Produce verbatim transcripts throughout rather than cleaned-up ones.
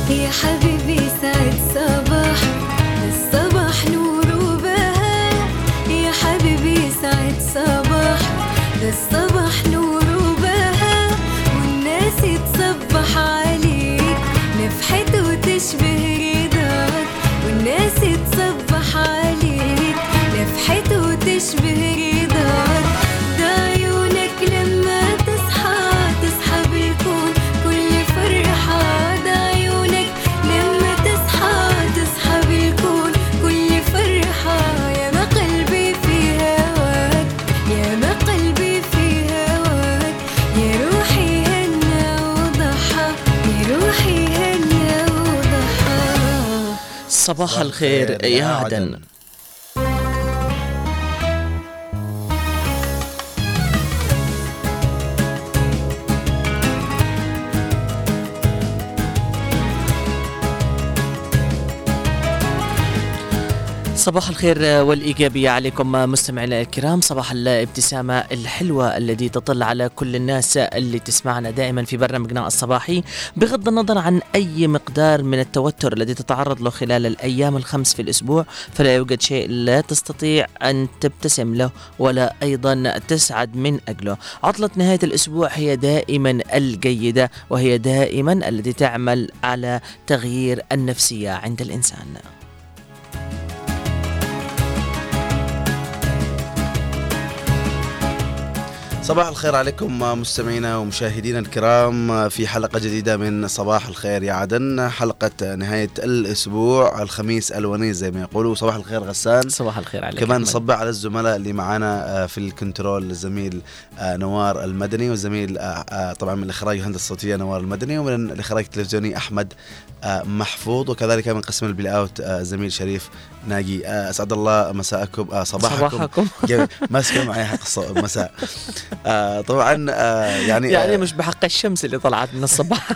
يا حبيبي سعد صباح، الصباح نور وبهاء. يا حبيبي سعد صباح، الصباح نور وبهاء. والناس تصبح عليك نفحت وتشبه رضاك. والناس تصبح عليك نفحت وتشبه رضاك. ده عيونك لما تصحى تصحى بالكون كل فرحة. ده عيونك لما تصحى تصحى بالكون كل فرحة. يا ما قلبي في هواك، يا ما قلبي في هواك. يا روحي هنا وضحى، يا روحي هنا وضحى. صباح الخير يا عدن. صباح الخير والإيجابية عليكم مستمعينا الكرام. صباح الابتسامة الحلوة التي تطل على كل الناس اللي تسمعنا دائما في برنامجنا الصباحي، بغض النظر عن أي مقدار من التوتر الذي تتعرض له خلال الأيام الخمس في الأسبوع. فلا يوجد شيء لا تستطيع أن تبتسم له ولا أيضا تسعد من أجله. عطلة نهاية الأسبوع هي دائما الجيدة، وهي دائما التي تعمل على تغيير النفسية عند الإنسان. صباح الخير عليكم مستمعينا ومشاهدينا الكرام في حلقة جديدة من صباح الخير يا عدن، حلقة نهاية الأسبوع، الخميس الونيس زي ما يقولوا. صباح الخير غسان. صباح الخير عليك. كمان نصبح على الزملاء اللي معانا في الكنترول، الزميل نوار المدني، والزميل طبعا من الإخراج والهندسة الصوتية نوار المدني، ومن الإخراج التلفزيوني أحمد محفوظ، وكذلك من قسم البلاي اوت الزميل شريف ناجي. أسعد الله مساءكم، صباحكم, صباحكم. ماسكة معي حق مساء. آه طبعا آه يعني يعني آه مش بحق الشمس اللي طلعت من الصباح.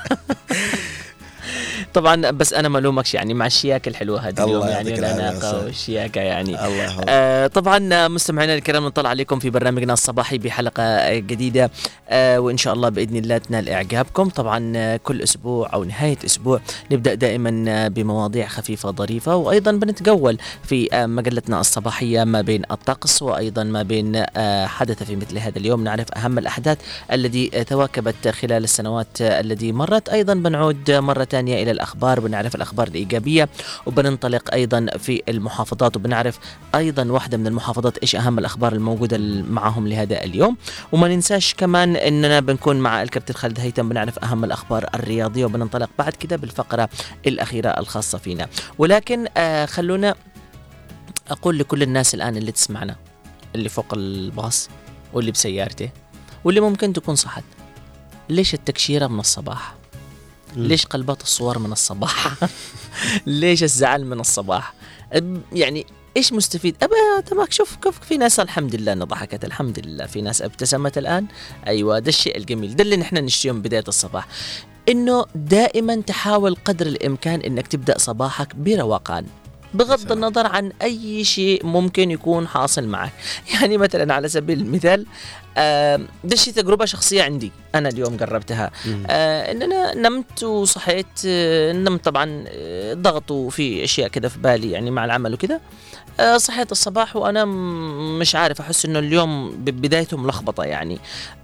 طبعا بس انا ما لومكش يعني مع الشياكه الحلوه هذه اليوم، يعني الاناقه والشياكه يعني. آه طبعا مستمعينا الكرام، نطلع عليكم في برنامجنا الصباحي بحلقه جديده، آه وان شاء الله باذن الله تنال اعجابكم. طبعا كل اسبوع او نهايه اسبوع نبدا دائما بمواضيع خفيفه ظريفه، وايضا بنتجول في آه مجلتنا الصباحيه ما بين الطقس وايضا ما بين آه حدث في مثل هذا اليوم. نعرف اهم الاحداث التي تواكبت خلال السنوات التي مرت. ايضا بنعود مره ثانيه الى الأخبار، بنعرف الأخبار الإيجابية، وبننطلق أيضا في المحافظات، وبنعرف أيضا واحدة من المحافظات إيش أهم الأخبار الموجودة معهم لهذا اليوم. وما ننساش كمان أننا بنكون مع الكابتن خالد هيثم، بنعرف أهم الأخبار الرياضية، وبننطلق بعد كده بالفقرة الأخيرة الخاصة فينا. ولكن آه خلونا أقول لكل الناس الآن اللي تسمعنا، اللي فوق الباص واللي بسيارته واللي ممكن تكون صحت، ليش التكشيرة من الصباح؟ ليش قلبات الصور من الصباح؟ ليش الزعل من الصباح؟ يعني إيش مستفيد؟ أبا تماك شوف كيف في ناس الحمد لله أنها ضحكت، الحمد لله في ناس ابتسمت الآن. أيوة ده الشيء الجميل، ده اللي نحن نشتيه من بداية الصباح، إنه دائما تحاول قدر الإمكان إنك تبدأ صباحك بروقان، بغض النظر عن أي شيء ممكن يكون حاصل معك. يعني مثلا على سبيل المثال، آه ده شيء تجربة شخصية عندي أنا اليوم جربتها. آه إن أنا نمت وصحيت، آه نمت طبعا آه ضغط وفي أشياء كده في بالي يعني مع العمل وكده. آه صحيت الصباح وأنا مش عارف، أحس إنه اليوم بدايته ملخبطة يعني.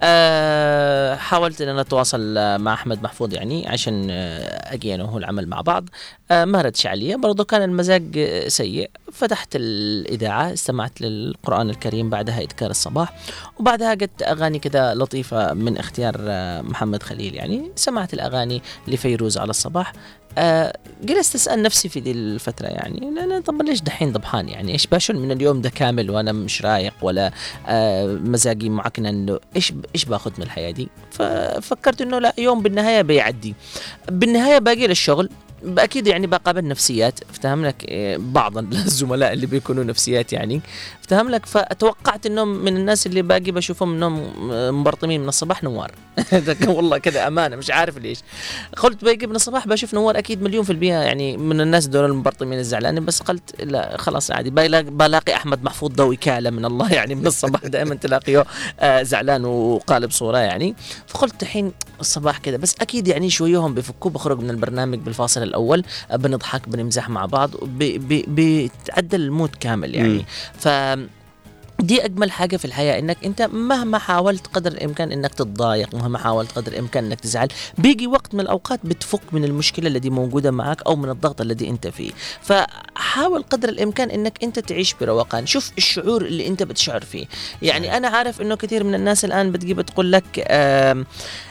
آه حاولت إن أنا أتواصل مع أحمد محفوظ يعني عشان آه أجي أنا وهو العمل مع بعض. آه ما ردش علي، برضو كان المزاج سيء. فتحت الإذاعة، استمعت للقرآن الكريم، بعدها إذكار الصباح، وبعدها قد أغاني كده لطيفة من اختيار محمد خليل. يعني سمعت الأغاني لفيروز على الصباح. أه جلست أسأل نفسي في ذي الفترة يعني لا طب ليش دحين ضبحان؟ يعني إيش باشل من اليوم ده كامل وأنا مش رايق ولا أه مزاجي معكنا، إنه إيش إيش باخذ من الحياة دي؟ ففكرت إنه لا، يوم بالنهاية بيعدي، بالنهاية باقي للشغل أكيد يعني بقابل نفسيات. افتهم لك بعض الزملاء اللي بيكونوا نفسيات يعني، افتهم لك. فأتوقعت إنهم من الناس اللي باقي بشوفهم إنهم مبرطمين من الصباح نوار. والله كذا امانه مش عارف ليش. قلت باجي من الصباح بشوف نوار اكيد مليون في المية يعني من الناس دول المبرطمين الزعلانين، بس قلت لا خلاص عادي بلاقي احمد محفوظ ضوي كاله من الله يعني من الصباح دائما تلاقيه آه زعلان وقالب صوره يعني. فقلت الحين الصباح كذا بس اكيد يعني شويهم بيفكوا، بخرج من البرنامج بالفاصل الاول بنضحك بنمزح مع بعض بتعدل المود كامل يعني. ف دي أجمل حاجة في الحياة، إنك أنت مهما حاولت قدر الإمكان إنك تتضايق، مهما حاولت قدر الإمكان إنك تزعل، بيجي وقت من الأوقات بتفك من المشكلة التي موجودة معك أو من الضغط الذي أنت فيه. فحاول قدر الإمكان إنك أنت تعيش بروقان، شوف الشعور اللي أنت بتشعر فيه. يعني أنا عارف إنه كثير من الناس الآن بتجي بتقول لك آه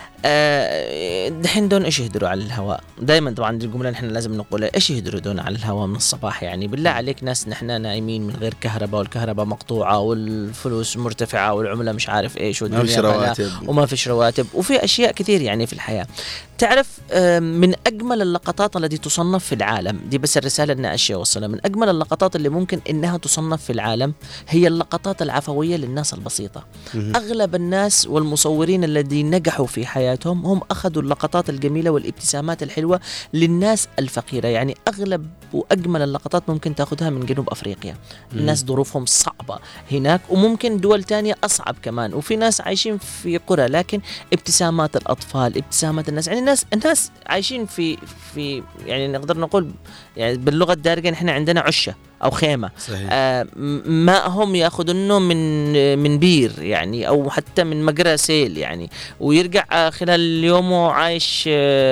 دحين دون ايش يهدروا على الهواء. دائما طبعا الجمله نحن لازم نقول ايش يهدروا دون على الهواء من الصباح يعني. بالله عليك ناس نحن نايمين من غير كهرباء والكهرباء مقطوعه والفلوس مرتفعه والعمله مش عارف ايش والدنيا وما فيش رواتب وفي اشياء كثير يعني في الحياه. تعرف من اجمل اللقطات التي تصنف في العالم دي، بس الرساله انها اشياء اوصلها، من اجمل اللقطات اللي ممكن انها تصنف في العالم هي اللقطات العفويه للناس البسيطه. اغلب الناس والمصورين الذين نجحوا في حياتهم هم أخذوا اللقطات الجميلة والابتسامات الحلوة للناس الفقيرة. يعني أغلب وأجمل اللقطات ممكن تأخذها من جنوب أفريقيا. الناس ظروفهم صعبة هناك، وممكن دول تانية أصعب كمان، وفي ناس عايشين في قرى لكن ابتسامات الأطفال، ابتسامات الناس، يعني الناس الناس عايشين في في يعني نقدر نقول يعني باللغة الدارجة نحن عندنا عشة أو خيمة. آه ماءهم يأخذونه من من بير يعني أو حتى من مجرى سيل يعني، ويرجع آه خلال اليوم عايش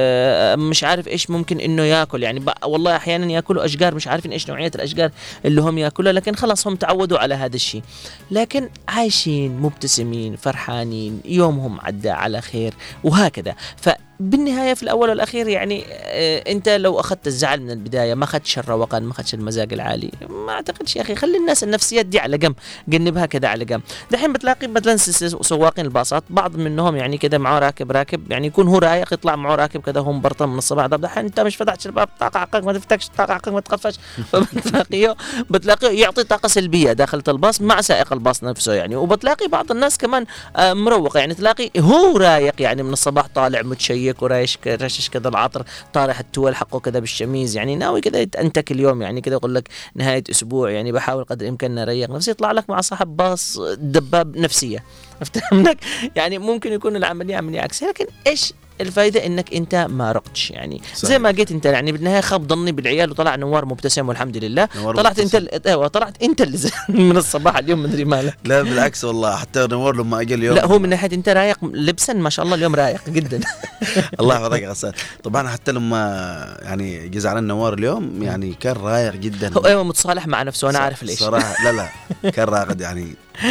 آه مش عارف إيش ممكن إنه يأكل يعني. والله أحيانا يأكلوا أشجار مش عارفين إيش نوعية الأشجار اللي هم يأكلها، لكن خلاص هم تعودوا على هذا الشيء، لكن عايشين مبتسمين فرحانين، يومهم عدى على خير وهكذا. ف بالنهاية في الأول والأخير يعني آه أنت لو أخذت الزعل من البداية، ما أخذتش الروقان، ما أخذتش المزاج العالي، ما أعتقدش يا أخي. خلي الناس النفسيات دي على جنب، جنبها كده على جنب. دحين بتلاقي مثلا سواقين الباصات بعض منهم يعني كده معه راكب راكب يعني يكون هو رايق يطلع معه راكب كده هم برطم من الصباح. طب دحين أنت مش فتحتش الباب، طاقة عقلك ما تفتحش، طاقة عقلك ما تقفش، فبتلاقيه بتلاقيه يعطي طاقة سلبية داخل الباص مع سائق الباص نفسه يعني. وبتلاقي بعض الناس كمان آه مروق يعني، تلاقي هو رايق يعني من الصباح طالع متشيك ورايش رشش كذا العطر، طارح التول حقه كذا بالشميز يعني، ناوي كذا يتأنتك اليوم يعني كذا، يقول لك نهاية أسبوع يعني بحاول قدر الإمكان أريح نفسي، يطلع لك مع صاحب باص دباب نفسية. افتهمنك يعني ممكن يكون العملية عملية عكسية، لكن إيش الفائدة إنك أنت ما رقتش يعني. صحيح. زي ما قلت أنت يعني بالنهاية خاب ظني بالعيال وطلع نوار مبتسم والحمد لله. طلعت مبتسم. أنت ايوه طلعت أنت اللي من الصباح اليوم مدري مالك. لا بالعكس والله، حتى نوار لما أجي اليوم لا هو من ناحية أنت رايق لبسا ما شاء الله اليوم رايق جدا. الله يحفظك يا غسان. طبعا حتى لما يعني جزع على النوار اليوم يعني كان رايق جدا. هو أيوة متصالح مع نفسه وأنا عارف ليش صراحة. لا لا كان راقد يعني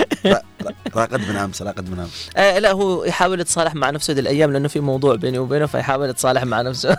راقد من أمس راقد من أمس. آه لا هو يحاول يتصالح مع نفسه دي الأيام لأنه في موضوع بيني وبينه، فيحاول يتصالح مع نفسه.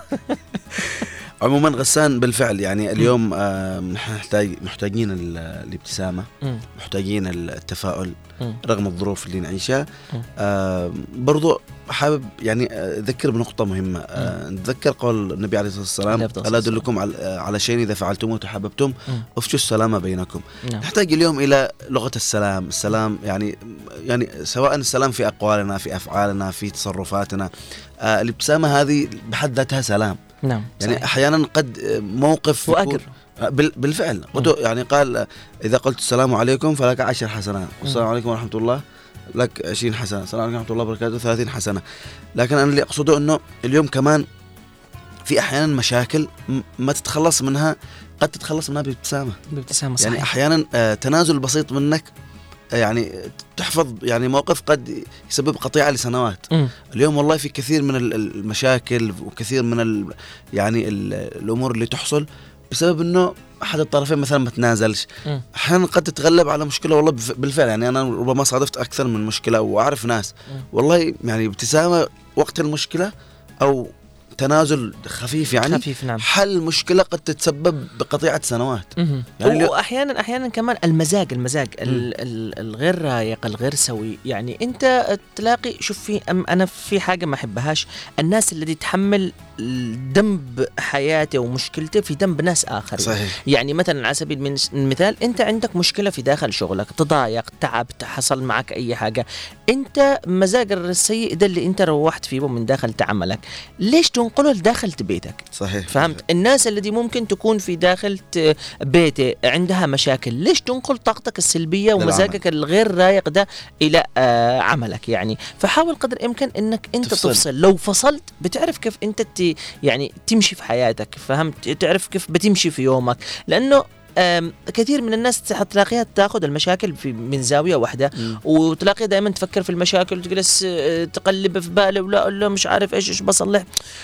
عموما غسان بالفعل يعني اليوم آه محتاج محتاجين الابتسامة، محتاجين التفاؤل رغم الظروف اللي نعيشها. آه برضو حابب يعني أذكر بنقطة مهمة. آه نتذكر قول النبي عليه الصلاة والسلام: ألا أدلكم على على شيء إذا فعلتموه تحاببتم أفشوا السلام بينكم. نعم. نحتاج اليوم إلى لغة السلام. السلام يعني يعني سواء السلام في أقوالنا في أفعالنا في تصرفاتنا. آه الابتسامة هذه بحد ذاتها سلام. نعم يعني صحيح. أحيانا قد موقف وأجر بالفعل يعني قال: إذا قلت السلام عليكم فلك عشر حسنات، والسلام عليكم ورحمة الله لك عشرين حسنة، السلام عليكم ورحمة الله وبركاته ثلاثين حسنة. لكن أنا اللي أقصده أنه اليوم كمان في أحيانا مشاكل ما تتخلص منها قد تتخلص منها بابتسامة. بابتسامة صحيح. يعني أحيانا آه تنازل بسيط منك آه يعني تحفظ يعني موقف قد يسبب قطيعة لسنوات. م. اليوم والله في كثير من المشاكل وكثير من ال يعني ال الأمور اللي تحصل بسبب أنه أحد الطرفين مثلا ما تنازلش. أحيانا قد تتغلب على مشكلة والله بالفعل يعني. أنا ربما صادفت أكثر من مشكلة وأعرف ناس م. والله يعني ابتسامة وقت المشكلة أو تنازل خفيف يعني خفيف نعم. حل مشكلة قد تتسبب بقطيعة سنوات. يعني وأحيانا أحيانا كمان المزاج المزاج الغير رايق الغير سوي. يعني أنت تلاقي شوف في أنا في حاجة ما أحبهاش، الناس اللي تتحمل ذنب حياته ومشكلته في ذنب ناس آخر. صحيح. يعني مثلا على سبيل المثال أنت عندك مشكلة في داخل شغلك، تضايق، تعبت، حصل معك أي حاجة، أنت مزاج السيء ده اللي أنت روحت فيه من داخل عملك، ليش تنقله لداخل بيتك؟ صحيح. فهمت؟ صحيح. الناس اللي دي ممكن تكون في داخل بيته عندها مشاكل، ليش تنقل طاقتك السلبية ومزاجك الغير رايق ده إلى آه عملك؟ يعني فحاول قدر الإمكان إنك أنت تفصل. تفصل. لو فصلت بتعرف كيف أنت ت يعني تمشي في حياتك، فهمت؟ تعرف كيف بتمشي في يومك، لأنه كثير من الناس تلاقيها تاخذ المشاكل في من زاويه واحده، م. وتلاقيها دائما تفكر في المشاكل وتجلس تقلب في باله ولا لا مش عارف ايش ايش بصلح.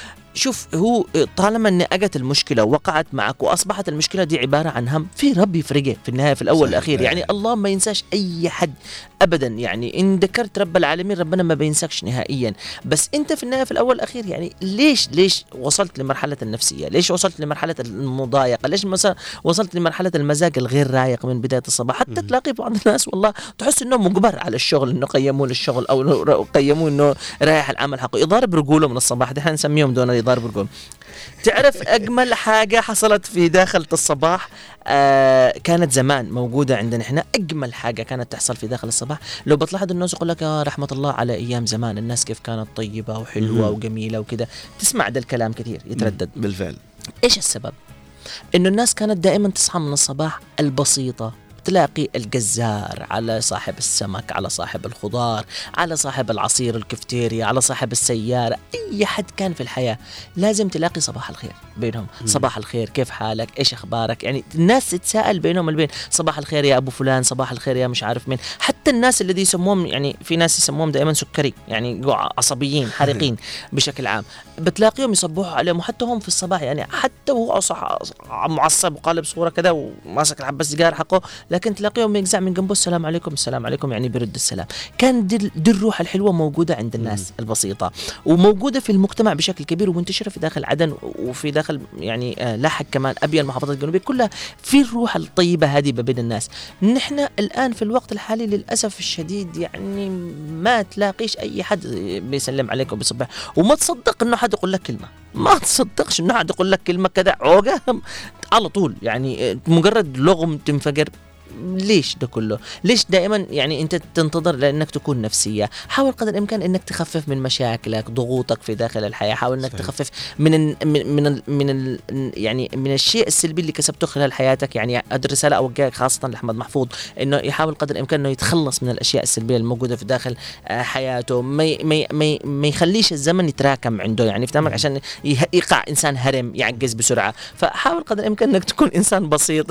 شوف هو طالما ان اجت المشكله وقعت معك واصبحت المشكله دي عباره عن هم، في رب يفرقه في النهايه في الاول والاخير. يعني الله ما ينساش اي حد ابدا، يعني ان ذكرت رب العالمين ربنا ما بينساكش نهائيا. بس انت في النهايه في الاول والاخير يعني ليش ليش وصلت لمرحله النفسيه؟ ليش وصلت لمرحله المضايقه؟ ليش مثلا وصلت لمرحله المزاج الغير رايق من بدايه الصباح؟ حتى م. تلاقي بعض الناس والله تحس انه مجبر على الشغل، انه قيموه للشغل او قيموه انه رايح العمل حقه، يضارب رجوله من الصباح، ده نسميهم دون يضارب رجول. تعرف أجمل حاجة حصلت في داخل الصباح آه كانت زمان موجودة عندنا إحنا، أجمل حاجة كانت تحصل في داخل الصباح لو بتلاحظ الناس يقول لك يا رحمة الله على أيام زمان الناس كيف كانت طيبة وحلوة وجميلة وكده، تسمع ده الكلام كثير يتردد. بالفعل. إيش السبب؟ إنه الناس كانت دائما تصحى من الصباح البسيطة، تلاقي الجزار على صاحب السمك، على صاحب الخضار، على صاحب العصير الكفتيريا، على صاحب السيارة، أي حد كان في الحياة لازم تلاقي صباح الخير بينهم. م. صباح الخير، كيف حالك، إيش أخبارك؟ يعني الناس تتساءل بينهم البين، صباح الخير يا أبو فلان، صباح الخير يا مش عارف مين. حتى الناس اللي يسموهم يعني في ناس يسموهم دائما سكري، يعني عصبيين حريقين بشكل عام، بتلاقيهم يصبحوا عليهم حتى هم في الصباح، يعني حتى هو معصب وقالب صورة كذا وماسك الحبة السيجار حقه، لكن تلاقيهم يجزع من جنبه السلام عليكم السلام عليكم، يعني برد السلام. كان دي, دي الروح الحلوة موجودة عند الناس م. البسيطة، وموجودة في المجتمع بشكل كبير، ومنتشرة في داخل عدن وفي داخل يعني آه لاحق كمان أبيا المحافظات الجنوبية كلها، في الروح الطيبة هذه بين الناس. نحن الآن في الوقت الحالي للأسف الشديد يعني ما تلاقيش أي حد بيسلم عليك وبيصبح، وما تصدق إنه حد يقول لك كلمة، ما تصدقش إنه حد يقول لك كلمة كذا عوجة على طول، يعني مجرد لغم تنفجر. ليش ده كله؟ ليش دائما يعني انت تنتظر لانك تكون نفسية؟ حاول قدر الامكان انك تخفف من مشاكلك، ضغوطك في داخل الحياة، حاول انك صحيح. تخفف من ال من ال من ال يعني من الشيء السلبي اللي كسبته خلال حياتك. يعني الرسالة اوجهها خاصة لاحمد محفوظ انه يحاول قدر الامكان انه يتخلص من الاشياء السلبية الموجودة في داخل حياته، ما ما ما, ما يخليش الزمن يتراكم عنده، يعني فهمك، عشان يقع انسان هرم يعجز بسرعة. فحاول قدر الامكان انك تكون انسان بسيط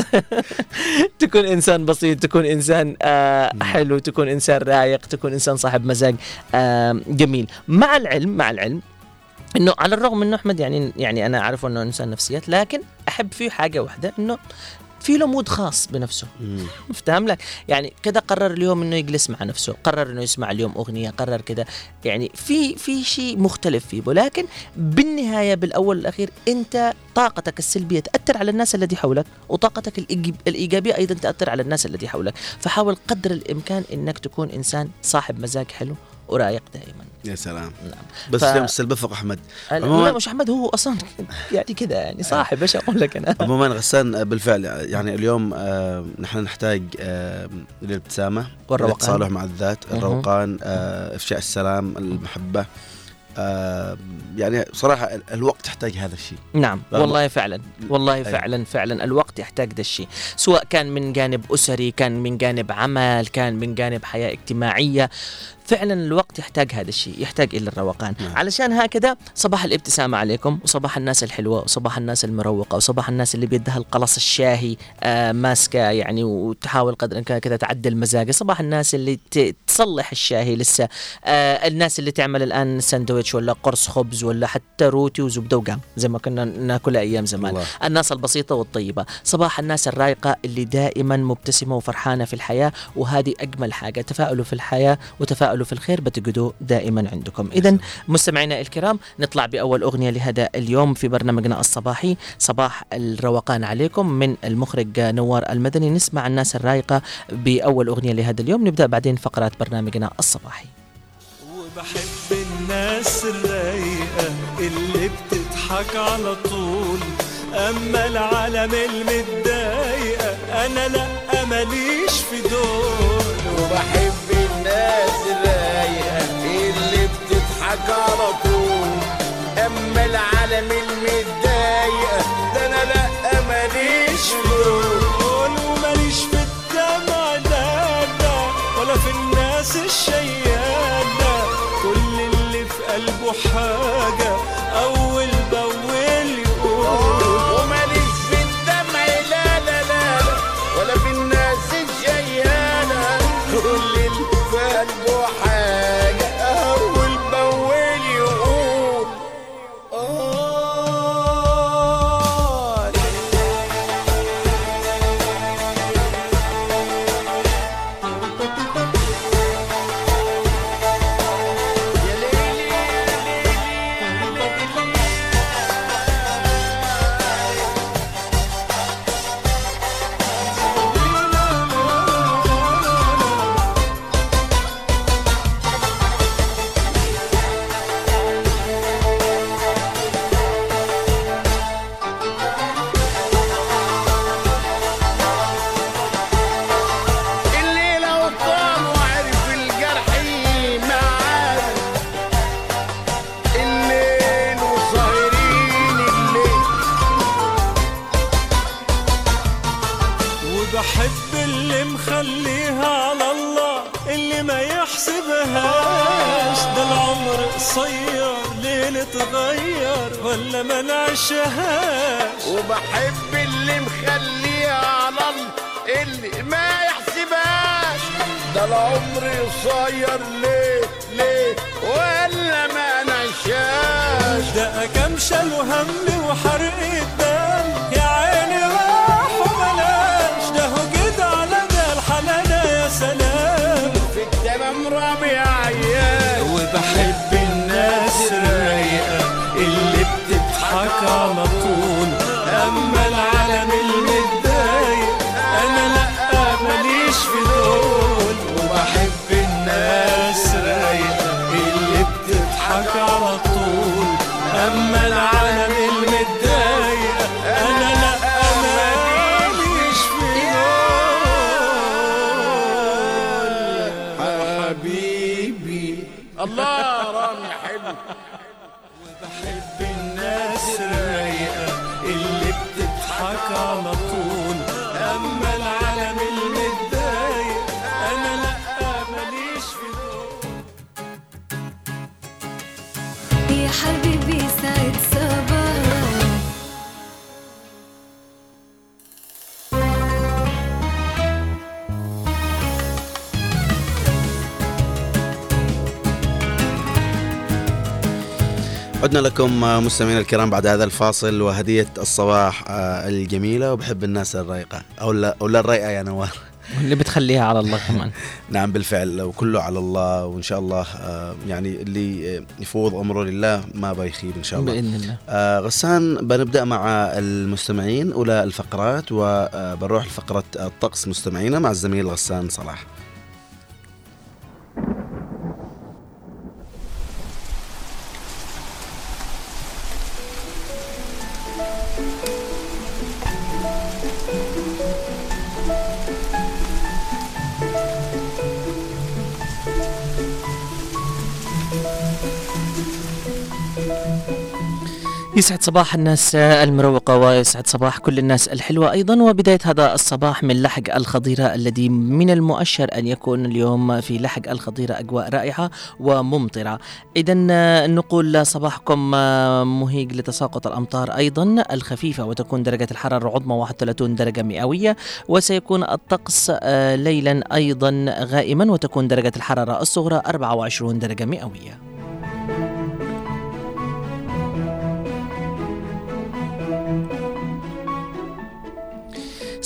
تكون انسان بسيط، تكون إنسان آه حلو، تكون إنسان رايق، تكون إنسان صاحب مزاج آه جميل. مع العلم مع العلم إنه على الرغم إنه أحمد يعني يعني أنا أعرف إنه إنسان نفسيات، لكن أحب فيه حاجة واحدة، إنه في له مود خاص بنفسه. افتهم لك يعني كذا، قرر اليوم انه يجلس مع نفسه، قرر انه يسمع اليوم اغنيه، قرر كذا، يعني في في شيء مختلف فيه. ولكن بالنهايه بالاول والاخير انت طاقتك السلبيه تاثر على الناس الذي حولك، وطاقتك الايجابيه ايضا تاثر على الناس الذي حولك. فحاول قدر الامكان انك تكون انسان صاحب مزاج حلو ورايق دائما. يا سلام. نعم. بس ف... اليوم السلبفق احمد. لا مش احمد، هو اصلا يعني كذا يعني صاحب، ايش اقول لك انا. عموما غسان بالفعل يعني اليوم آه نحن نحتاج آه الابتسامه والتصالح مع الذات، الروقان، آه افشاء السلام، المحبه. آه يعني صراحة الوقت يحتاج هذا الشيء. نعم والله فعلا، والله أيوة. فعلا فعلا الوقت يحتاج ذا الشيء، سواء كان من جانب أسري، كان من جانب عمل، كان من جانب حياة اجتماعية. فعلا الوقت يحتاج هذا الشيء، يحتاج إلى الروقان. نعم. علشان هكذا صباح الابتسامة عليكم، وصباح الناس الحلوة، وصباح الناس المروقة، وصباح الناس اللي بيدها القلص الشاهي آه ماسكة يعني وتحاول قدر الإمكان كذا تعدل مزاجه، صباح الناس اللي تصلح الشاهي لسه، آه الناس اللي تعمل الآن ساندويتش ولا قرص خبز ولا حتى روتي وزبدة وقام زي ما كنا ناكل أيام زمان. الله. الناس البسيطة والطيبة، صباح الناس الرايقة اللي دائما مبتسمة وفرحانة في الحياة، وهذه أجمل حاجة. تفاؤلوا في الحياة وتفاؤلوا تفاؤلوا في الخير بتجدوا دائما عندكم. إذن مستمعينا الكرام نطلع بأول أغنية لهذا اليوم في برنامجنا الصباحي صباح الروقان عليكم من المخرج نوار المدني. نسمع الناس الرايقة بأول أغنية لهذا اليوم، نبدأ بعدين فقرات برنامجنا الصباحي. وبحب الناس الرايقة اللي بتضحك على طول، أما العالم المتضايقة أنا لأ ماليش في دول. وبحب الناس الرايقة اللي بتضحك على طول، أما العالم المتضايقة ده أنا لأ ماليش في دول. وماليش في الدمع لا لا ولا في الناس الشيادة، كل اللي في قلبه حاجة أول بأول يقول. وماليش في الدمع لا لا لا ولا في الناس الشيادة، كل اللي في قلبه حاجة أول بأول يقول. آه ولا ما نعيشهاش. وبحب اللي مخليها على الله اللي ما يحسبهاش، ده العمر قصير ليه ليه ولا ما نعيشهاش. ده كم شال وهم وحرق الدم يا عيني راح وبلاش، ده هو كده على ده الحلالة يا سلام في التمام رامي عيال. وبحب الناس الرايقة اللي بتضحك على طول، أما العالم المتضايق أنا لأ ماليش في دول. وبحب الناس الرايقة اللي بتضحك على طول، أما العالم المتضايق أنا لأ ماليش في دول. حبيبي الله رامي حلو. وبحب الناس الرايقة اللي بتضحك على طول، أما العالم المتضايق أنا لأ ماليش في دول. يا حبيبي سعد صباح عدنا لكم مستمعينا الكرام بعد هذا الفاصل وهدية الصباح الجميلة. وبحب الناس الرايقة أو لا, أو لا الرايقة يا نوار اللي بتخليها على الله كمان. نعم بالفعل، وكله على الله، وإن شاء الله يعني اللي يفوض أمره لله ما بيخيب إن شاء الله بإذن الله. آه غسان، بنبدأ مع المستمعين أولى الفقرات، وبنروح لفقرة الطقس مستمعينا مع الزميل غسان صلاح. يسعد صباح الناس المروقة ويسعد صباح كل الناس الحلوة أيضا. وبداية هذا الصباح من لحق الخضيرة الذي من المؤشر أن يكون اليوم في لحق الخضيرة أجواء رائعة وممطرة. إذن نقول صباحكم مهيج لتساقط الأمطار أيضا الخفيفة، وتكون درجة الحرارة العظمى واحد وثلاثين درجة مئوية، وسيكون الطقس ليلا أيضا غائما، وتكون درجة الحرارة الصغرى أربعة وعشرين درجة مئوية.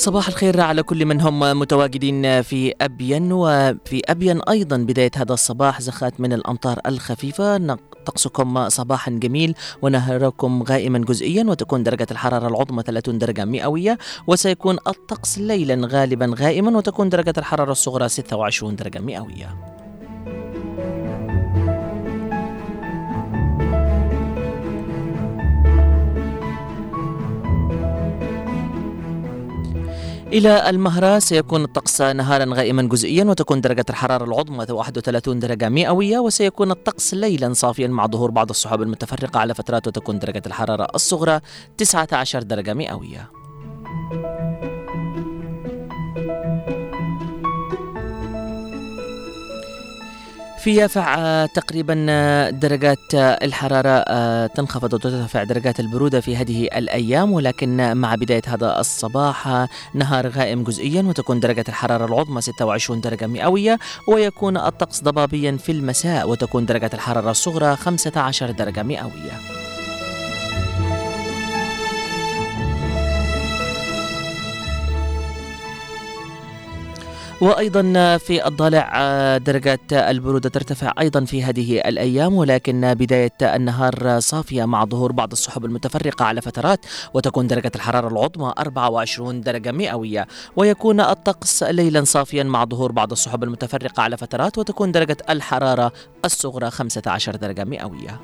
صباح الخير على كل من هم متواجدين في أبين. وفي أبين أيضا بداية هذا الصباح زخات من الأمطار الخفيفة. طقسكم صباحا جميل ونهاركم غائما جزئيا، وتكون درجة الحرارة العظمى ثلاثين درجة مئوية، وسيكون الطقس ليلا غالبا غائما، وتكون درجة الحرارة الصغرى ستة وعشرين درجة مئوية. إلى المهرة سيكون الطقس نهارا غائما جزئيا، وتكون درجة الحرارة العظمى واحد وثلاثين درجة مئوية، وسيكون الطقس ليلا صافيا مع ظهور بعض السحب المتفرقة على فترات، وتكون درجة الحرارة الصغرى تسعة عشر درجة مئوية. في يافع تقريبا درجات الحرارة تنخفض وترتفع درجات البرودة في هذه الأيام، ولكن مع بداية هذا الصباح نهار غائم جزئيا، وتكون درجة الحرارة العظمى ستة وعشرين درجة مئوية، ويكون الطقس ضبابيا في المساء، وتكون درجة الحرارة الصغرى خمسة عشر درجة مئوية. وأيضا في الضالع درجات البرودة ترتفع أيضا في هذه الأيام، ولكن بداية النهار صافية مع ظهور بعض السحب المتفرقة على فترات، وتكون درجة الحرارة العظمى أربعة وعشرين درجة مئوية، ويكون الطقس ليلا صافيا مع ظهور بعض السحب المتفرقة على فترات، وتكون درجة الحرارة الصغرى خمسة عشر درجة مئوية.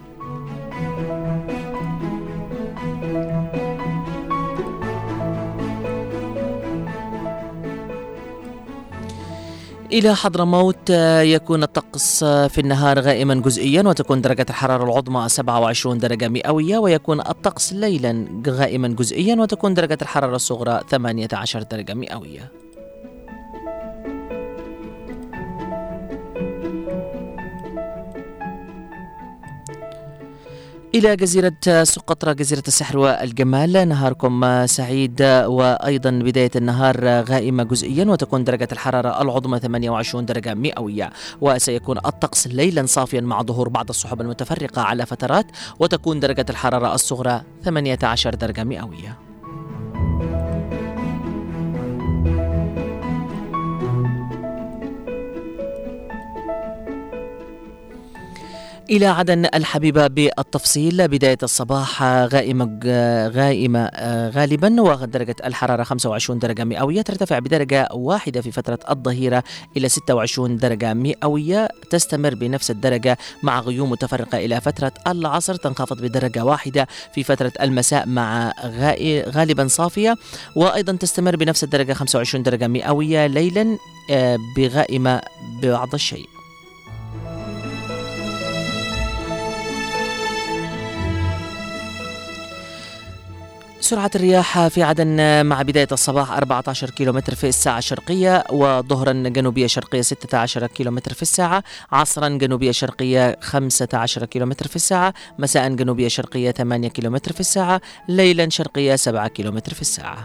إلى حضرموت يكون الطقس في النهار غائما جزئيا، وتكون درجة الحرارة العظمى سبعة وعشرين درجة مئوية، ويكون الطقس ليلا غائما جزئيا، وتكون درجة الحرارة الصغرى ثمانية عشر درجة مئوية. إلى جزيرة سقطرى جزيرة السحر والجمال نهاركم سعيد، وأيضا بداية النهار غائمة جزئيا، وتكون درجة الحرارة العظمى ثمانية وعشرين درجة مئوية، وسيكون الطقس ليلا صافيا مع ظهور بعض السحب المتفرقة على فترات، وتكون درجة الحرارة الصغرى ثمانية عشر درجة مئوية. إلى عدن الحبيبة بالتفصيل بداية الصباح غائمة غائمة غالبا، ودرجة الحرارة خمسة وعشرين درجة مئوية، ترتفع بدرجة واحدة في فترة الظهيرة إلى ستة وعشرين درجة مئوية، تستمر بنفس الدرجة مع غيوم متفرقة إلى فترة العصر، تنخفض بدرجة واحدة في فترة المساء مع غالبا صافية، وأيضا تستمر بنفس الدرجة خمسة وعشرين درجة مئوية ليلا بغائمة بعض الشيء. سرعة الرياح في عدن مع بداية الصباح أربعة عشر كيلومتر في الساعة الشرقية، وظهرا جنوبية شرقية ستة عشر كيلومتر في الساعة، عصرا جنوبية شرقية خمسة عشر كيلومتر في الساعة، مساء جنوبية شرقية ثمانية كيلومتر في الساعة، ليلا شرقية سبعة كيلومتر في الساعة.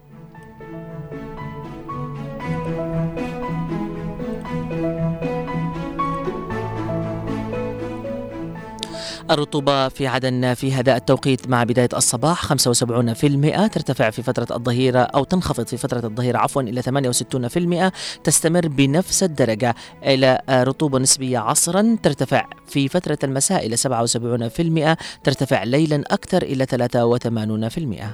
الرطوبة في عدن في هذا التوقيت مع بداية الصباح خمسة وسبعين بالمئة، ترتفع في فترة الظهيرة أو تنخفض في فترة الظهيرة عفوا إلى ثمانية وستين بالمئة، تستمر بنفس الدرجة. إلى رطوبة نسبية عصرا ترتفع في فترة المساء إلى سبعة وسبعين بالمئة، ترتفع ليلا أكثر إلى ثلاثة وثمانين بالمئة.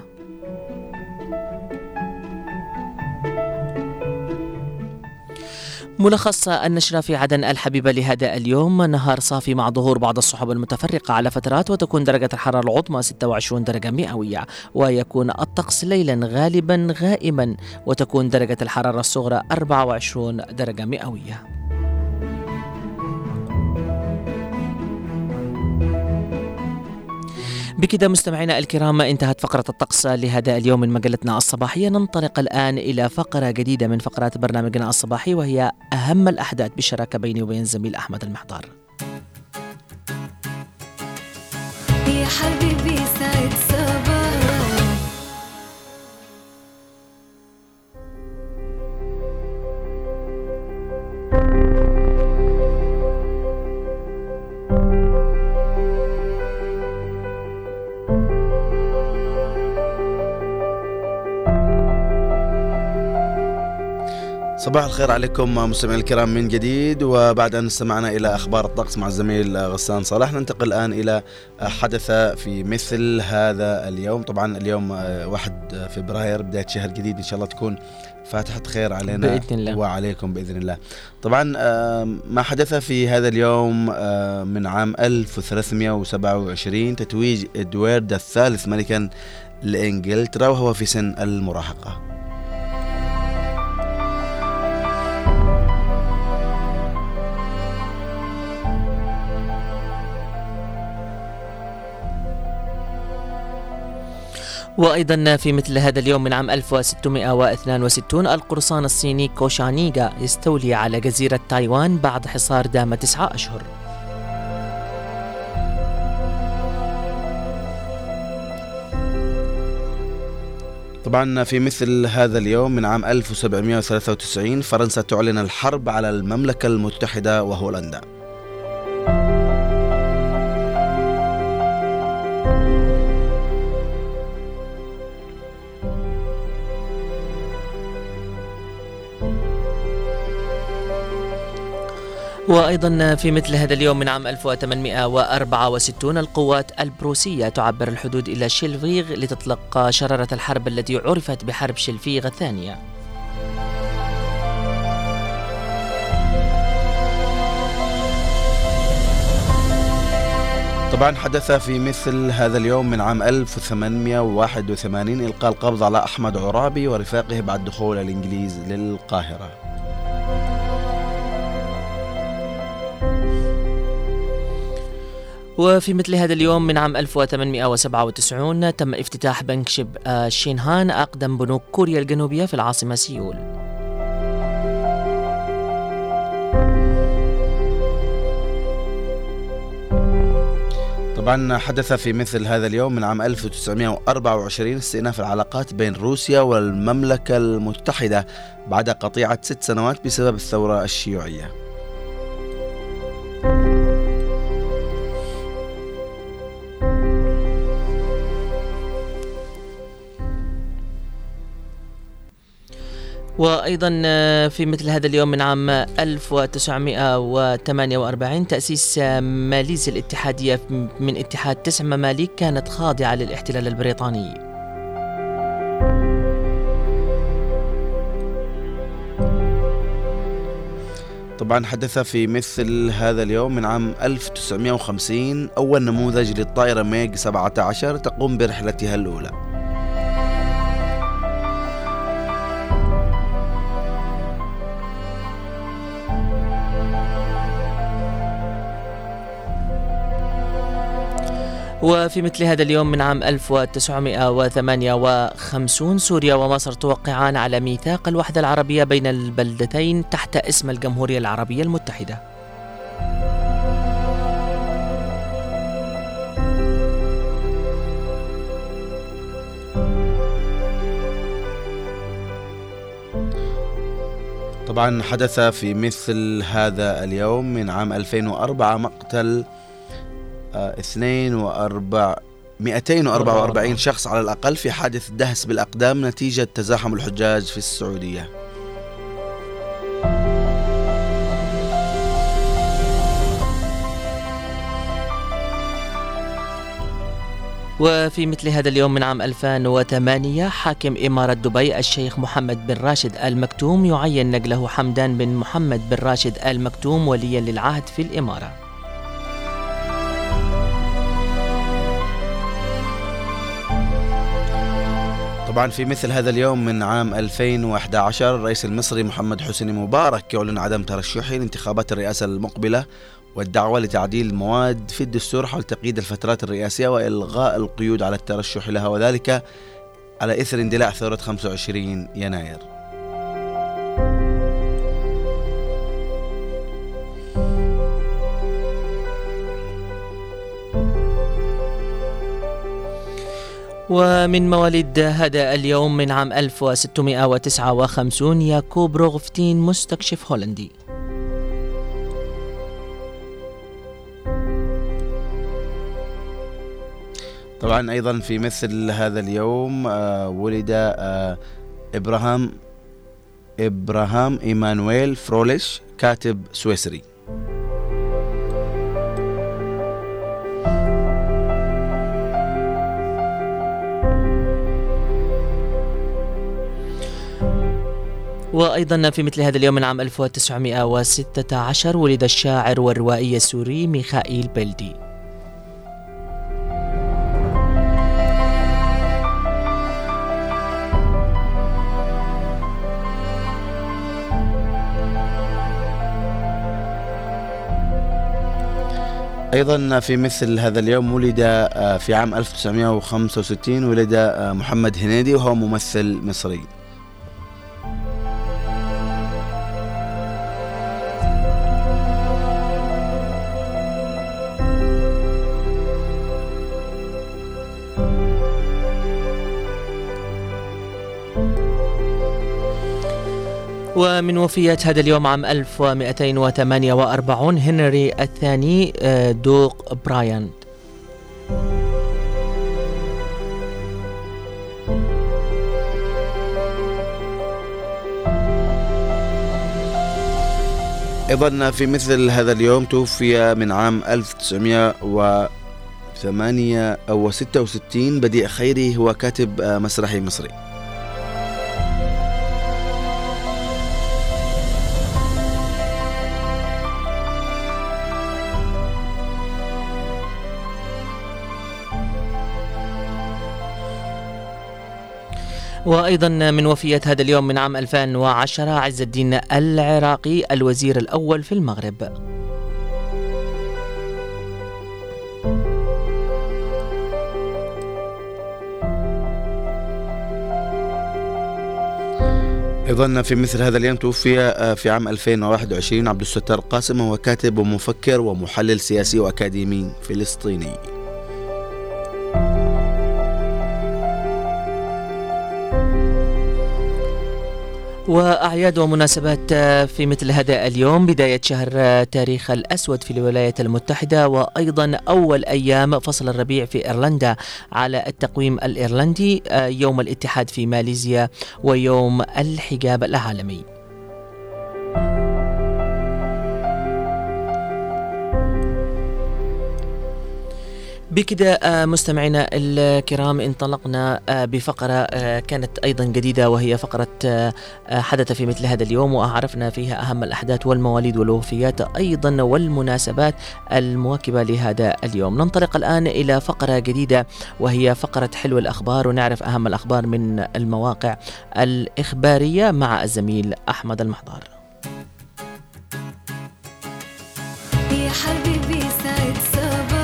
ملخص النشرة في عدن الحبيبة لهذا اليوم: نهار صافي مع ظهور بعض السحب المتفرقة على فترات، وتكون درجة الحرارة العظمى ستة وعشرين درجة مئوية، ويكون الطقس ليلا غالبا غائما، وتكون درجة الحرارة الصغرى أربعة وعشرين درجة مئوية. بكده مستمعينا الكرام انتهت فقرة الطقس لهذا اليوم من مجلتنا الصباحية. ننطلق الآن إلى فقرة جديدة من فقرات برنامجنا الصباحي، وهي أهم الأحداث بالشراكة بيني وبين زميل أحمد المحضار. يا حبيبي سعد صباح. صباح الخير عليكم مستمعينا الكرام من جديد، وبعد أن استمعنا إلى أخبار الطقس مع الزميل غسان صلاح ننتقل الآن إلى حدث في مثل هذا اليوم. طبعا اليوم واحد فبراير، بداية شهر جديد إن شاء الله تكون فاتحة خير علينا بإذن الله وعليكم بإذن الله. طبعا ما حدث في هذا اليوم من عام ألف وثلاثمئة وسبعة وعشرين تتويج إدوارد الثالث ملكا لإنجلترا وهو في سن المراهقة. وأيضا في مثل هذا اليوم من عام ألف وستمئة واثنين وستين القرصان الصيني كوشانيغا يستولي على جزيرة تايوان بعد حصار دام تسعة أشهر. طبعا في مثل هذا اليوم من عام ألف وسبعمئة وثلاثة وتسعين فرنسا تعلن الحرب على المملكة المتحدة وهولندا. وأيضا في مثل هذا اليوم من عام ألف وثمانمئة وأربعة وستين القوات البروسية تعبر الحدود إلى شيلفيغ لتطلق شرارة الحرب التي عرفت بحرب شيلفيغ الثانية. طبعا حدث في مثل هذا اليوم من عام ألف وثمانمئة وواحد وثمانين إلقاء القبض على أحمد عرابي ورفاقه بعد دخول الإنجليز للقاهرة. وفي مثل هذا اليوم من عام ألف وثمانمئة وسبعة وتسعين تم افتتاح بنك شب شينهان أقدم بنوك كوريا الجنوبية في العاصمة سيول. طبعا حدث في مثل هذا اليوم من عام ألف وتسعمئة وأربعة وعشرين استئناف العلاقات بين روسيا والمملكة المتحدة بعد قطيعة ست سنوات بسبب الثورة الشيوعية. وأيضا في مثل هذا اليوم من عام ألف وتسعمئة وثمانية وأربعين تأسيس ماليزيا الاتحادية من اتحاد تسع مماليك كانت خاضعة للاحتلال البريطاني. طبعا حدث في مثل هذا اليوم من عام ألف وتسعمئة وخمسين أول نموذج للطائرة ميغ سبعة عشر تقوم برحلتها الأولى. وفي مثل هذا اليوم من عام ألف وتسعمئة وثمانية وخمسين سوريا ومصر توقعان على ميثاق الوحدة العربية بين البلدتين تحت اسم الجمهورية العربية المتحدة. طبعا حدث في مثل هذا اليوم من عام ألفين وأربعة مقتل اثنين وأربعين مئتين وأربعة وأربعين شخص على الأقل في حادث دهس بالأقدام نتيجة تزاحم الحجاج في السعودية. وفي مثل هذا اليوم من عام ألفين وثمانية حاكم إمارة دبي الشيخ محمد بن راشد آل مكتوم يعين نقله حمدان بن محمد بن راشد آل مكتوم وليا للعهد في الإمارة. طبعا في مثل هذا اليوم من عام ألفين وأحد عشر الرئيس المصري محمد حسني مبارك يعلن عدم ترشحه لانتخابات الرئاسة المقبلة والدعوة لتعديل المواد في الدستور حول تقييد الفترات الرئاسية وإلغاء القيود على الترشح لها، وذلك على إثر اندلاع ثورة خمسة وعشرين يناير. ومن مواليد هذا اليوم من عام ألف وستمئة وتسعة وخمسين ياكوب روغفتين مستكشف هولندي. طبعا أيضا في مثل هذا اليوم ولد إبراهام إبراهام إيمانويل فروليش، كاتب سويسري. وأيضا في مثل هذا اليوم من عام ألف وتسعمائة وستة عشر ولد الشاعر والروائي السوري ميخائيل بلدي. أيضا في مثل هذا اليوم ولد في عام ألف وتسعمائة وخمسة وستين ولد محمد هنيدي وهو ممثل مصري. ومن وفيات هذا اليوم عام ألف ومئتين وثمانية وأربعين هنري الثاني دوق برايان. أيضا في مثل هذا اليوم توفي من عام ألف وتسعمائة وثمانية أو ستة وستين بديع خيري، هو كاتب مسرحي مصري. وأيضا من وفيات هذا اليوم من عام ألفين وعشرة عز الدين العراقي الوزير الأول في المغرب. أيضا في مثل هذا اليوم توفي في عام ألفين وواحد وعشرين عبد الستار قاسم، وهو كاتب ومفكر ومحلل سياسي وأكاديمي فلسطيني. وأعياد ومناسبات في مثل هذا اليوم: بداية شهر تاريخ الأسود في الولايات المتحدة، وأيضا أول أيام فصل الربيع في إيرلندا على التقويم الإيرلندي، يوم الاتحاد في ماليزيا، ويوم الحجاب العالمي. بكده مستمعينا الكرام انطلقنا بفقرة كانت أيضا جديدة، وهي فقرة حدث في مثل هذا اليوم، وعرفنا فيها أهم الأحداث والمواليد والوفيات أيضا والمناسبات المواكبة لهذا اليوم. ننطلق الآن إلى فقرة جديدة، وهي فقرة حلو الأخبار، ونعرف أهم الأخبار من المواقع الإخبارية مع الزميل أحمد المحضار. يا حبيبي سعد صباح.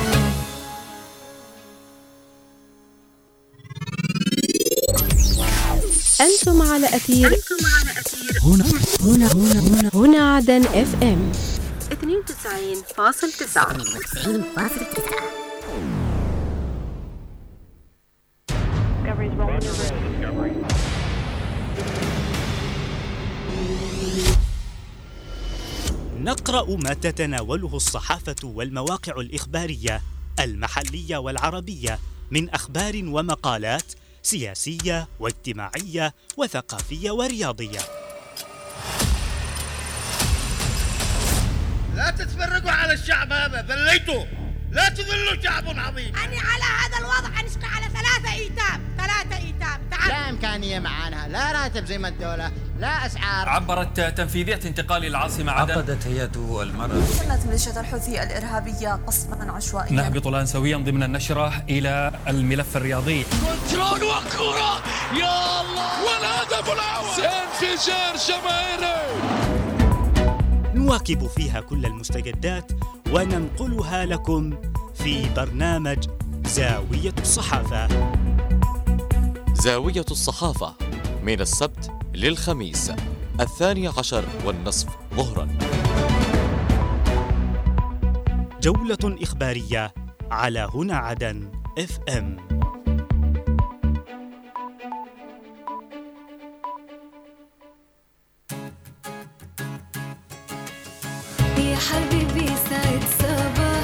أنتم على أثير هنا هنا هنا هنا, هنا عدن اف ام اثنين وتسعين فاصل تسعة. نقرأ ما تتناوله الصحافة والمواقع الإخبارية المحلية والعربية من أخبار ومقالات سياسية واجتماعية وثقافية ورياضية. لا تتفرقوا على الشعب هذا، ذليتوا، لا تذلوا شعب عظيم. أنا على هذا الوضع حنشقى على ثلاثة إيتام، ثلاثة إيتام. تعال. لا إمكانية معانا، لا راتب زي ما الدولة، لا أسعار. عبرت تنفيذية انتقال العاصمة عدن. عقدت هيئة المرأة. كانت ميليشيا الحوثي الإرهابية قصفا عشوائيا. نهبط الآن سويا ضمن النشرة إلى الملف الرياضي. كنترول وكرة، يا الله، والهدف الأول، انفجار جماهيري. نواكب فيها كل المستجدات وننقلها لكم في برنامج زاوية الصحافة. زاوية الصحافة من السبت للخميس الثاني عشر والنصف ظهرا. جولة إخبارية على هنا عدن اف ام. يا حبيبي سعد صباح.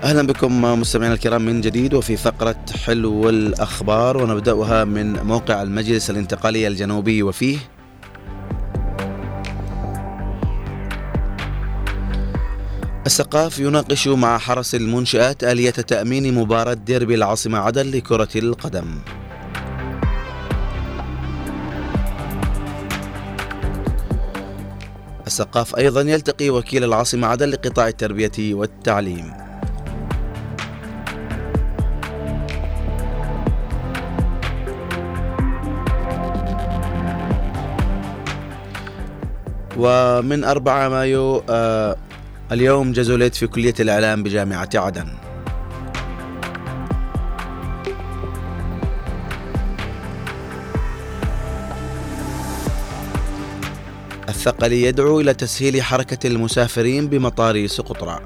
أهلا بكم مستمعينا الكرام من جديد وفي فقرة حلو الأخبار، ونبدأها من موقع المجلس الانتقالي الجنوبي. وفيه السقاف يناقش مع حرس المنشآت آلية تأمين مباراة ديربي العاصمة عدن لكرة القدم. السقاف أيضا يلتقي وكيل العاصمة عدن لقطاع التربية والتعليم. ومن أربعة مايو آه اليوم جزوليت في كلية الإعلام بجامعة عدن. الثقلي يدعو إلى تسهيل حركة المسافرين بمطار سقطرى.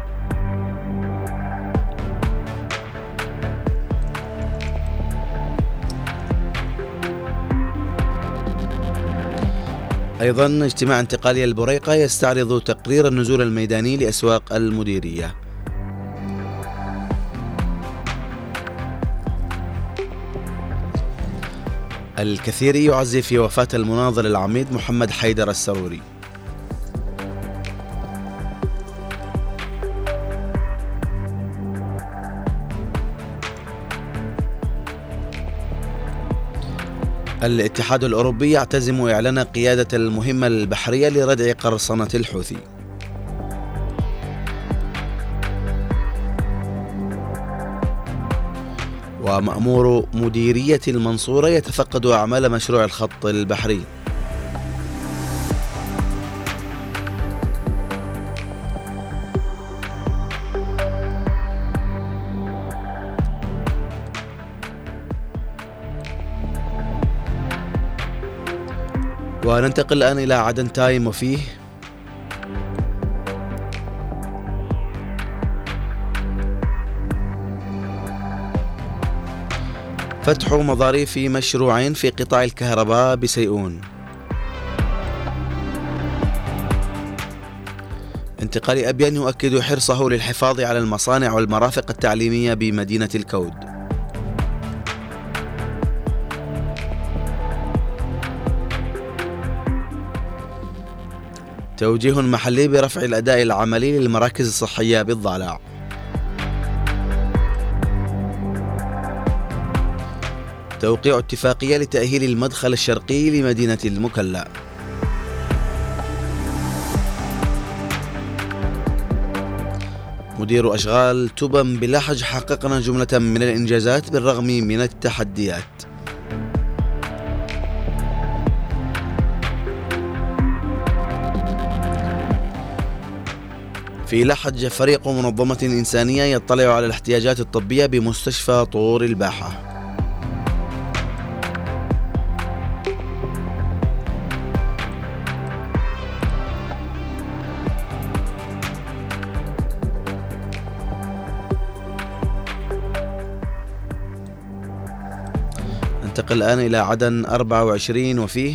أيضا اجتماع انتقالي البريقة يستعرض تقرير النزول الميداني لأسواق المديرية. الكثير يعزي في وفاة المناضل العميد محمد حيدر السروري. الاتحاد الأوروبي يعتزم إعلان قيادة المهمة البحرية لردع قرصنة الحوثي. ومأمور مديرية المنصورة يتفقد أعمال مشروع الخط البحري. وننتقل الآن إلى عدن تايم. وفيه فتح مظاريف مشروعين في قطاع الكهرباء بسيئون. انتقالي أبيان يؤكد حرصه للحفاظ على المصانع والمرافق التعليمية بمدينة الكود. توجيه محلي برفع الأداء العملي للمراكز الصحية بالضالع. توقيع اتفاقية لتأهيل المدخل الشرقي لمدينة المكلا. مدير أشغال تبم بلحج حققنا جملة من الإنجازات بالرغم من التحديات. في لحج فريق منظمة إنسانية يطلع على الاحتياجات الطبية بمستشفى طور الباحة. ننتقل الآن إلى عدن أربعة وعشرين. وفيه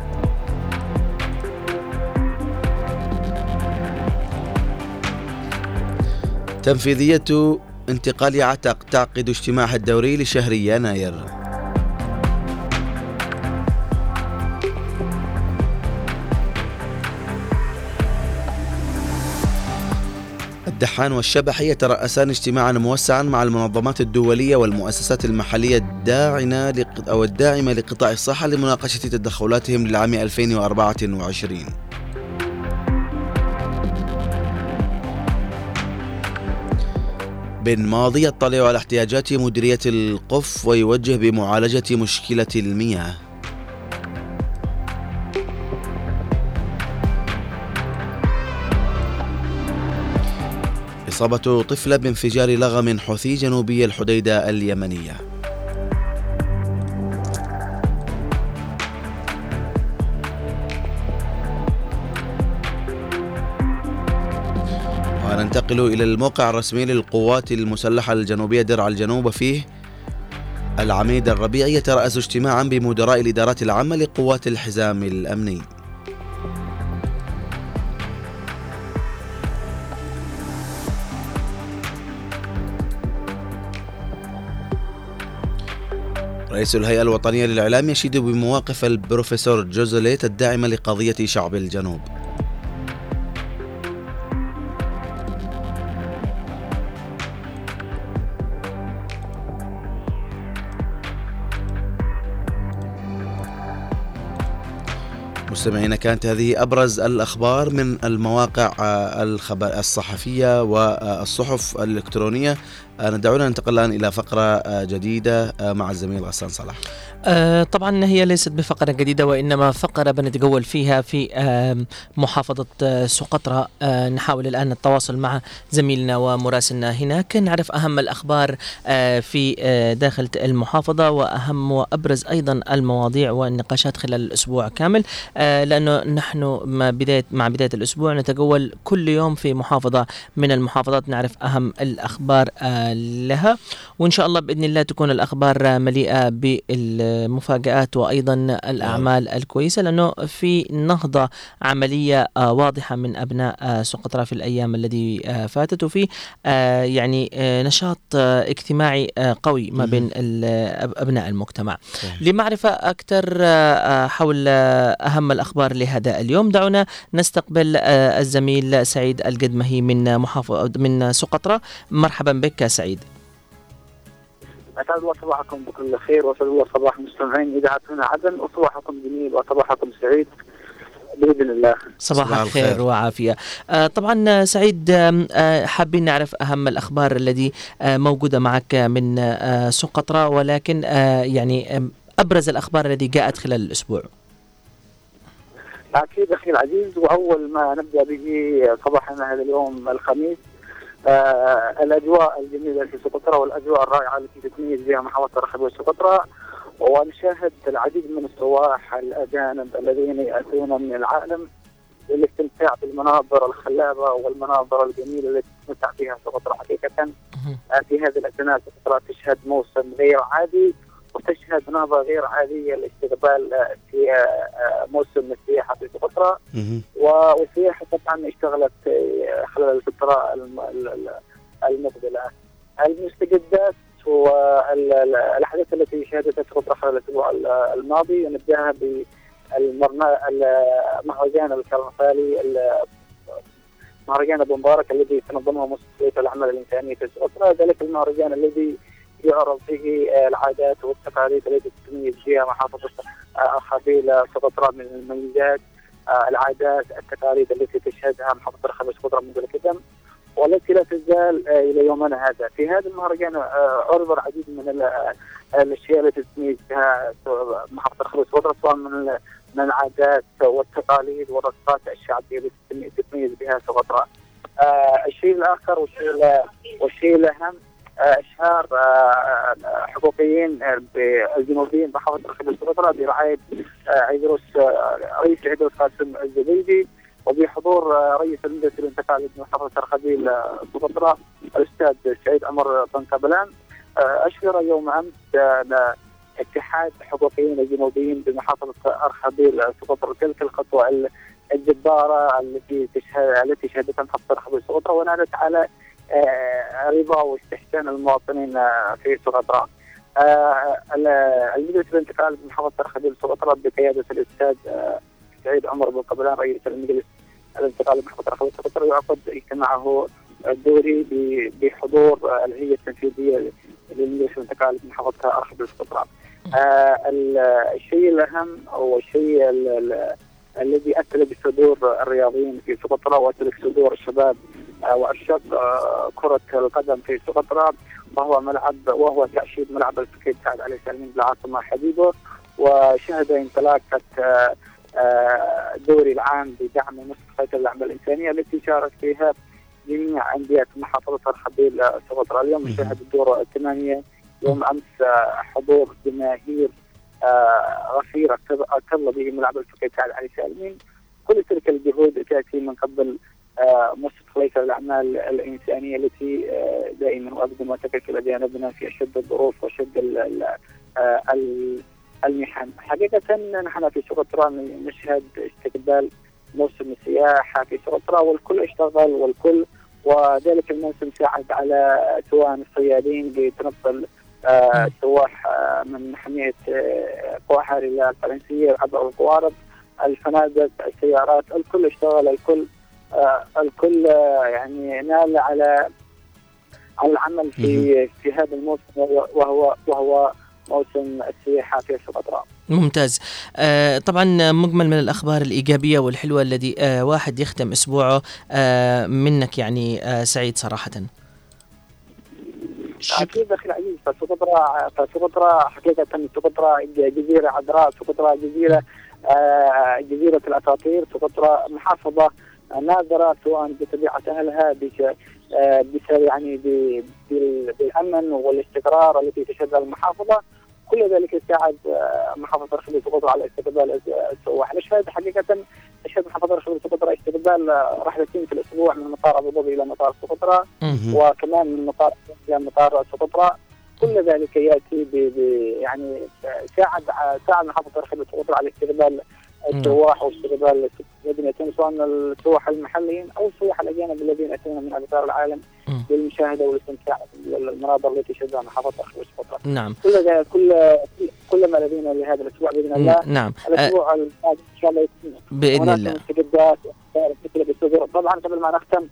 تنفيذية انتقال عتق تعقد اجتماعها الدوري لشهر يناير. الدحان والشبحي يترأسان اجتماعا موسعا مع المنظمات الدولية والمؤسسات المحلية الداعمة أو الداعمة لقطاع الصحة لمناقشة تدخلاتهم للعام ألفين وأربعة وعشرين. بن ماضي يطلع على احتياجات مديرية القف ويوجه بمعالجة مشكلة المياه. إصابة طفلة بانفجار لغم حوثي جنوبي الحديدة اليمنية. وننتقل إلى الموقع الرسمي للقوات المسلحة الجنوبية درع الجنوب. فيه العميد الربيعي يترأس اجتماعا بمدراء الإدارات العامة لقوات الحزام الأمني. رئيس الهيئة الوطنية للإعلام يشيد بمواقف البروفيسور جوزوليت الداعمة لقضية شعب الجنوب. مستمعينا، كانت هذه أبرز الأخبار من المواقع الخبر الصحفية والصحف الإلكترونية. دعونا ننتقل الآن إلى فقرة جديدة مع الزميل غسان صلاح. آه طبعا هي ليست بفقرة جديدة، وإنما فقرة بنتجول فيها في آه محافظة آه سقطرى. آه نحاول الآن التواصل مع زميلنا ومراسلنا هناك، نعرف أهم الأخبار آه في آه داخل المحافظة، وأهم وأبرز أيضا المواضيع والنقاشات خلال الأسبوع كامل، آه لأنه نحن مع بداية, مع بداية الأسبوع نتجول كل يوم في محافظة من المحافظات، نعرف أهم الأخبار آه لها، وإن شاء الله بإذن الله تكون الأخبار مليئة بالمفاجآت وأيضا الأعمال الكويسة، لأنه في نهضة عملية واضحة من أبناء سقطرى في الأيام التي فاتت، وفي يعني نشاط اجتماعي قوي ما بين أبناء المجتمع. لمعرفة أكثر حول أهم الأخبار لهذا اليوم، دعونا نستقبل الزميل سعيد القدمهي من محافظة من سقطرى. مرحبا بك سعيد. أسعد الله صباحكم بكل خير، وأسعد الله صباح مستمعين إذاعة هنا عدن، وصباحكم جميل وصباحكم سعيد بإذن الله. صباح الخير وعافية. آه طبعا سعيد، آه حابين نعرف أهم الأخبار الذي آه موجودة معك من آه سقطرى، ولكن آه يعني آه أبرز الأخبار التي جاءت خلال الأسبوع. أكيد أخي العزيز، وأول ما نبدأ به صباحنا هذا اليوم الخميس، آه الأجواء الجميلة في سقطرى والأجواء الرائعة التي تتميز بها محافظة رحب وسقطرى، ونشاهد العديد من السواح الأجانب الذين يأتون من العالم للاستمتاع بالمناظر الخلابة والمناظر الجميلة التي تتمتع بها سقطرى. حقيقة آه في هذه الأثناء سقطرى تشهد موسم غير عادي، وتشهد نهضة غير عادية لاستقبال في موسم السياحة في سقطرى، والسياحة طبعا اشتغلت خلال الفترة المقبلة. المستجدات والأحداث التي شهدتها سقطرى خلال الأسبوع الماضي نبدأها بالمهرجان الكرنفالي، مهرجان أبو مبارك الذي تنظمه مؤسسة الأعمال الإنسانية في سقطرى. ذلك المهرجان الذي يعرض فيه العادات والتقاليد التي تتميز بها محافظة أرخبيل سقطرى من المميزات، العادات التقاليد التي تشهدها محافظة أرخبيل سقطرى منذ القدم، والتي لا تزال إلى يومنا هذا. في هذا المهرجان عرض العديد من الأشياء التي تتميز بها محافظة أرخبيل سقطرى، سواء من من العادات والتقاليد والرقصات الشعبية التي تتميز بها سقطرى. الشيء الآخر والشيء والشيء الأهم إشهار حقوقيين الجنوبيين بمحافظة أرخبيل سقطرى برعاية عيدروس رئيس عيدروس قاسم الزبيدي، وبحضور رئيس المجلس الانتقالي بمحافظة أرخبيل سقطرى الأستاذ سعيد عمر بن قبلان. أشهر يوم أمس اتحاد حقوقيين الجنوبيين بمحافظة أرخبيل سقطرى تلك الخطوة الجبارة التي تشهد التي شهدتها محافظة أرخبيل سقطرى، ونالت على آه رضا واستحسان المواطنين آه في سقطرى. آه المجلس الانتقالي بمحافظة أرخبيل سقطرى بقيادة الأستاذ آه سعيد عمر بن قبلان رئيس المجلس الانتقالي بمحافظة أرخبيل سقطرى يعقد اجتماعه الدوري بحضور آه الهيئة التنفيذية للمجلس الانتقالي بمحافظة أرخبيل سقطرى. آه الشيء الأهم أو الشيء الذي أثر بصدور الرياضيين في سقطرى وأثر بصدور الشباب وعشاق كرة القدم في سقطرى، وهو ملعب وهو تأشيد ملعب الفكري سعد علي سالمين بالعاصمة حبيبه، وشهد انطلاقة دوري العام بدعم مؤسسة الأعمال الإنسانية التي شارك فيها جميع أندية محافظة أرخبيل سقطرى. اليوم شهد الدور الثمانية يوم أمس حضور جماهير غفيرة أكل به ملعب الفكري سعد علي سالمين. كل تلك الجهود تأتي من قبل مؤسسة هيئة الأعمال الإنسانية التي دائما وأبدا ما تقف إلى جانبنا في أشد الظروف وأشد المحن. حقيقة نحن في سقطرى نشهد استقبال موسم السياحة في سقطرى، والكل اشتغل والكل، وذلك الموسم ساعد على سواء الصيادين بتنقل السواح من محمية قواحر إلى الفرنسية عبر القوارب، الفنادق، السيارات، الكل اشتغل، الكل الكل يعني نال على على العمل في في هذا الموسم، وهو وهو موسم السياحة في سقطرى. ممتاز. آه طبعا مجمل من الأخبار الإيجابية والحلوة الذي آه واحد يختم أسبوعه آه منك يعني آه سعيد صراحة. أكيد أخي العزيز، فسقطرى فسقطرى حقيقة سقطرى جزيرة عذراء، سقطرى جزيرة آه جزيرة الأساطير، سقطرى محافظة نادرة سواء بطبيعة أهلها بك آه يعني بالأمن والاستقرار التي تشهدها المحافظة. كل ذلك يساعد محافظة رشيد سقطرى على استقبال السواح. نشهد حقيقة تشهد محافظة رشيد سقطرى استقبال رحلتين في الأسبوع من مطار أبو ظبي إلى مطار سقطرى، وكمان من مطار إلى مطار سقطرى. كل ذلك يأتي ب يعني ساعد ساعد محافظة رشيد سقطرى على استقبال السواح واستقبال الذين يأتون سواء السواح المحليين أو السواح الأجانب الذين يأتون من أقطار العالم للمشاهدة والاستمتاع بالمناظر التي تشهدها محافظة رشيد سقطرى. نعم. كل كل كل ما لدينا لهذا الأسبوع بإذن الله. نعم. الأسبوع القادم إن شاء الله يكون بإذن الله. مستجدات مثل بالصدور. طبعا قبل ما نختم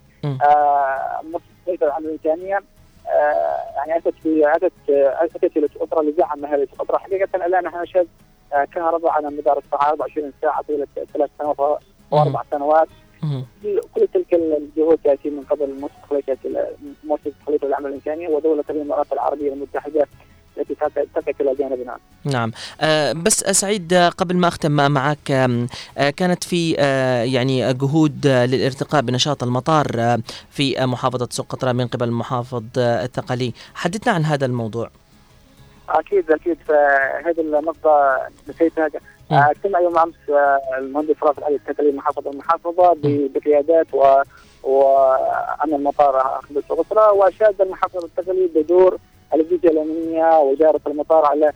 مصر العمل الإنسانية آه يعني أتت في أتت أتت إلى سقطرى لدعم هذه سقطرى. حقيقة الآن نحن نشهد كهرباء على مدار الساعة أربعة وعشرين ساعة طيلة ثلاث سنوات وأربع سنوات. كل تلك الجهود تأتي من قبل مؤسسة خليفة العمل الإنساني ودولة الإمارات العربية المتحدة التي تقف إلى جانبنا. نعم. آه بس سعيد قبل ما أختم معك آه كانت في آه يعني جهود آه للارتقاء بنشاط المطار آه في آه محافظة سقطرى من قبل محافظ آه الثقلي. حدثنا عن هذا الموضوع. أكيد أكيد فهذه النقطة نسيتها. اجتمع يوم أمس المهندس رافع علي الثقلي محافظة المحافظة بقيادات و وأمن المطار أخذ سقطرى، وشاد المحافظة الثقلي بدور الجهة الأمنية وإدارة المطار على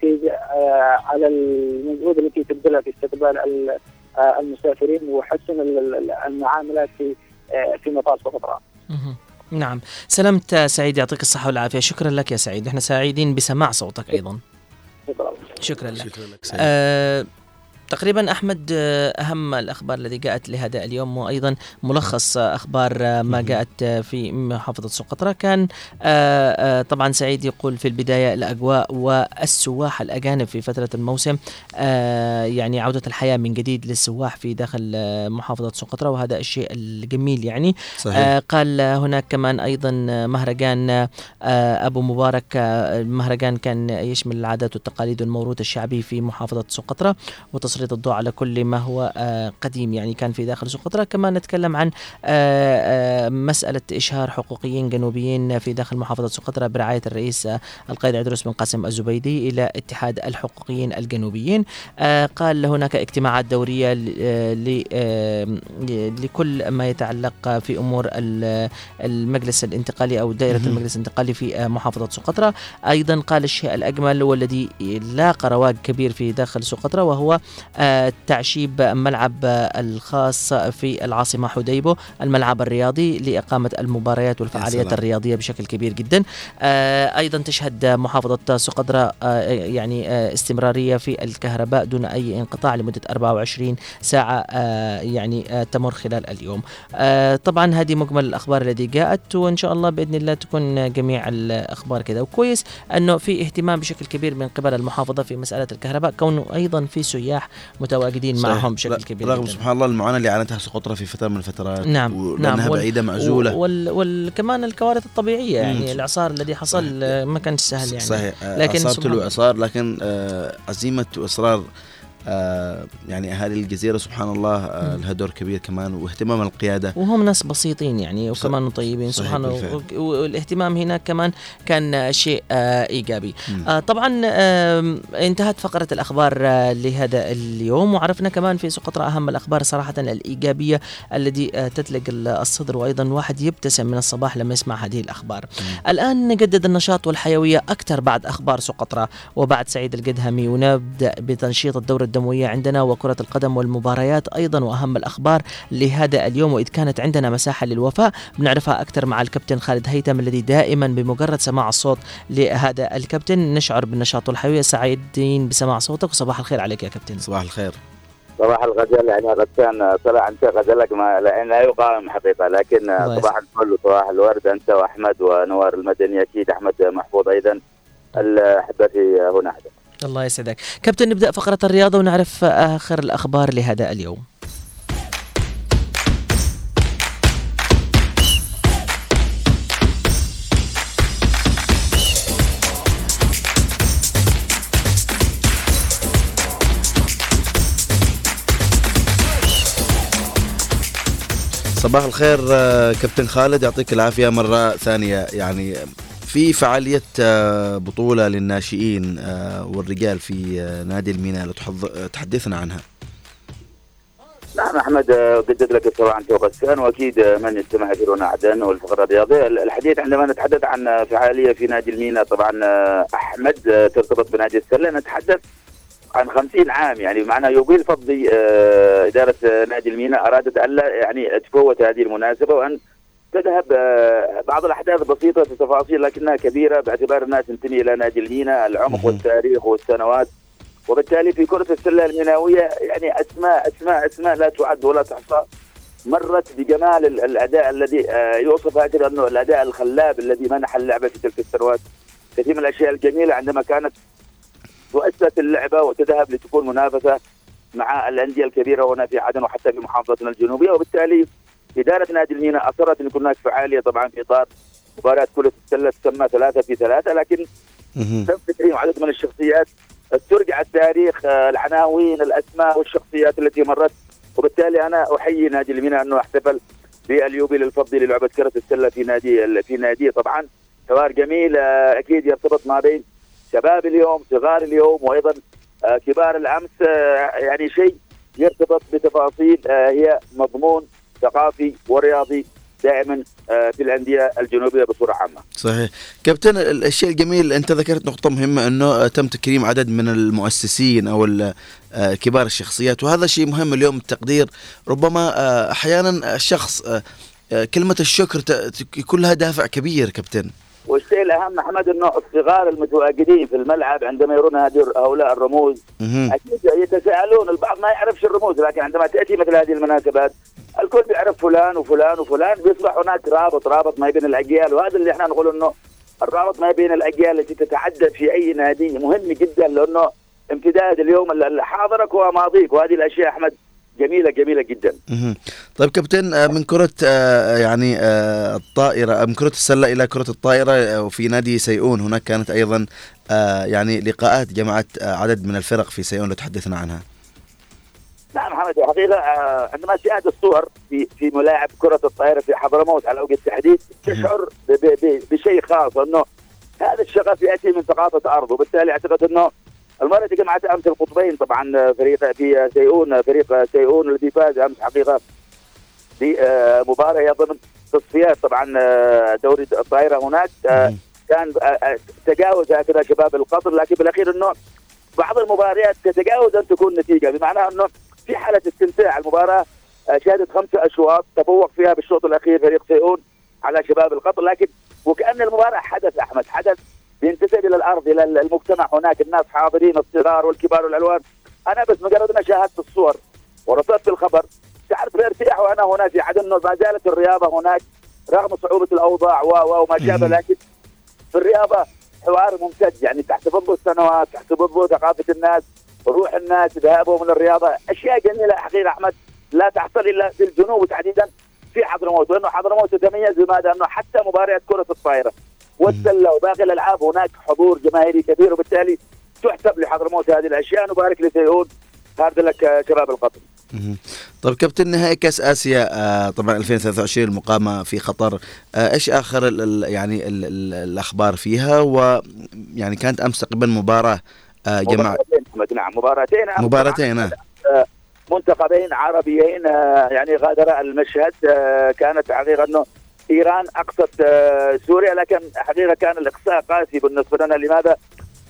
على المجهود التي تبذلها في استقبال المسافرين وحسن المعاملات في في مطار سقطرى. نعم. سلامت سعيد، يعطيك الصحة والعافية. شكرا لك يا سعيد، نحن سعيدين بسماع صوتك أيضا. شكرا لك. شكرا لك سعيد. آه تقريبا أحمد أهم الأخبار التي جاءت لهذا اليوم، وأيضا ملخص أخبار ما جاءت في محافظة سقطرى. كان طبعا سعيد يقول في البداية الأجواء والسواح الأجانب في فترة الموسم، يعني عودة الحياة من جديد للسواح في داخل محافظة سقطرى، وهذا الشيء الجميل يعني. صحيح. قال هناك كمان أيضا مهرجان أبو مبارك، المهرجان كان يشمل العادات والتقاليد والموروث الشعبي في محافظة سقطرى وتسليط الضوء على كل ما هو قديم يعني كان في داخل سقطرى. كمان نتكلم عن مسألة إشهار حقوقيين جنوبيين في داخل محافظة سقطرى برعاية الرئيس القائد عيدروس بن قاسم الزبيدي إلى اتحاد الحقوقيين الجنوبيين. قال هناك اجتماعات دورية لكل ما يتعلق في أمور المجلس الانتقالي أو دائرة المجلس الانتقالي في محافظة سقطرى. أيضا قال الشيء الأجمل والذي لاقى رواج كبير في داخل سقطرى وهو تعشيب ملعب الخاص في العاصمة حديبو، الملعب الرياضي لإقامة المباريات والفعاليات الرياضية بشكل كبير جدا. أيضا تشهد محافظة سقطرى يعني استمرارية في الكهرباء دون أي انقطاع لمدة أربعة وعشرين ساعة يعني تمر خلال اليوم. طبعا هذه مجمل الأخبار التي جاءت، وإن شاء الله بإذن الله تكون جميع الأخبار كذا. وكويس أنه في اهتمام بشكل كبير من قبل المحافظة في مسألة الكهرباء، كونه أيضا في سياح متواجدين صحيح. معهم بشكل كبير رغم سبحان الله المعاناة اللي عانتها سقطرى في فترة من الفترات. نعم نعم. وال... بعيدة معزولة وال... وكمان الكوارث الطبيعية يعني الإعصار الذي حصل صحيح. ما كان سهل يعني صحيح. لكن أصار تلو إعصار، لكن آه عزيمة وإصرار آه يعني أهالي الجزيرة سبحان الله آه لها دور كبير كمان، واهتمام القيادة، وهم ناس بسيطين يعني وكمان طيبين سبحان الله، والاهتمام هنا كمان كان شيء آه إيجابي. آه طبعا آه انتهت فقرة الأخبار آه لهذا اليوم، وعرفنا كمان في سقطرى أهم الأخبار صراحة الإيجابية التي آه تتلق الصدر، وأيضا واحد يبتسم من الصباح لما يسمع هذه الأخبار. م. الآن نجدد النشاط والحيوية أكثر بعد أخبار سقطرى وبعد سعيد القدهمي، ونبدأ بتنشيط الدورة الدموية عندنا وكرة القدم والمباريات أيضا وأهم الأخبار لهذا اليوم. وإذ كانت عندنا مساحة للوفاء بنعرفها أكثر مع الكابتن خالد هيثم الذي دائما بمجرد سماع الصوت لهذا الكابتن نشعر بالنشاط والحيوية. سعيدين بسماع صوتك وصباح الخير عليك يا كابتن. صباح الخير. صباح الغزل. يعني غسان طلع أنت غزلك ما لا يقاوم حقيقة، لكن صباح الفل وصباح الورد أنت وأحمد ونوار المدني أكيد أحمد محفوظ أيضا أحبتي هنا. الله يسعدك كابتن. نبدأ فقرة الرياضة ونعرف آخر الأخبار لهذا اليوم. صباح الخير كابتن خالد، يعطيك العافية مرة ثانية. يعني في فعالية بطولة للناشئين والرجال في نادي الميناء، تحدثنا عنها. نعم أحمد، أجدد لك الصباح أنت وغسان وأكيد من يستمع في هنا عدن والفقرة الرياضية. الحديث عندما نتحدث عن فعالية في نادي الميناء طبعا أحمد ترتبط بنادي السلة، نتحدث عن خمسين عام، يعني معنا يوبيل فضي إدارة نادي الميناء أرادت ألا يعني تفوت هذه المناسبة وأن تذهب بعض الأحداث بسيطة في تفاصيل لكنها كبيرة باعتبار الناس تنتمي إلى نادي الميناء، العمق والتاريخ والسنوات، وبالتالي في كرة السلة الميناوية يعني أسماء أسماء أسماء لا تعد ولا تحصى مرت بجمال الأداء الذي يوصف هكذا أنه الأداء الخلاب الذي منح اللعبة في تلك السنوات. كثير من الأشياء الجميلة عندما كانت تؤسس اللعبة وتذهب لتكون منافسة مع الأندية الكبيرة هنا في عدن وحتى في محافظتنا الجنوبية، وبالتالي إدارة نادي الميناء أصرت أن يكون هناك فعالية طبعا في إطار مباراة كرة السلة تسمى ثلاثة في ثلاثة، لكن تم تكريم عدد من الشخصيات استرجع التاريخ، العناوين، الأسماء والشخصيات التي مرت، وبالتالي أنا أحيي نادي الميناء أنه احتفل باليوبيل الفضي للعبة كرة السلة في نادي في نادي طبعا حوار جميل أكيد يرتبط ما بين شباب اليوم صغار اليوم وأيضا كبار الأمس، يعني شيء يرتبط بتفاصيل هي مضمون ثقافي ورياضي دائما في الأندية الجنوبية بصورة عامة. صحيح كابتن. الشيء الجميل أنت ذكرت نقطة مهمة أنه تم تكريم عدد من المؤسسين أو كبار الشخصيات، وهذا شيء مهم اليوم. التقدير ربما أحيانا الشخص كلمة الشكر يكون لها دافع كبير كابتن. والشيء الأهم أحمد أنه الصغار المتواجدين في الملعب عندما يرون هؤلاء الرموز أكيد يتساءلون، البعض ما يعرفش الرموز، لكن عندما تأتي مثل هذه المناسبات الكل يعرف فلان وفلان وفلان، بيصبح هناك رابط رابط ما بين الأجيال، وهذا اللي احنا نقول أنه الرابط ما بين الأجيال التي تتعدد في أي نادي مهم جدا، لأنه امتداد اليوم حاضرك وماضيك، وهذه الأشياء أحمد جميلة جميلة جدا. طيب كابتن، من كرة يعني الطائرة، من كرة السلة إلى كرة الطائرة، وفي نادي سيئون هناك كانت أيضا يعني لقاءات جمعت عدد من الفرق في سيئون، لو تحدثنا عنها. نعم محمد، الحقيقة عندما تشاهد الصور في في ملاعب كرة الطائرة في حضرموت على وجه التحديد تشعر بشيء خاص، أنه هذا الشغف يأتي من ثقافة أرض، وبالتالي أعتقد أنه المرة دي جمعت أمس القطبين طبعا فريق في سيئون، فريق سيئون الذي فاز أمس حقيقة بمباراة ضمن تصفيات طبعا دوري الطائرة هناك، كان تجاوز هكذا شباب القطر، لكن بالأخير أنه بعض المباريات تتجاوز أن تكون نتيجة، بمعنى أنه في حالة استمتاع. المباراة شهدت خمسة أشواط تفوق فيها بالشوط الأخير فريق سيئون على شباب القطر، لكن وكأن المباراة حدث أحمد حدث ينتسب إلى الأرض، إلى المجتمع، هناك الناس حاضرين الصغار والكبار والألوان. أنا بس مجرد ما شاهدت الصور ورصدت الخبر شعرت بارتياح وأنا هنا في عدن، ما زالت الرياضة هناك رغم صعوبة الأوضاع وما شابه، لكن في الرياضة حوار ممتد، يعني تحت ظل السنوات، تحت ظل ثقافة الناس، روح الناس، ذهابهم من الرياضة، أشياء جميلة حقيقة أحمد لا تحصل إلا في الجنوب وتحديدا في حضرموت، لأنه حضرموت تتميز بماذا؟ أنه حتى مباريات كرة الطائرة والسلة وباقي الألعاب هناك حضور جماهيري كبير، وبالتالي تحسب لحضرموت هذه الأشياء. نبارك لسيئون، هارد لك شباب القطر. طيب كابتن، نهائي كأس آسيا طبعا ألفين وثلاثة وعشرين المقامة في قطر، ايش آخر ال يعني ال ال الأخبار فيها؟ ويعني كانت أمس تقريبا مباراة جماعة نعم مباراتين مباراتين منتخبين عربيين يعني غادر المشهد. كانت حقيقة أنه إيران أقصت سوريا، لكن حقيقة كان الإقصاء قاسي بالنسبة لنا. لماذا؟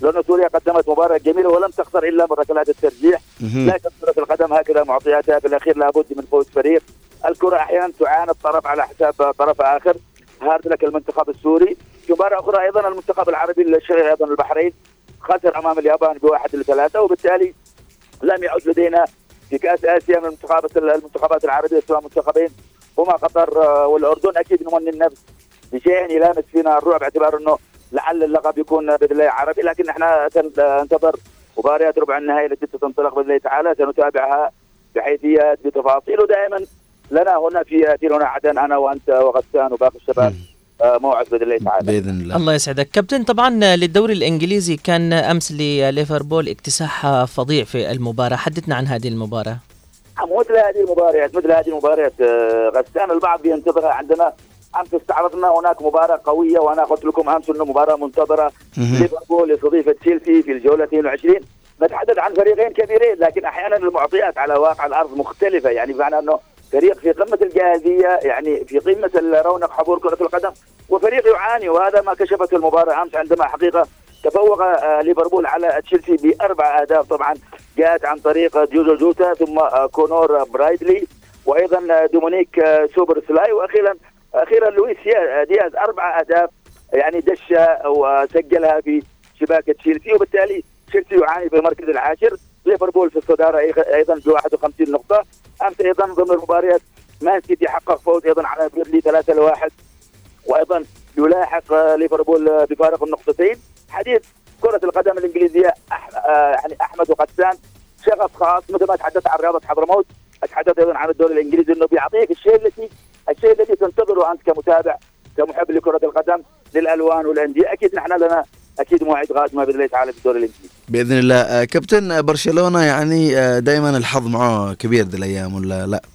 لأن سوريا قدمت مباراة جميلة ولم تخسر إلا من ركلات الترجيح. لكن كرة القدم هكذا معطياتها في الأخير لابد من فوز فريق. الكرة أحيانا تعاند طرف على حساب طرف آخر. هارد لك المنتخب السوري. في مباراة أخرى أيضا المنتخب العربي الشقيق أيضا البحرين خسر أمام اليابان بواحد لثلاثة، وبالتالي لم يعد لدينا في كأس آسيا من المنتخبات المنتخبات العربية سواء منتخبين هما قطر والأردن أكيد نمني النفس بشيء يلامس فينا الرعب، باعتبار أنه لعل اللقب يكون بإذن الله عربي. لكن احنا سننتظر مباريات ربع النهائي التي ستنطلق بإذن الله تعالى، سنتابعها بحيثيات بتفاصيل. ودائما لنا هنا في أثير هنا عدن أنا وأنت وغسان وباقي الشباب موعد بإذن الله تعالى. بإذن الله. الله يسعدك كابتن. طبعا للدوري الإنجليزي كان أمس لليفربول اكتساح فظيع في المباراة، حدثنا عن هذه المباراة. مثل هذه المباريات مثل هذه المباريات غسان البعض بينتظرها. عندنا أمس استعرضنا هناك مباراة قوية، وأنا قلت لكم أمس أنه مباراة منتظرة. ليفربول يستضيف تشيلسي في الجولة اثنين وعشرين. نتحدث عن فريقين كبيرين، لكن أحيانا المعطيات على واقع الأرض مختلفة. يعني بمعنى أنه فريق في قمة الجاهزية، يعني في قمة الرونق حضور كرة القدم، وفريق يعاني، وهذا ما كشفته المباراة أمس عندما حقيقة تفوق ليفربول على تشيلسي بأربع أهداف. طبعا جاءت عن طريق جوزو جوتا ثم كونور برايدلي وأيضا دومونيك سوبر سلاي وأخيرا أخيرا لويس دياز. أربع أهداف يعني دشة وسجلها في شباك تشيلسي، وبالتالي تشيلسي يعاني في المركز العاشر. ليفربول في الصدارة أيضا ب واحد وخمسين نقطة. أمس أيضا ضمن المباريات مان سيتي حقق فوز أيضا على بيرلي ثلاثة لواحد، وأيضا يلاحق ليفربول بفارق النقطتين. حديث كرة القدم الإنجليزية أح... آه يعني أحمد وغسان شغف خاص. مثل ما تحدث عن رياضة حضرموت أتحدث أيضا عن الدوري الإنجليزي، إنه بيعطيك الشيء الذي الشيء الذي تنتظره أنت كمتابع كمحب لكرة القدم للألوان والأندية. أكيد نحن لنا أكيد موعد غازمة بإذن الله تعالى في الدوري الإنجليزي بإذن الله. كابتن برشلونة يعني دائما الحظ معه كبير ذي الأيام ولا لا؟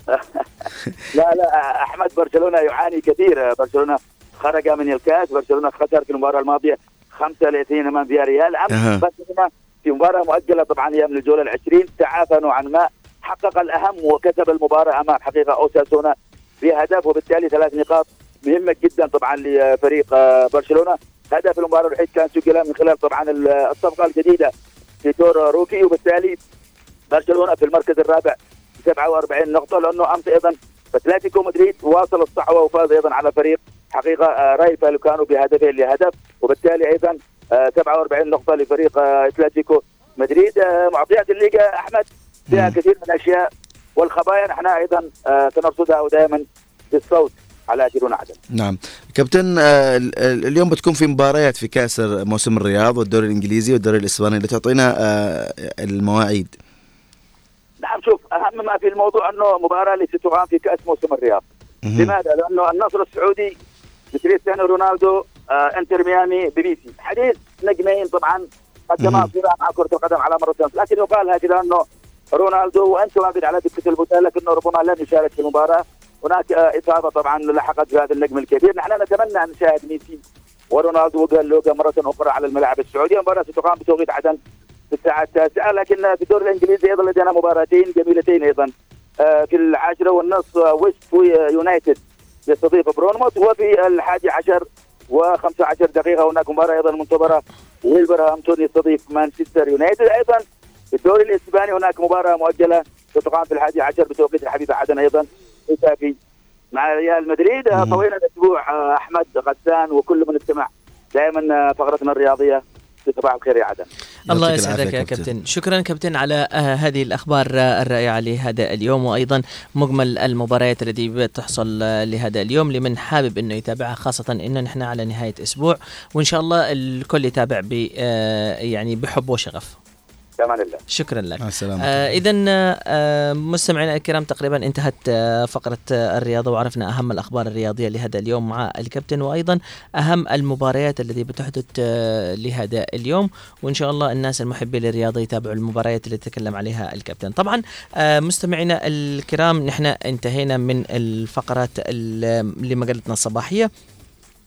لا لا أحمد، برشلونة يعاني كثير. برشلونة خرج من الكاس، برشلونة خسر في المباراة الماضية خمسة لاثنين أمام فياريال. أمس برشلونة في مباراة مؤجلة طبعا هي من الجولة العشرين تعافى نوعا ما، حقق الأهم وكسب المباراة أمام حقيقة أوساسونا بهدف، وبالتالي ثلاث نقاط مهمة جدا طبعا لفريق برشلونة. هدف المباراة الوحيد كان سجل من خلال طبعا الصفقة الجديدة في تور روكي، وبالتالي برشلونة في المركز الرابع سبعة وأربعين نقطة، لأنه أمس أيضا أتلتيكو مدريد واصل الصحوة وفاز أيضا على فريق حقيقة راي فالكانو بهدفين لهدف، وبالتالي أيضا سبعة وأربعين نقطة لفريق أتلتيكو مدريد. معطيات الليغا أحمد فيها كثير من الأشياء والخبايا نحن أيضا سنرصدها دائما بالصوت على أثير عدن. نعم كابتن، اليوم بتكون في مباريات في كأس موسم الرياض والدوري الإنجليزي والدوري الإسباني، اللي تعطينا المواعيد. نعم شوف، أهم ما في الموضوع أنه مباراة اللي ستقام في كأس موسم الرياض. لماذا؟ لأنه النصر السعودي كريستيانو رونالدو آه انتر ميامي ببيسي، حديث نجمين طبعا قدما صراع مع كرة القدم على مرتين، لكن يقال هكذا أنه رونالدو وأنت ما على دكة البطولة لكنه ربما لم يشارك في المباراة. هناك آه إصابة طبعا لحقت بهذا النجم الكبير. نحن نتمنى أن نشاهد ميسي ورونالدو وقال لوجا مرة أخرى على الملاعب السعودية. مباراة ستقام بتوقيت عدن في الساعة التاسعة، لكن في الدوري الإنجليزي أيضا لدينا مباراتين جميلتين أيضا. آه في العاشرة والنصف ويست يونايتد يستضيف برونموث، وفي الحادي عشر وخمسة عشر دقيقة هناك مباراة أيضا منتظرة ويلفرهامبتون يستضيف مانشستر يونايتد. أيضا في الدوري الإسباني هناك مباراة مؤجلة ستقام في الحادي عشر بتوقيت الحبيبة عدن أيضا في مع ريال مدريد. طوينا الأسبوع أحمد غسان وكل من استمع دائما فقرتنا الرياضية في صباح الخير يا عدن. الله يسعدك يا كابتن. شكرا كابتن على آه هذه الأخبار الرائعة لهذا اليوم، وأيضا مجمل المباريات التي بتحصل آه لهذا اليوم لمن حابب أنه يتابعها، خاصة أنه نحن على نهاية أسبوع وإن شاء الله الكل يتابع ب آه يعني بحب وشغف. تمام الله. شكرا لك. آه إذا آه مستمعينا الكرام تقريبا انتهت آه فقرة آه الرياضة، وعرفنا أهم الأخبار الرياضية لهذا اليوم مع الكابتن، وأيضا أهم المباريات التي بتحدث آه لهذا اليوم، وإن شاء الله الناس المحبين للرياضة يتابعوا المباريات اللي تكلم عليها الكابتن. طبعا آه مستمعينا الكرام نحن انتهينا من الفقرات لمجلتنا الصباحية.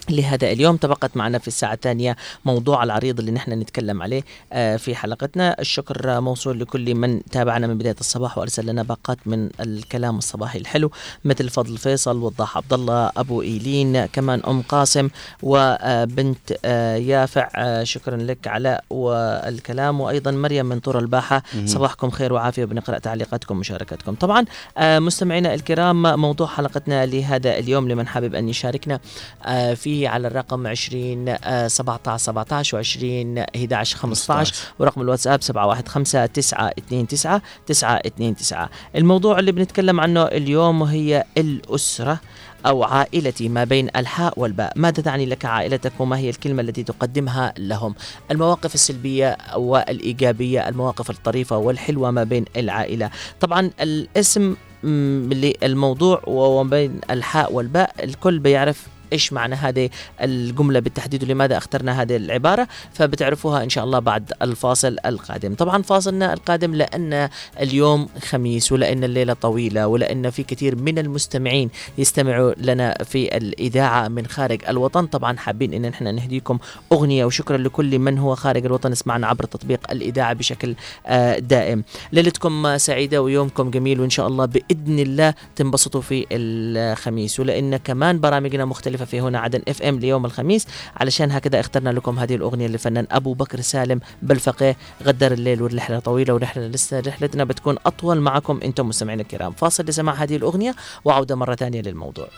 لهذا اليوم. تبقت معنا في الساعة الثانية موضوع العريض اللي نحن نتكلم عليه في حلقتنا. الشكر موصول لكل من تابعنا من بداية الصباح وأرسل لنا باقات من الكلام الصباحي الحلو، مثل فضل فيصل، وضاح عبد الله، أبو إيلين، كمان أم قاسم وبنت يافع. شكرا لك علاء والكلام، وأيضا مريم من طور الباحة. صباحكم خير وعافية، بنقرأ تعليقاتكم ومشاركاتكم. طبعا مستمعينا الكرام، موضوع حلقتنا لهذا اليوم لمن حابب أن يشاركنا في على الرقم عشرين سبعة عشر سبعة عشر وعشرين أحد عشر خمسة عشر، ورقم الواتساب سبعة واحد خمسة تسعة اثنين تسعة تسعة اثنين تسعة. الموضوع اللي بنتكلم عنه اليوم هي الأسرة أو عائلتي ما بين الحاء والباء. ماذا تعني لك عائلتك وما هي الكلمة التي تقدمها لهم؟ المواقف السلبية والإيجابية، المواقف الطريفة والحلوة ما بين العائلة. طبعا الاسم للموضوع وبين الحاء والباء الكل بيعرف إيش معنى هذه الجملة بالتحديد ولماذا اخترنا هذه العبارة، فبتعرفوها إن شاء الله بعد الفاصل القادم. طبعا فاصلنا القادم لأن اليوم خميس، ولأن الليلة طويلة، ولأن في كثير من المستمعين يستمعوا لنا في الإذاعة من خارج الوطن. طبعا حابين إن نحن نهديكم أغنية، وشكرا لكل من هو خارج الوطن يسمعنا عبر تطبيق الإذاعة بشكل دائم. ليلتكم سعيدة ويومكم جميل، وإن شاء الله بإذن الله تنبسطوا في الخميس. ولأن كمان برامجنا مختلفة في هنا عدن اف ام ليوم الخميس، علشان هكذا اخترنا لكم هذه الأغنية للفنان أبو بكر سالم بالفقيه، غدر الليل والرحلة طويلة، ورحلة لسه رحلتنا بتكون أطول معكم أنتم مستمعين الكرام. فاصل لسماع هذه الأغنية وعودة مرة ثانية للموضوع.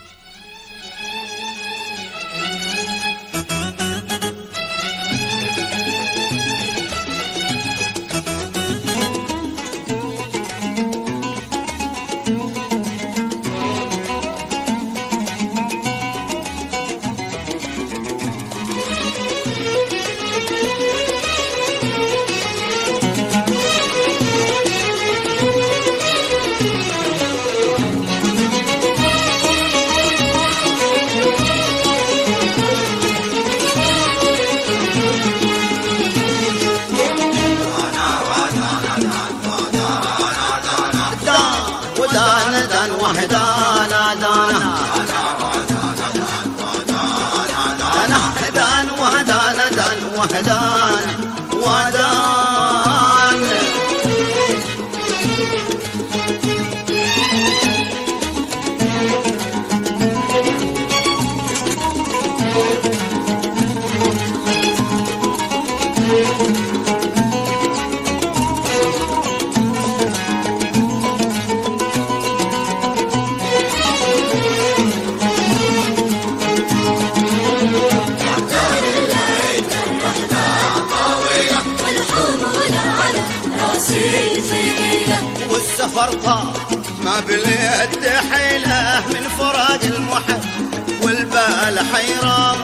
والسفر ما باليد حيله من فراق المحب والبال حيران،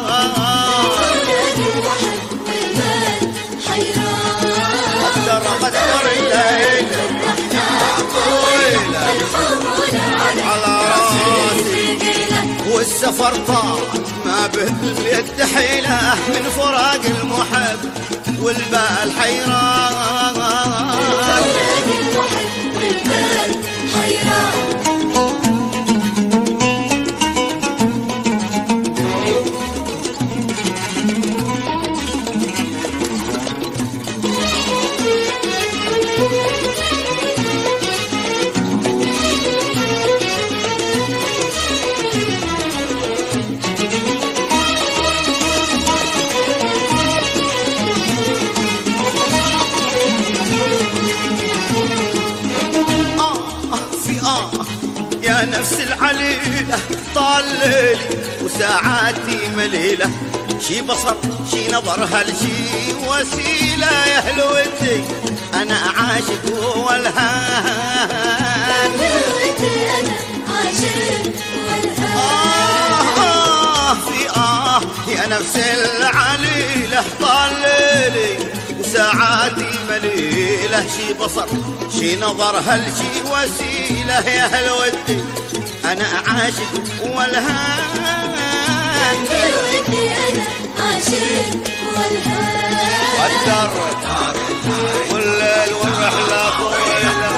قدر قدر الليل على راسي، والسفر طال ما باليد حيله من فراق المحب والبال حيران، والبال حيران. نفس العليلة طال ليلي وساعاتي مليلة، شي بصر شي نظر هالشي وسيلة يا هلوتي أنا عاشق والهان، أنا عاشق والهان. آه في آه يا نفس العليلة طال ليلي وساعاتي مليلة، شي بصر شي نظر هالشي وسيلة يا هلوتي أنا عاشق والهان، هلوتي أنا عاشق والهان. قدر والليل والرحلة طويلة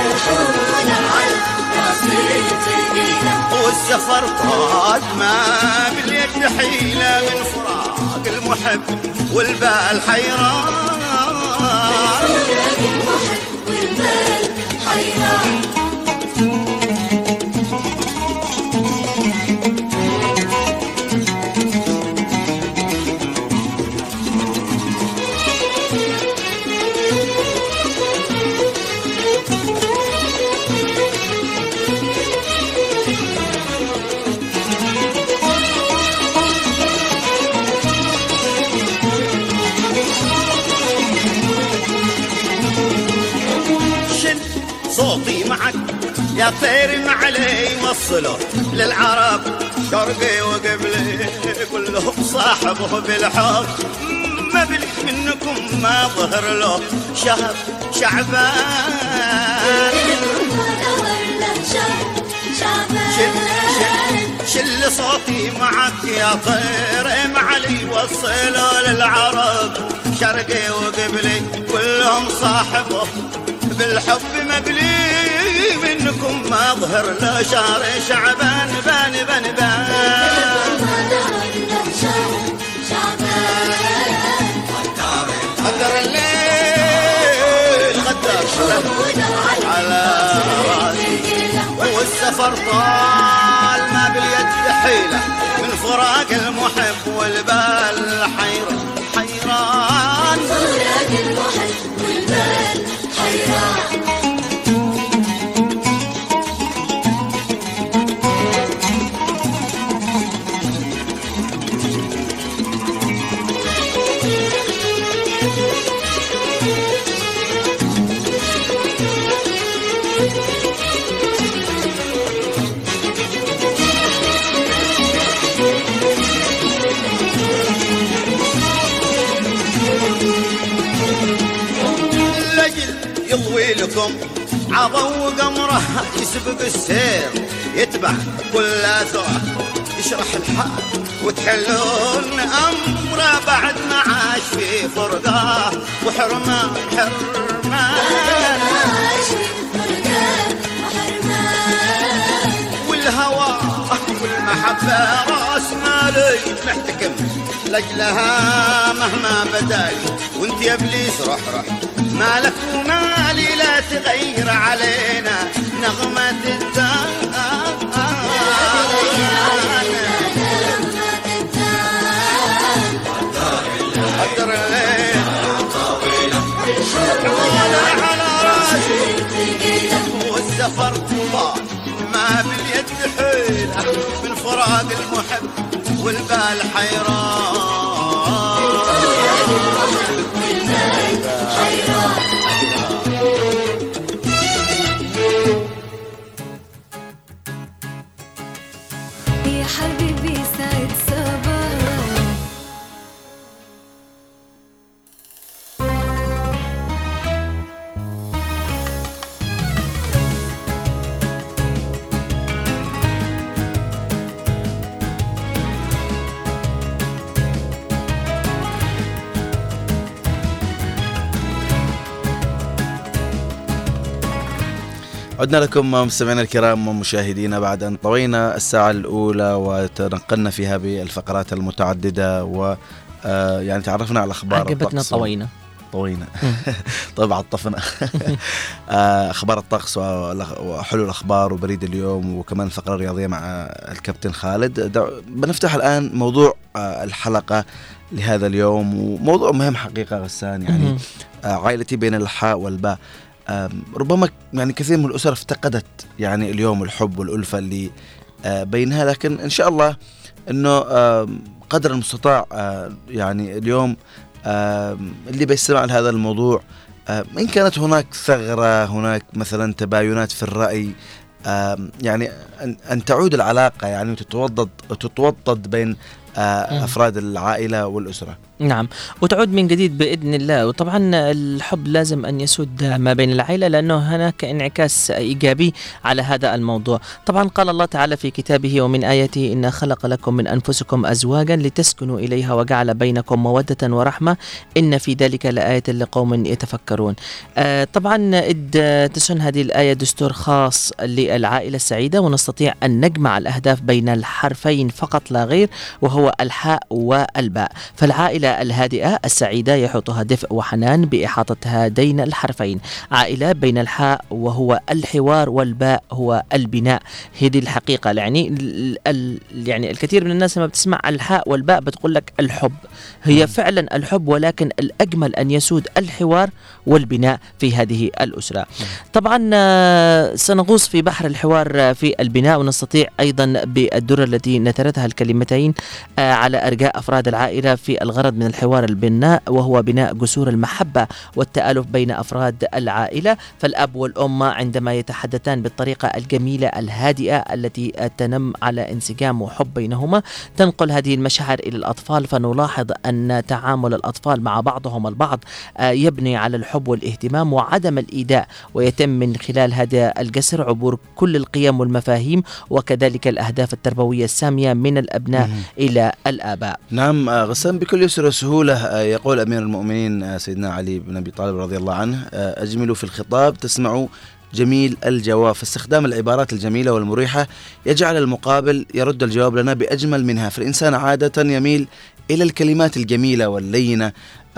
والسفر طال ما باليد حيلة من فراق المحب والبال حيران صوتي معك يا طير معلي وصله للعرب شرقي وقبلي كلهم صاحبه بالحب ما بلي منكم ما ظهر له شهب شعبان شل, شل, شل صوتي معك يا طير معلي وصله للعرب شرقي وقبلي كلهم صاحبه بالحب مبلي منكم ما ظهر لا شهر شعبان بان بان بان غدر الليل غدر على راسي والسفر طال ما باليد حيلة من فراق المحب والبال حيران حيران فراق المحب والبال حيران لكم عضو قمره يسبق السير يتبع كل اثره يشرح الحال وتحلون امره بعد ما عاش في فرقه وحرمان حرمان والهوى والمحبه راس مالي محتكم لاجلها مهما بداي وانت يا ابليس روح روح مالك ومالي لا تغير علينا نغمة الدار قدر الليل طالع على راسي والسفر طال ما باليد حيلة من فراق المحب والبال حيران يا حبيبي سعد صباح عدنا لكم مستمعينا الكرام ومشاهدينا بعد أن طوينا الساعة الأولى وتنقلنا فيها بالفقرات المتعددة و يعني تعرفنا على أخبار عجبتنا طوينا طوينا طيب عطفنا أخبار الطقس وحلو الأخبار وبريد اليوم وكمان الفقرة الرياضية مع الكابتن خالد. بنفتح الآن موضوع الحلقة لهذا اليوم وموضوع مهم حقيقة غسان يعني عائلتي بين الحاء والباء. ربما يعني كثير من الأسر افتقدت يعني اليوم الحب والألفة اللي بينها، لكن إن شاء الله أنه قدر المستطاع يعني اليوم اللي بيستمع لهذا الموضوع إن كانت هناك ثغرة هناك مثلا تباينات في الرأي يعني أن تعود العلاقة يعني وتتوضد تتوطد بين أفراد العائلة والأسرة. نعم، وتعود من جديد بإذن الله. وطبعا الحب لازم أن يسود ما بين العائلة لأنه هناك انعكاس إيجابي على هذا الموضوع. طبعا قال الله تعالى في كتابه: ومن آياته إن خلق لكم من أنفسكم أزواجا لتسكنوا إليها وجعل بينكم مودة ورحمة إن في ذلك لآية لقوم يتفكرون. آه طبعا إذ تسن هذه الآية دستور خاص للعائلة السعيدة، ونستطيع أن نجمع الأهداف بين الحرفين فقط لا غير، وهو الحاء والباء. فالعائلة الهادئة السعيدة يحوطها دفء وحنان بإحاطة هذين الحرفين. عائلة بين الحاء وهو الحوار والباء هو البناء. هذه الحقيقة يعني ال ال يعني الكثير من الناس لما بتسمع الحاء والباء بتقول لك الحب. هي فعلا الحب، ولكن الأجمل أن يسود الحوار والبناء في هذه الأسرة. طبعا سنغوص في بحر الحوار في البناء، ونستطيع أيضا بالدرة التي نثرتها الكلمتين على أرجاء أفراد العائلة في الغرض من الحوار البناء، وهو بناء جسور المحبة والتآلف بين أفراد العائلة. فالأب والأم عندما يتحدثان بالطريقة الجميلة الهادئة التي تنم على انسجام وحب بينهما تنقل هذه المشاعر إلى الأطفال، فنلاحظ أن تعامل الأطفال مع بعضهم البعض يبني على الحب والاهتمام وعدم الإيذاء، ويتم من خلال هذا الجسر عبور كل القيم والمفاهيم وكذلك الأهداف التربوية السامية من الأبناء مم. إلى الآباء. نعم غسان، بكل يسر وسهولة يقول أمير المؤمنين سيدنا علي بن أبي طالب رضي الله عنه: أجملوا في الخطاب تسمعوا جميل الجواب. فاستخدام العبارات الجميلة والمريحة يجعل المقابل يرد الجواب لنا بأجمل منها. فالإنسان عادة يميل إلى الكلمات الجميلة واللينة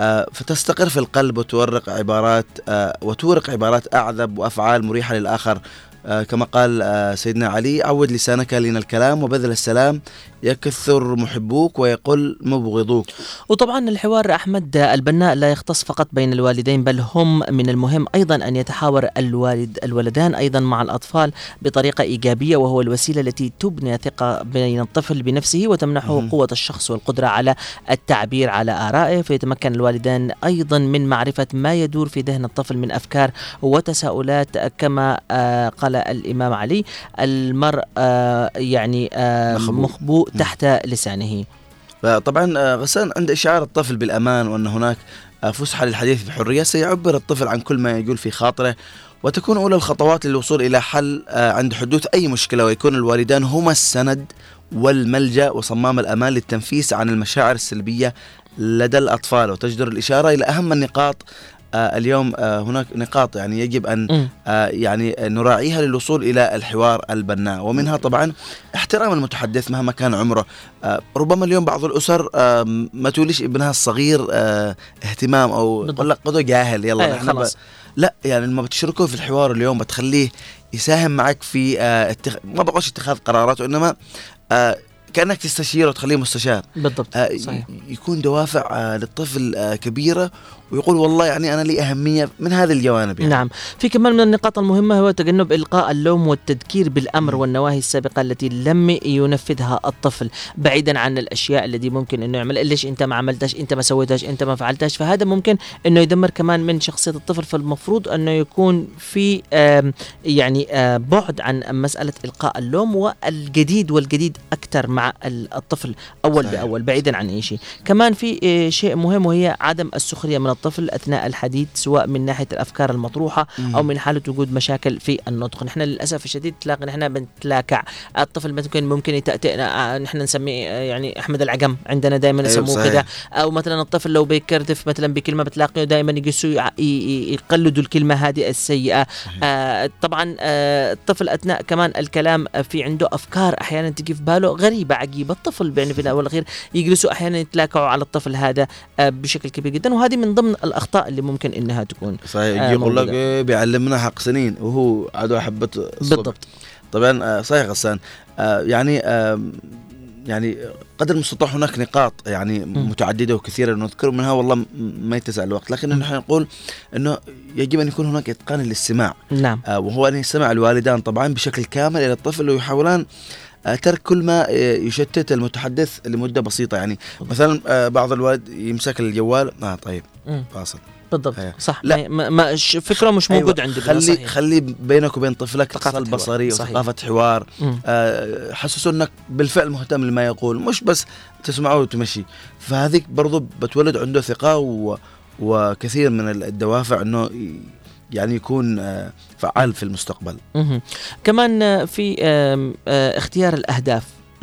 فتستقر في القلب وتورق عبارات وتورق عبارات أعذب وأفعال مريحة للآخر. كما قال سيدنا علي: عود لسانك لين الكلام وبذل السلام يكثر محبوك ويقل مبغضوك. وطبعا الحوار أحمد البناء لا يختص فقط بين الوالدين، بل هم من المهم أيضا أن يتحاور الوالد الولدان أيضا مع الأطفال بطريقة إيجابية، وهو الوسيلة التي تبني ثقة بين الطفل بنفسه وتمنحه م- قوة الشخص والقدرة على التعبير على آرائه. فيتمكن الوالدان أيضا من معرفة ما يدور في ذهن الطفل من أفكار وتساؤلات. كما آه قال الإمام علي: المرء آه يعني آه مخبوء تحت لسانه. طبعا غسان عند إشعار الطفل بالأمان وأن هناك فسحة للحديث بحرية سيعبر الطفل عن كل ما يقول في خاطره، وتكون أولى الخطوات للوصول إلى حل عند حدوث أي مشكلة، ويكون الوالدان هما السند والملجأ وصمام الأمان للتنفيس عن المشاعر السلبية لدى الأطفال. وتجدر الإشارة إلى أهم النقاط آه اليوم. آه هناك نقاط يعني يجب أن آه يعني نراعيها للوصول إلى الحوار البناء، ومنها طبعا احترام المتحدث مهما كان عمره. آه ربما اليوم بعض الأسر آه ما توليش ابنها الصغير آه اهتمام أو يقول لك قدو جاهل يلا نحن ب... لا يعني لما بتشاركه في الحوار اليوم بتخليه يساهم معك في آه اتخ... ما بقولش اتخاذ قرارات، وإنما آه كأنك تستشيره وتخليه مستشار. بالضبط. آه يكون دوافع آه للطفل آه كبيرة، ويقول والله يعني أنا لي أهمية من هذه الجوانب يعني. نعم. في كمان من النقاط المهمة هو تجنب إلقاء اللوم والتذكير بالأمر م. والنواهي السابقة التي لم ينفذها الطفل، بعيدا عن الأشياء التي ممكن أنه يعمل. ليش أنت ما عملتش، أنت ما سويتش، أنت ما فعلتش. فهذا ممكن أنه يدمر كمان من شخصية الطفل. فالمفروض أنه يكون في يعني بعد عن مسألة إلقاء اللوم، والجديد والجديد أكثر مع الطفل أول صحيح. بأول بعيدا عن أي شيء. كمان في شيء مهم وهي عدم السخرية من الطفل أثناء الحديث، سواء من ناحية الأفكار المطروحة مم. أو من حالة وجود مشاكل في النطق. نحن للأسف الشديد تلاقي نحن بنتلاكع الطفل، ممكن ممكن يتأتئنا نحن نسميه يعني أحمد العجم عندنا دائما نسموه أيوة كده. أو مثلا الطفل لو بيكردف مثلا بكلمة بتلاقيه دائما يقصوا يقلدوا الكلمة هذه السيئة. آه طبعا آه الطفل أثناء كمان الكلام في عنده أفكار أحيانا تجي في باله غريبة عجيبة. الطفل يعني في الأول والأخير يجلسوا أحيانا يتلاكعوا على الطفل هذا آه بشكل كبير جدا، وهذه من ضمن الأخطاء اللي ممكن إنها تكون صحيح. آه يقول لك بيعلمنا حق سنين وهو عدو حبة الصبح. بالضبط. طبعا آه صحيح غسان. آه يعني آه يعني قدر المستطاع هناك نقاط يعني م. متعددة وكثيرة نذكر منها، والله ما يتسع الوقت، لكن نحن نقول أنه يجب أن يكون هناك إتقان للاستماع. نعم. آه وهو أن يستمع الوالدان طبعا بشكل كامل إلى الطفل، ويحاولان ترك كل ما يشتت المتحدث لمدة بسيطة. يعني مثلا بعض الوالد يمسك الجوال آه طيب فاصل بالضبط صح. لا ما, ما فكرة مش موجود أيوة. عندي. خلي خلي بينك وبين طفلك اتصال بصري وثقافة حوار. آه حسسوا انك بالفعل مهتم لما يقول، مش بس تسمعه وتمشي. فهذيك برضو بتولد عنده ثقة و... وكثير من الدوافع انه يعني يكون فعال في المستقبل. كمان في اختيار الأهداف،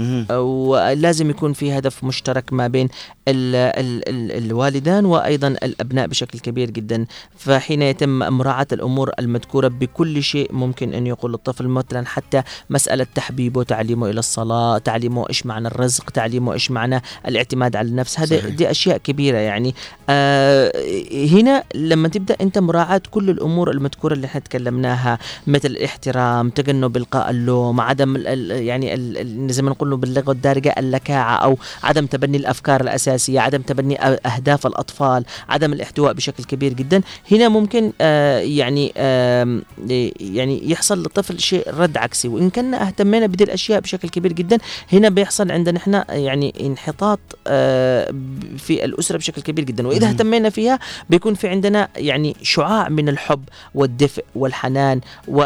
ولازم يكون في هدف مشترك ما بين ال ال ال الوالدان وأيضا الأبناء بشكل كبير جدا. فحين يتم مراعاة الأمور المذكورة بكل شيء ممكن أن يقول الطفل، مثلا حتى مسألة تحبيبه، تعليمه إلى الصلاة، تعليمه إيش معنى الرزق، تعليمه إيش معنى الاعتماد على النفس. هذه دي أشياء كبيرة يعني. آه هنا لما تبدأ أنت مراعاة كل الأمور المذكورة اللي احنا تكلمناها، مثل الاحترام، تجنب إلقاء اللوم، عدم ال ال يعني ال زي ما نقول باللغة الدارجة اللكاعة، أو عدم تبني الأفكار الأساسية، عدم تبني أهداف الأطفال، عدم الاحتواء بشكل كبير جدا. هنا ممكن آه يعني آه يعني يحصل للطفل شيء رد عكسي. وإن كنا اهتمينا بهذه الأشياء بشكل كبير جدا، هنا بيحصل عندنا إحنا يعني انحطاط آه في الأسرة بشكل كبير جدا. وإذا اهتمينا فيها بيكون في عندنا يعني شعاع من الحب والدفء والحنان،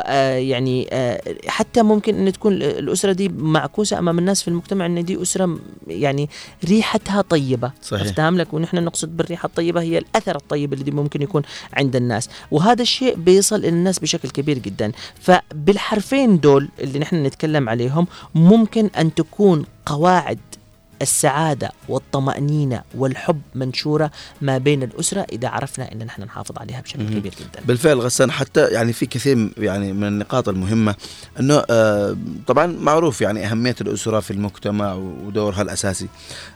ويعني آه حتى ممكن أن تكون الأسرة دي معكوسة أمام الناس في المجتمع، ان دي اسره يعني ريحتها طيبه. افتهم لك، ونحن نقصد بالريحه الطيبه هي الاثر الطيب اللي ممكن يكون عند الناس، وهذا الشيء بيصل الى الناس بشكل كبير جدا. فبالحرفين دول اللي نحن نتكلم عليهم ممكن ان تكون قواعد السعادة والطمأنينة والحب منشورة ما بين الأسرة، إذا عرفنا أن نحن نحافظ عليها بشكل م- كبير جدا. بالفعل غسان، حتى يعني في كثير يعني من النقاط المهمة أنه آه طبعا معروف يعني أهمية الأسرة في المجتمع ودورها الأساسي.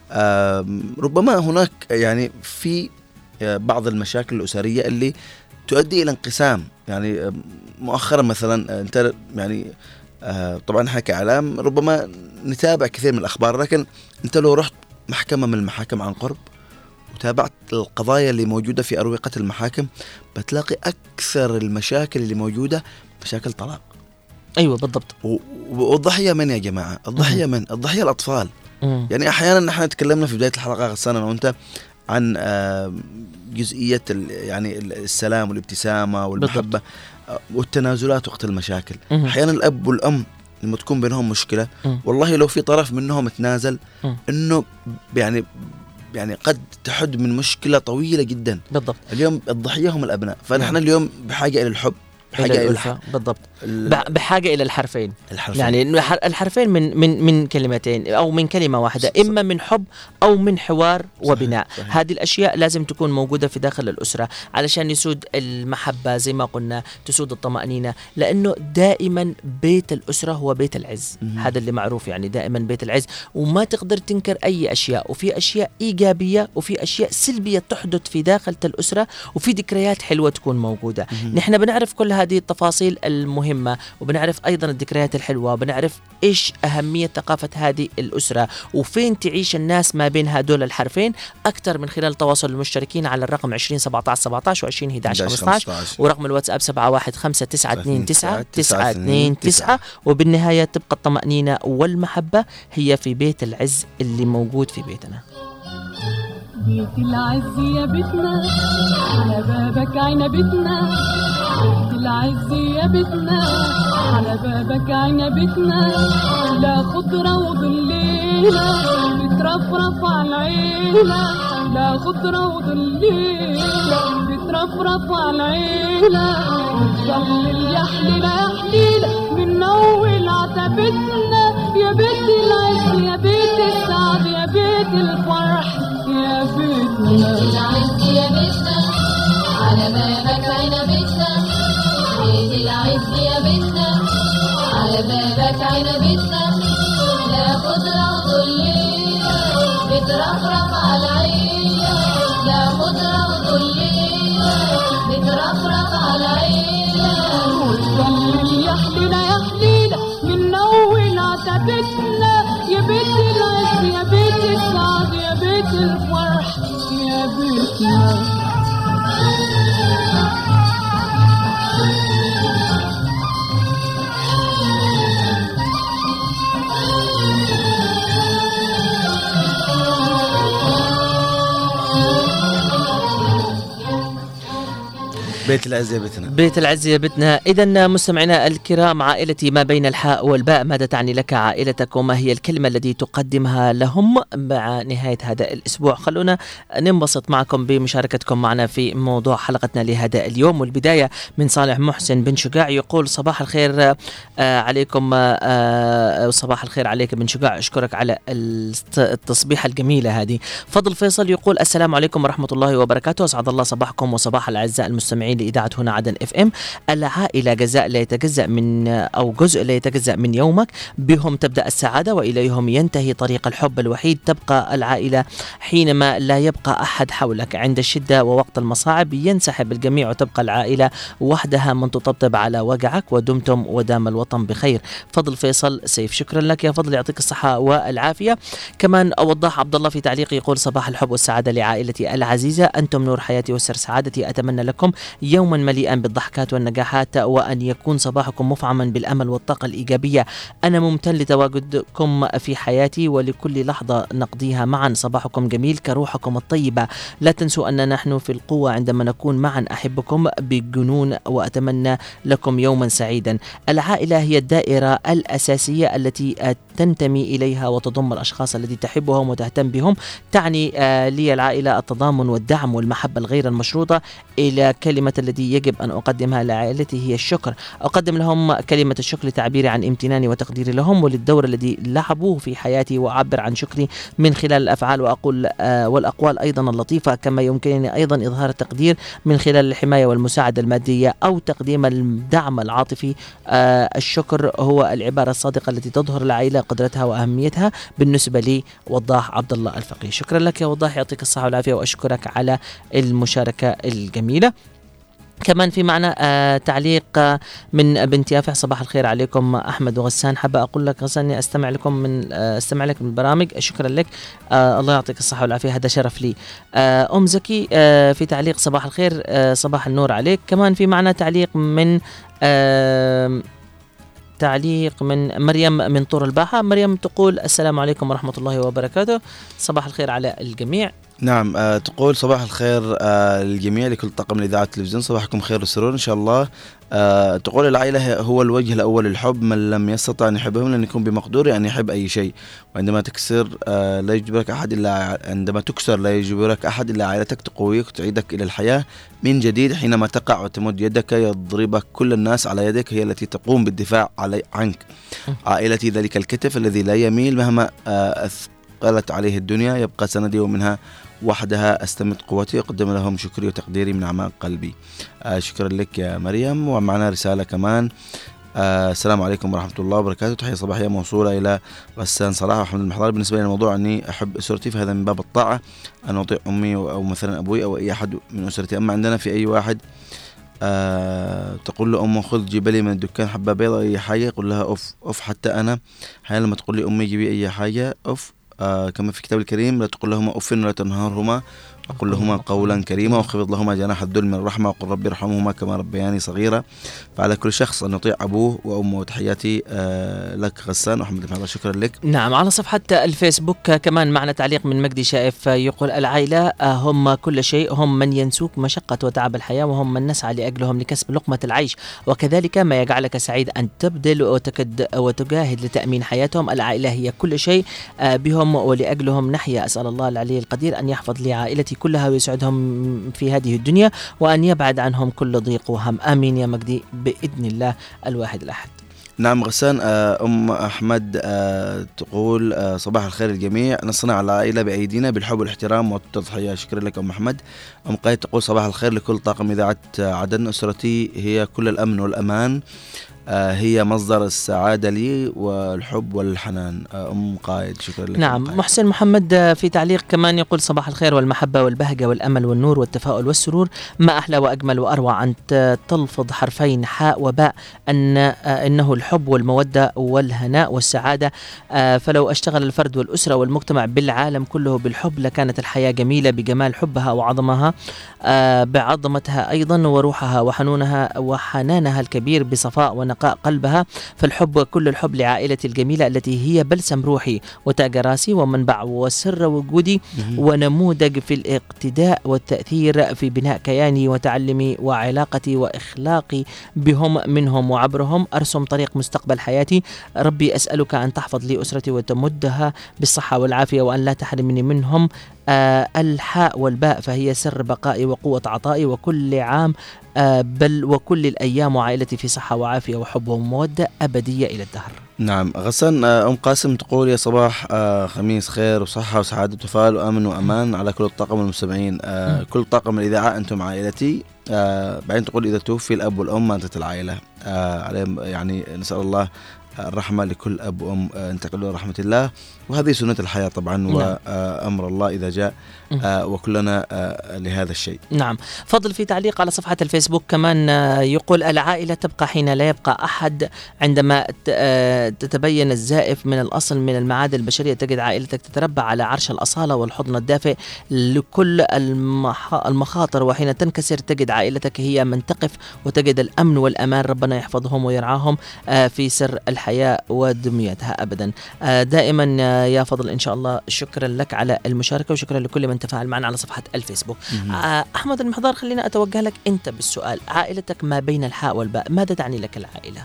آه ربما هناك يعني في آه بعض المشاكل الأسرية اللي تؤدي إلى انقسام. يعني آه مؤخرا مثلا أنت يعني آه طبعا احنا كإعلام ربما نتابع كثير من الأخبار، لكن أنت لو رحت محكمة من المحاكم عن قرب وتابعت القضايا اللي موجودة في أروقة المحاكم، بتلاقي أكثر المشاكل اللي موجودة مشاكل طلاق. أيوة بالضبط. والضحية من يا جماعة؟ الضحية من؟ الضحية الأطفال. مم. يعني أحيانا نحن تكلمنا في بداية الحلقة غسان أنا وأنت عن آه جزئية يعني السلام والابتسامة والمحبة بالضبط. والتنازلات وقت المشاكل. مم. أحيانا الأب والأم لما تكون بينهم مشكلة، مم. والله لو في طرف منهم تنازل، مم. إنه يعني يعني قد تحد من مشكلة طويلة جدا. بالضبط. اليوم الضحية هم الأبناء، فنحن اليوم بحاجة إلى الحب، بحاجة إلى الألفة. بالضبط. بحاجة إلى الحرفين. الحرفين. يعني الحرفين من من من كلمتين أو من كلمة واحدة، صح. إما من حب أو من حوار وبناء. صحيح. صحيح. هذه الأشياء لازم تكون موجودة في داخل الأسرة علشان يسود المحبة زي ما قلنا، تسود الطمأنينة، لأنه دائما بيت الأسرة هو بيت العز. م- هذا اللي معروف، يعني دائما بيت العز، وما تقدر تنكر أي أشياء، وفي أشياء إيجابية وفي أشياء سلبية تحدث في داخل الأسرة، وفي ذكريات حلوة تكون موجودة. م- نحن بنعرف كل هذه التفاصيل المهمة، وبنعرف أيضا الذكريات الحلوة، وبنعرف إيش أهمية ثقافة هذه الأسرة وفين تعيش الناس ما بين هدول الحرفين أكثر من خلال تواصل المشتركين على الرقم عشرين سبعة عشر سبعة عشر وعشرين إحدى عشر خمسة عشر ورقم الواتساب سبعة واحد خمسة تسعة اثنين تسعة تسعة اثنين تسعة. وبالنهاية تبقى الطمأنينة والمحبة هي في بيت العز اللي موجود في بيتنا. بيت العز يا بيتنا، على بابك عنبتنا. بيت العز يا بيتنا، على بابك عنبتنا. لا خضرة وظليلة بترفرف على العيلة، لا خضرة وظليلة بترفرف على العيلة. بتضلل يا حليلة يا حليلة من أول عتبتنا. يا بيت العز يا بيت السعد يا بيت الفرح يا بيتنا. بيت العز يا بيتنا، على بابك عنبتنا. بيت العز يا بيتنا، على بابك عنبتنا. لا خضرة وظليلة بترفرف على العيلة، لا خضرة وظليلة بترفرف على العيلة. وتضلل يا حليلة يا حليلة من أول عتبتنا. يا بيت العز يا بيت السعد يا بيت الفرح يا بيتنا. بيت العز يا بيتنا. بيت العز يا بيتنا. إذا مستمعينا الكرام، عائلتي ما بين الحاء والباء، ماذا تعني لك عائلتك وما هي الكلمة التي تقدمها لهم مع نهاية هذا الأسبوع؟ خلونا ننبسط معكم بمشاركتكم معنا في موضوع حلقتنا لهذا اليوم. والبداية من صالح محسن بن شجاع يقول صباح الخير آه عليكم، آه صباح الخير عليك بن شجاع، أشكرك على التصبيحة الجميلة هذه. فضل فيصل يقول السلام عليكم ورحمة الله وبركاته، أسعد الله صباحكم وصباح الأعزاء المستمعين لإذاعة هنا عدن اف ام. العائلة جزاء لا يتجزأ من أو جزء لا يتجزأ من يومك، بهم تبدأ السعادة وإليهم ينتهي طريق الحب الوحيد. تبقى العائلة حينما لا يبقى أحد حولك، عند الشدة ووقت المصاعب ينسحب الجميع وتبقى العائلة وحدها من تطبطب على وجعك، ودمتم ودام الوطن بخير. فضل فيصل سيف، شكرا لك يا فضل، يعطيك الصحة والعافية. كمان وضح عبد الله في تعليق يقول صباح الحب والسعادة لعائلتي العزيزة، أنتم نور حياتي وسر سعادتي، أتمنى لكم يوما مليئا بالضحكات والنجاحات، وأن يكون صباحكم مفعما بالأمل والطاقة الإيجابية. أنا ممتن لتواجدكم في حياتي ولكل لحظة نقضيها معا. صباحكم جميل كروحكم الطيبة، لا تنسوا أن نحن في القوة عندما نكون معا. أحبكم بجنون وأتمنى لكم يوما سعيدا. العائلة هي الدائرة الأساسية التي تنتمي إليها وتضم الأشخاص التي تحبهم وتهتم بهم. تعني آه لي العائلة التضامن والدعم والمحبة الغير المشروطة. إلى كلمة التي يجب أن أقدمها لعائلتي هي الشكر. أقدم لهم كلمة الشكر لتعبيري عن امتناني وتقديري لهم وللدور الذي لعبوه في حياتي، وأعبر عن شكري من خلال الأفعال وأقول آه والأقوال أيضا اللطيفة. كما يمكنني أيضا إظهار التقدير من خلال الحماية والمساعدة المادية أو تقديم الدعم العاطفي. آه الشكر هو العبارة الصادقة التي تظهر العائلة قدرتها وأهميتها. بالنسبة لي وضاح عبد الله الفقيه. شكرا لك يا وضاح، يعطيك الصحة والعافية، وأشكرك على المشاركة الجميلة. كمان في معنا آه تعليق آه من بنت يافع، صباح الخير عليكم أحمد وغسان، حابة أقول لك غسان أني أستمع لكم من آه أستمع لك من البرامج، شكرا لك، آه الله يعطيك الصحة والعافية، هذا شرف لي. آه أم زكي آه في تعليق صباح الخير، آه صباح النور عليك. كمان في معنا تعليق من آه تعليق من مريم من طور الباحة. مريم تقول السلام عليكم ورحمة الله وبركاته، صباح الخير على الجميع. نعم، آه تقول صباح الخير آه للجميع، لكل طاقم الإذاعة التلفزيون، صباحكم خير وسرور إن شاء الله. آه تقول العائلة هو الوجه الأول للحب، من لم يستطع أن يحبهم لن يكون بمقدوره أن يحب أي شيء. وعندما تكسر آه لا يجبرك أحد إلا عندما تكسر لا يجبرك أحد إلا عائلتك، تقويك وتعيدك إلى الحياة من جديد. حينما تقع وتمد يدك يضربك كل الناس على يدك، هي التي تقوم بالدفاع علي عنك. عائلتي ذلك الكتف الذي لا يميل مهما آه أثقلت عليه الدنيا، يبقى سندي ومنها وحدها أستمد قوتي. أقدم لهم شكري وتقديري من أعماق قلبي. آه شكرا لك يا مريم. ومعنا رسالة كمان، آه السلام عليكم ورحمة الله وبركاته، تحية صباحية موصولة إلى غسان صلاح وأحمد المحضار. بالنسبة لي الموضوع أني أحب أسرتي، فهذا من باب الطاعة، أن أطيع أمي أو مثلا أبوي أو أي أحد من أسرتي. أما عندنا في أي واحد آه تقول له أمه خذ جيب لي من الدكان حبة بيضة أي حاجة، يقول لها أوف أوف. حتى أنا حين لما تقول لي أمي جيبي أي حاجة أوف. آه كما في كتاب الكريم، لا تقول لهما أف ولا تنهارهما، أقول لهما قولا كريما، وخفض لهما جناح الذل من الرحمة، وقل ربي ارحمهما كما ربياني صغيرة. فعلى كل شخص أن يطيع أبوه وأمه. وتحياتي آه لك غسان وأحمد المحضر، شكرا لك. نعم، على صفحة الفيسبوك كمان معنا تعليق من مجدي شائف يقول العائلة هم كل شيء، هم من ينسوك مشقة وتعب الحياة، وهم من نسعى لأجلهم لكسب لقمة العيش، وكذلك ما يجعلك سعيد أن تبذل وتكد وتجاهد لتأمين حياتهم. العائلة هي كل شيء، بهم ولأجلهم نحيا. أسأل الله العلي القدير أن يحفظ لي عائلتي كلها ويسعدهم في هذه الدنيا، وأن يبعد عنهم كل ضيق وهم. آمين يا مجدي بإذن الله الواحد الأحد. نعم غسان. أم أحمد تقول صباح الخير الجميع، نصنع العائلة بأيدينا بالحب والاحترام والتضحية. شكرا لك أم أحمد. أم قايد تقول صباح الخير لكل طاقم إذاعة عدن، أسرتي هي كل الأمن والأمان، هي مصدر السعادة لي والحب والحنان. أم قايد شكرا لك. نعم. محسن محمد في تعليق كمان يقول صباح الخير والمحبة والبهجة والأمل والنور والتفاؤل والسرور، ما أحلى وأجمل وأروع أن تلفظ حرفين حاء وباء أن إنه الحب والمودة والهناء والسعادة. فلو اشتغل الفرد والأسرة والمجتمع بالعالم كله بالحب لكانت الحياة جميلة بجمال حبها وعظمها، بعظمتها أيضا وروحها وحنونها وحنانها الكبير بصفاء ونعم ونقاء قلبها، فالحب كل الحب لعائلتي الجميلة التي هي بلسم روحي وتاج راسي ومنبع وسر وجودي ونموذج في الاقتداء والتأثير في بناء كياني وتعلمي وعلاقتي وإخلاقي بهم منهم وعبرهم أرسم طريق مستقبل حياتي. ربي أسألك أن تحفظ لي أسرتي وتمدها بالصحة والعافية وأن لا تحرمني منهم. آه الحاء والباء فهي سر بقائي وقوة عطائي، وكل عام آه بل وكل الأيام وعائلتي في صحة وعافية وحب ومودة أبدية إلى الدهر. نعم غسان. أم قاسم تقول يا صباح آه خميس خير وصحة وسعادة وتفاؤل وأمن وأمان على كل الطاقم المستمعين، آه كل طاقم الإذاعة أنتم عائلتي. آه بعدين تقول إذا توفي الأب والأم ماتت العائلة، آه عليهم يعني نسأل الله الرحمة لكل أب وأم انتقلوا رحمة الله، وهذه سنة الحياة طبعا نعم. وأمر الله إذا جاء وكلنا لهذا الشيء. نعم. فضل في تعليق على صفحة الفيسبوك كمان يقول العائلة تبقى حين لا يبقى أحد، عندما تتبين الزائف من الأصل من المعادن البشرية تجد عائلتك تتربع على عرش الأصالة والحضن الدافئ لكل المخاطر، وحين تنكسر تجد عائلتك هي من تقف وتجد الأمن والأمان. ربنا يحفظهم ويرعاهم في سر الحياة ودميتها أبدا. دائما يا فضل إن شاء الله. شكرا لك على المشاركة وشكرا لكل من تفاعل معنا على صفحة الفيسبوك. أحمد المحضار خلينا أتوجه لك أنت بالسؤال، عائلتك ما بين الحاء والباء ماذا تعني لك العائلة؟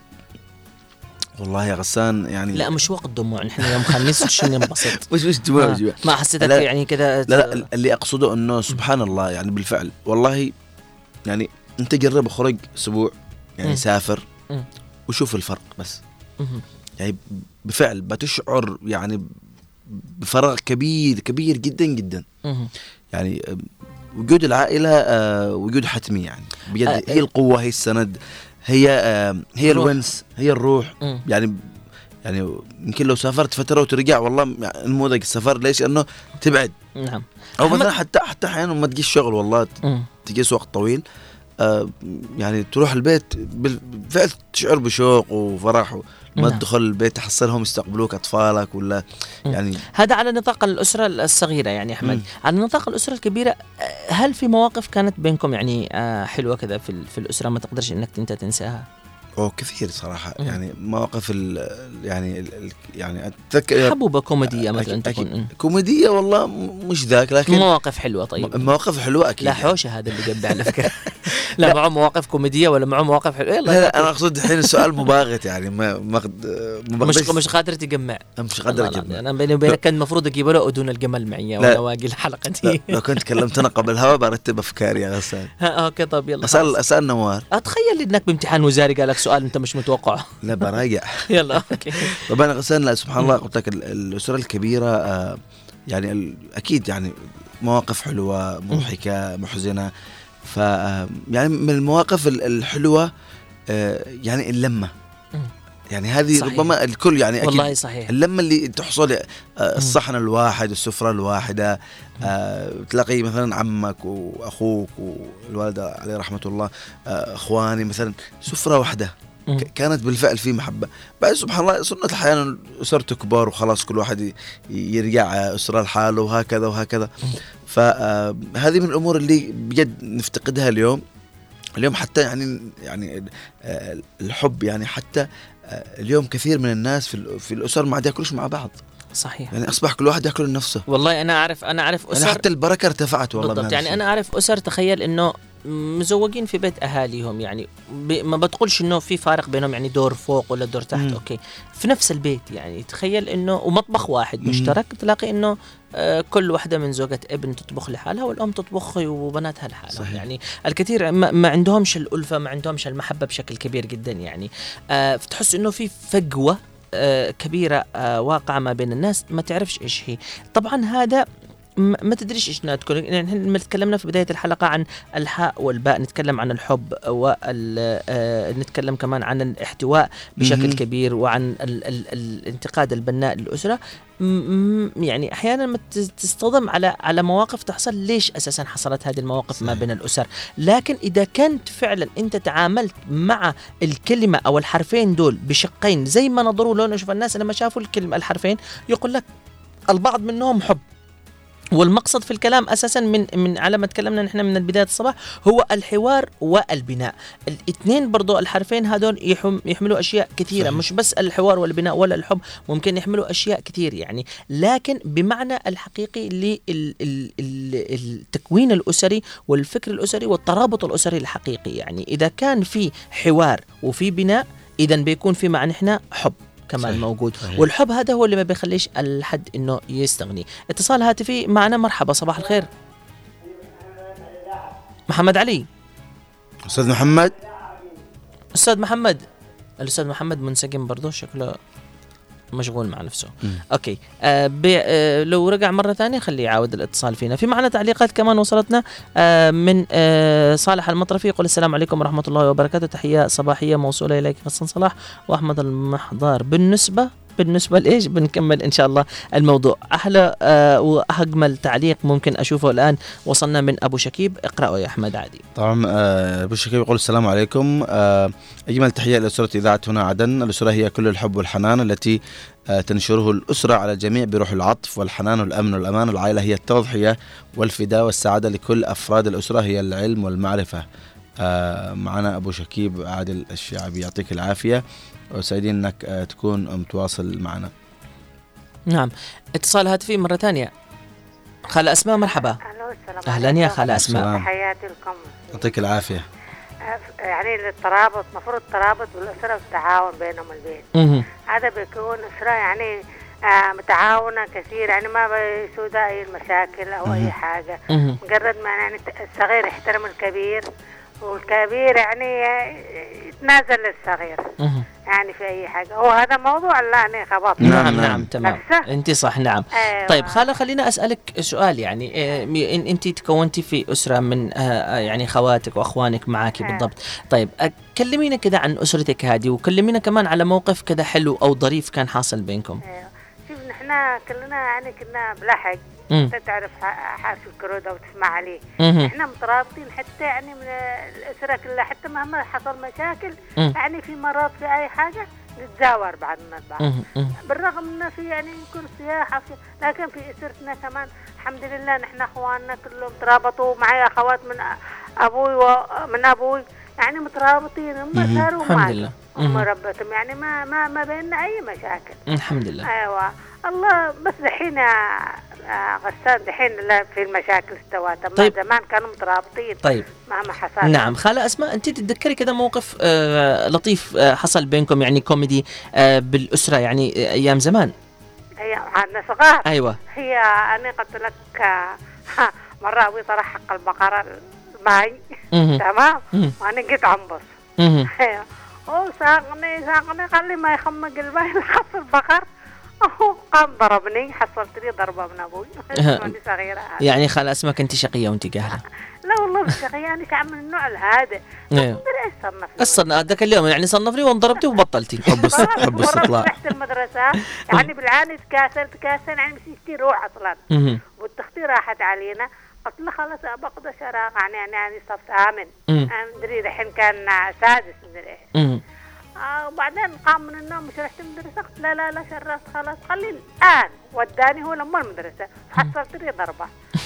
والله يا غسان يعني لا مش وقت دموع، نحن يوم خميس وش ننبسط مش مش دموع آه. ما حسيتك يعني كذا؟ لا لا اللي أقصده إنه سبحان الله يعني بالفعل والله يعني أنت جرب خرج أسبوع يعني م. سافر م. وشوف الفرق بس م. يعني بفعل بتشعر يعني بفرق كبير كبير جدا جدا. م. يعني وجود العائلة آه وجود حتمي يعني بجد آه هي القوة هي السند هي آه هي الروح. الونس هي الروح. م. يعني يعني يمكن لو سافرت فترة وترجع والله نموذج السفر ليش انه تبعد. نعم. او مثلا حتى حتى احيانا ما تجيش شغل والله تجلس وقت طويل آه يعني تروح البيت بالفعل تشعر بشوق وفرح ما نعم. تدخل البيت تحصلهم يستقبلوك أطفالك ولا يعني هذا على نطاق الأسرة الصغيرة يعني أحمد. م. على نطاق الأسرة الكبيرة هل في مواقف كانت بينكم يعني آه حلوة كذا في في الأسرة ما تقدرش إنك أنت تنساها؟ أو كثير صراحة. م. يعني مواقف ال يعني ال يعني أتذكر حبوبة كوميدية مثلا تكون كوميدية والله مش ذاك لكن مواقف حلوة. طيب مواقف حلوة أكيد. لا حوشة هذا اللي جنبي على فكرة. لا معه مواقف كوميدية ولا معه مواقف حلوة؟ لا, لا أنا أقصد الحين السؤال مباغت يعني ما ما مش مش قادر تجمع. مش قادر أجمع. أنا بيني وبينك كان المفروض أجيب له أدون الجمل معي وأنا واقي الحلقة دي. لو كنت كلمتنا قبل الهواء برتب أفكاري يا غسان. أوكي طب يلا. أسأل أسأل نوار. أتخيل إنك بامتحان وزاري قالك سؤال أنت مش متوقعه. لا براجع. يلا أوكي. طبعا غسان لا سبحان الله قلت لك الأسرة الكبيرة آه يعني أكيد يعني مواقف حلوة مضحكة محزنة. ف يعني من المواقف الحلوة آه يعني اللمة يعني هذه صحيح. ربما الكل يعني أكيد والله صحيح. اللمة اللي تحصل آه الصحن الواحد السفرة الواحدة آه تلاقي مثلا عمك وأخوك والوالدة عليه رحمة الله آه أخواني مثلا سفرة واحدة كانت بالفعل في محبة. بعد سبحان الله سنة الحياة أسرته كبار وخلاص كل واحد يرجع أسرة لحاله وهكذا وهكذا. فهذه من الأمور اللي بجد نفتقدها اليوم. اليوم حتى يعني يعني الحب يعني حتى اليوم كثير من الناس في في الأسر ما عاد يأكلوش مع بعض. صحيح. يعني أصبح كل واحد يأكل لنفسه. والله أنا أعرف أنا أعرف أسر يعني حتى البركة ارتفعت والله بالضبط. يعني أنا أعرف أسر تخيل إنه مزوجين في بيت أهاليهم يعني ما بتقولش إنه في فارق بينهم يعني دور فوق ولا دور تحت. مم. أوكي في نفس البيت يعني تخيل إنه ومطبخ واحد مشترك. مم. تلاقي إنه آه كل واحدة من زوجة ابن تطبخ لحالها والأم تطبخ وبناتها لحالها. يعني الكثير ما, ما عندهمش الألفة ما عندهمش المحبة بشكل كبير جدا يعني آه فتحس إنه في فجوة آه كبيرة آه واقعة ما بين الناس ما تعرفش إيش هي. طبعا هذا ما تدريش إيش نتكلم يعني لما تكلمنا في بداية الحلقة عن الحاء والباء نتكلم عن الحب ونتكلم كمان عن الاحتواء بشكل م- كبير وعن ال ال الانتقاد البناء للأسرة. يعني أحيانا ما تصطدم على على مواقف تحصل ليش أساسا حصلت هذه المواقف صحيح. ما بين الأسر. لكن إذا كنت فعلا أنت تعاملت مع الكلمة أو الحرفين دول بشقين زي ما نظروا لون أشوف الناس لما شافوا الكلمة الحرفين يقول لك البعض منهم حب والمقصد في الكلام اساسا من من على ما تكلمنا نحن من بدايه الصباح هو الحوار والبناء. الاثنين برضو الحرفين هذول يحم يحملوا اشياء كثيره، صحيح. مش بس الحوار والبناء ولا الحب، ممكن يحملوا اشياء كثير يعني، لكن بمعنى الحقيقي للتكوين الاسري والفكر الاسري والترابط الاسري الحقيقي. يعني اذا كان في حوار وفي بناء اذا بيكون في معنا نحن حب كمان صحيح. موجود صحيح. والحب هذا هو اللي ما بيخليش الحد انه يستغني. اتصال هاتفي معنا، مرحبا، صباح الخير. محمد علي. استاذ محمد. استاذ محمد الاستاذ محمد منسجم برضه، شكله مشغول مع نفسه. م. اوكي آه آه لو رجع مره ثانيه خليه يعاود الاتصال فينا. في معنا تعليقات كمان وصلتنا آه من آه صالح المطرفي، يقول السلام عليكم ورحمه الله وبركاته، تحيه صباحيه موصوله اليك حسن صلاح واحمد المحضار. بالنسبه بالنسبه لايش بنكمل ان شاء الله الموضوع. احلى آه واجمل تعليق ممكن اشوفه الان وصلنا من ابو شكيب، اقراه يا احمد عادي. طبعا آه ابو شكيب يقول السلام عليكم، آه اجمل تحيه لاسره اذاعه هنا عدن. الاسره هي كل الحب والحنان التي آه تنشره الاسره على الجميع بروح العطف والحنان والامن والامان. العائله هي التضحيه والفداء والسعاده لكل افراد الاسره، هي العلم والمعرفه. آه معنا ابو شكيب عادل الشعبي، يعطيك العافيه وسعيدين انك آه تكون متواصل معنا. نعم. اتصال هاتفي مره ثانيه. خالة اسماء، مرحبا. اهلا يا خالة اسماء، تحياتي لكم، يعطيك العافيه. يعني الترابط، مفروض الترابط بالاسره والتعاون بينهم البيت، هذا بيكون اسره يعني آه متعاونه كثير، يعني ما بيسودها اي المشاكل او اي حاجه، مجرد ما يعني الصغير يحترم الكبير والكبير يعني يتنازل للصغير يعني في اي حاجه. هو هذا موضوع لا يعني خبط. نعم نعم تمام، انت صح. نعم. أيوة. طيب خاله خلينا اسالك سؤال، يعني إيه انت تكونتي في اسره من آه يعني خواتك واخوانك معك بالضبط. طيب كلمينا كذا عن اسرتك هذه، وكلمينا كمان على موقف كذا حلو او ظريف كان حاصل بينكم. ايوه شوف، نحن كلنا يعني كنا بلحق، انت تعرف حارس الكروده وتسمع عليه. مم. احنا مترابطين حتى يعني من الاسره كلها، حتى مهما حصل مشاكل مم. يعني في مرات في اي حاجه نتزاور بعضنا البعض، بالرغم ان في يعني يمكن سياحه في، لكن في اسرتنا كمان الحمد لله نحن اخواننا كلهم ترابطوا. معي اخوات من ابوي ومن ابوي يعني مترابطين، هم صاروا الحمد لله مربتهم، يعني ما ما ما بيننا اي مشاكل الحمد لله. ايوه الله. بس دحين غسان دحين في المشاكل استوت. طيب. زمان كانوا مترابطين. طيب مهما حصل. نعم. خالة اسماء، انت تتذكري كذا موقف آه لطيف آه حصل بينكم يعني كوميدي آه بالاسره يعني آه ايام زمان؟ هي عندنا صغار. ايوه. هي انا قلت لك آه مره ابوي طرح حق البقره الماي تمام، وانا جيت عنبص وساقني ساقني قال لي ما يخمق الماء لخص البقر، قام ضربني، حصلت لي ضربه من ابوي وانا صغيره. يعني خالة اسماء كنتي شقيه وانت قاهره؟ لا والله مش شقيه، انا كان من النوع هذا. ما ادري ايش صنفني الصنف ذاك اليوم، يعني صنفني وانضربتي وبطلتي. حب حب الاستطلاع. رحت المدرسه يعني بالعاني تكاسرت كاسر يعني مسكتي روح اصلا، والتختي راحت علينا. قلت له خلاص بقدر شراغ يعني يعني يعني صف ثامن، ادري الحين كان سادس ادري. آه وبعدين قام من النوم مش رحت المدرسة، قلت لا لا لا شرفت خلاص خلي الآن. وداني هو لما المدرسة حصلت لي ضربة.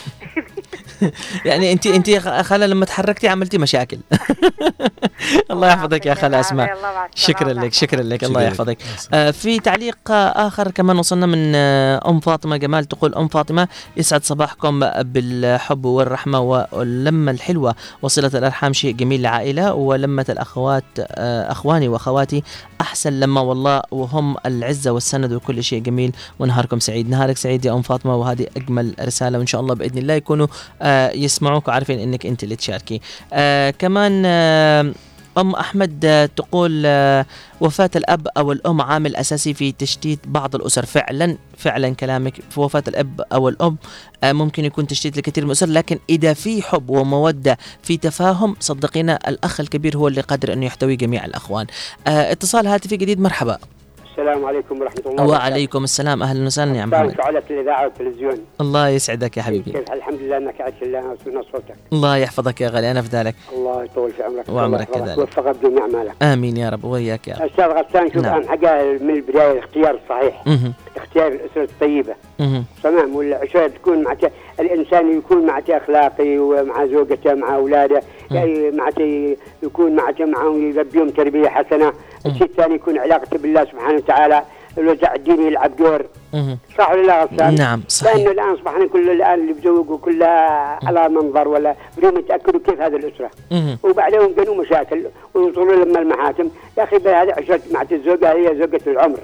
يعني انت انت خالة لما تحركتي عملتي مشاكل. الله يحفظك يا خالة اسماء، شكرا لك شكرا لك الله يحفظك. آه في تعليق اخر كمان وصلنا من ام فاطمة جمال، تقول ام فاطمة يسعد صباحكم بالحب والرحمة واللمة الحلوة وصلة الارحام شيء جميل للعائلة، ولمة الاخوات آه اخواني واخواتي احسن لما والله، وهم العزة والسند وكل شيء جميل، ونهاركم سعيد. نهارك سعيد يا ام فاطمة، وهذه اجمل رسالة، وان شاء الله باذن الله يكونوا آه يسمعوك وعارفين انك انت اللي تشاركي. آه كمان آه ام احمد آه تقول آه وفاة الاب او الام عامل اساسي في تشتيت بعض الاسر. فعلا فعلا كلامك، في وفاة الاب او الام آه ممكن يكون تشتيت لكثير من الاسر، لكن اذا في حب ومودة في تفاهم صدقينا الاخ الكبير هو اللي قادر انه يحتوي جميع الاخوان. آه اتصال هاتفي جديد، مرحبا. السلام عليكم ورحمة الله وبركاته. وعليكم السلام، أهلا وسهلا يا محمد. على الإذاعة والتلفزيون. الله يسعدك يا حبيبي. كيف الحمد لله أنك عايش الله وسمعنا صوتك. الله يحفظك يا غالي، أنا فدالك. الله يطول في عمرك وعمرك كذلك. ووفقك بجميع أعمالك. آمين يا رب، وياك يا رب. أستاذ غسان، شوف نعم. أنا حاجة من البداية الاختيار الصحيح. مه. اختيار الأسرة الطيبة. مه. تمام، والعشرة تكون مع الإنسان يكون معته أخلاقي ومع زوجته مع أولاده، يعني معته يكون معته معهم يربيهم تربية حسنة. الشيء الثاني يكون علاقته بالله سبحانه وتعالى، الوزع الديني يلعب دور. صح ولا لا غسان؟ نعم صحيح. لأنه الآن أصبحنا كل الآن اللي بزوجوا كلها على منظر ولا بدون يتأكدوا كيف هذه الأسرة، وبعدهم كانوا مشاكل ويوصلوا لما المحاكم. يا أخي هذه عشرة مع الزوجة هي زوجة العمر،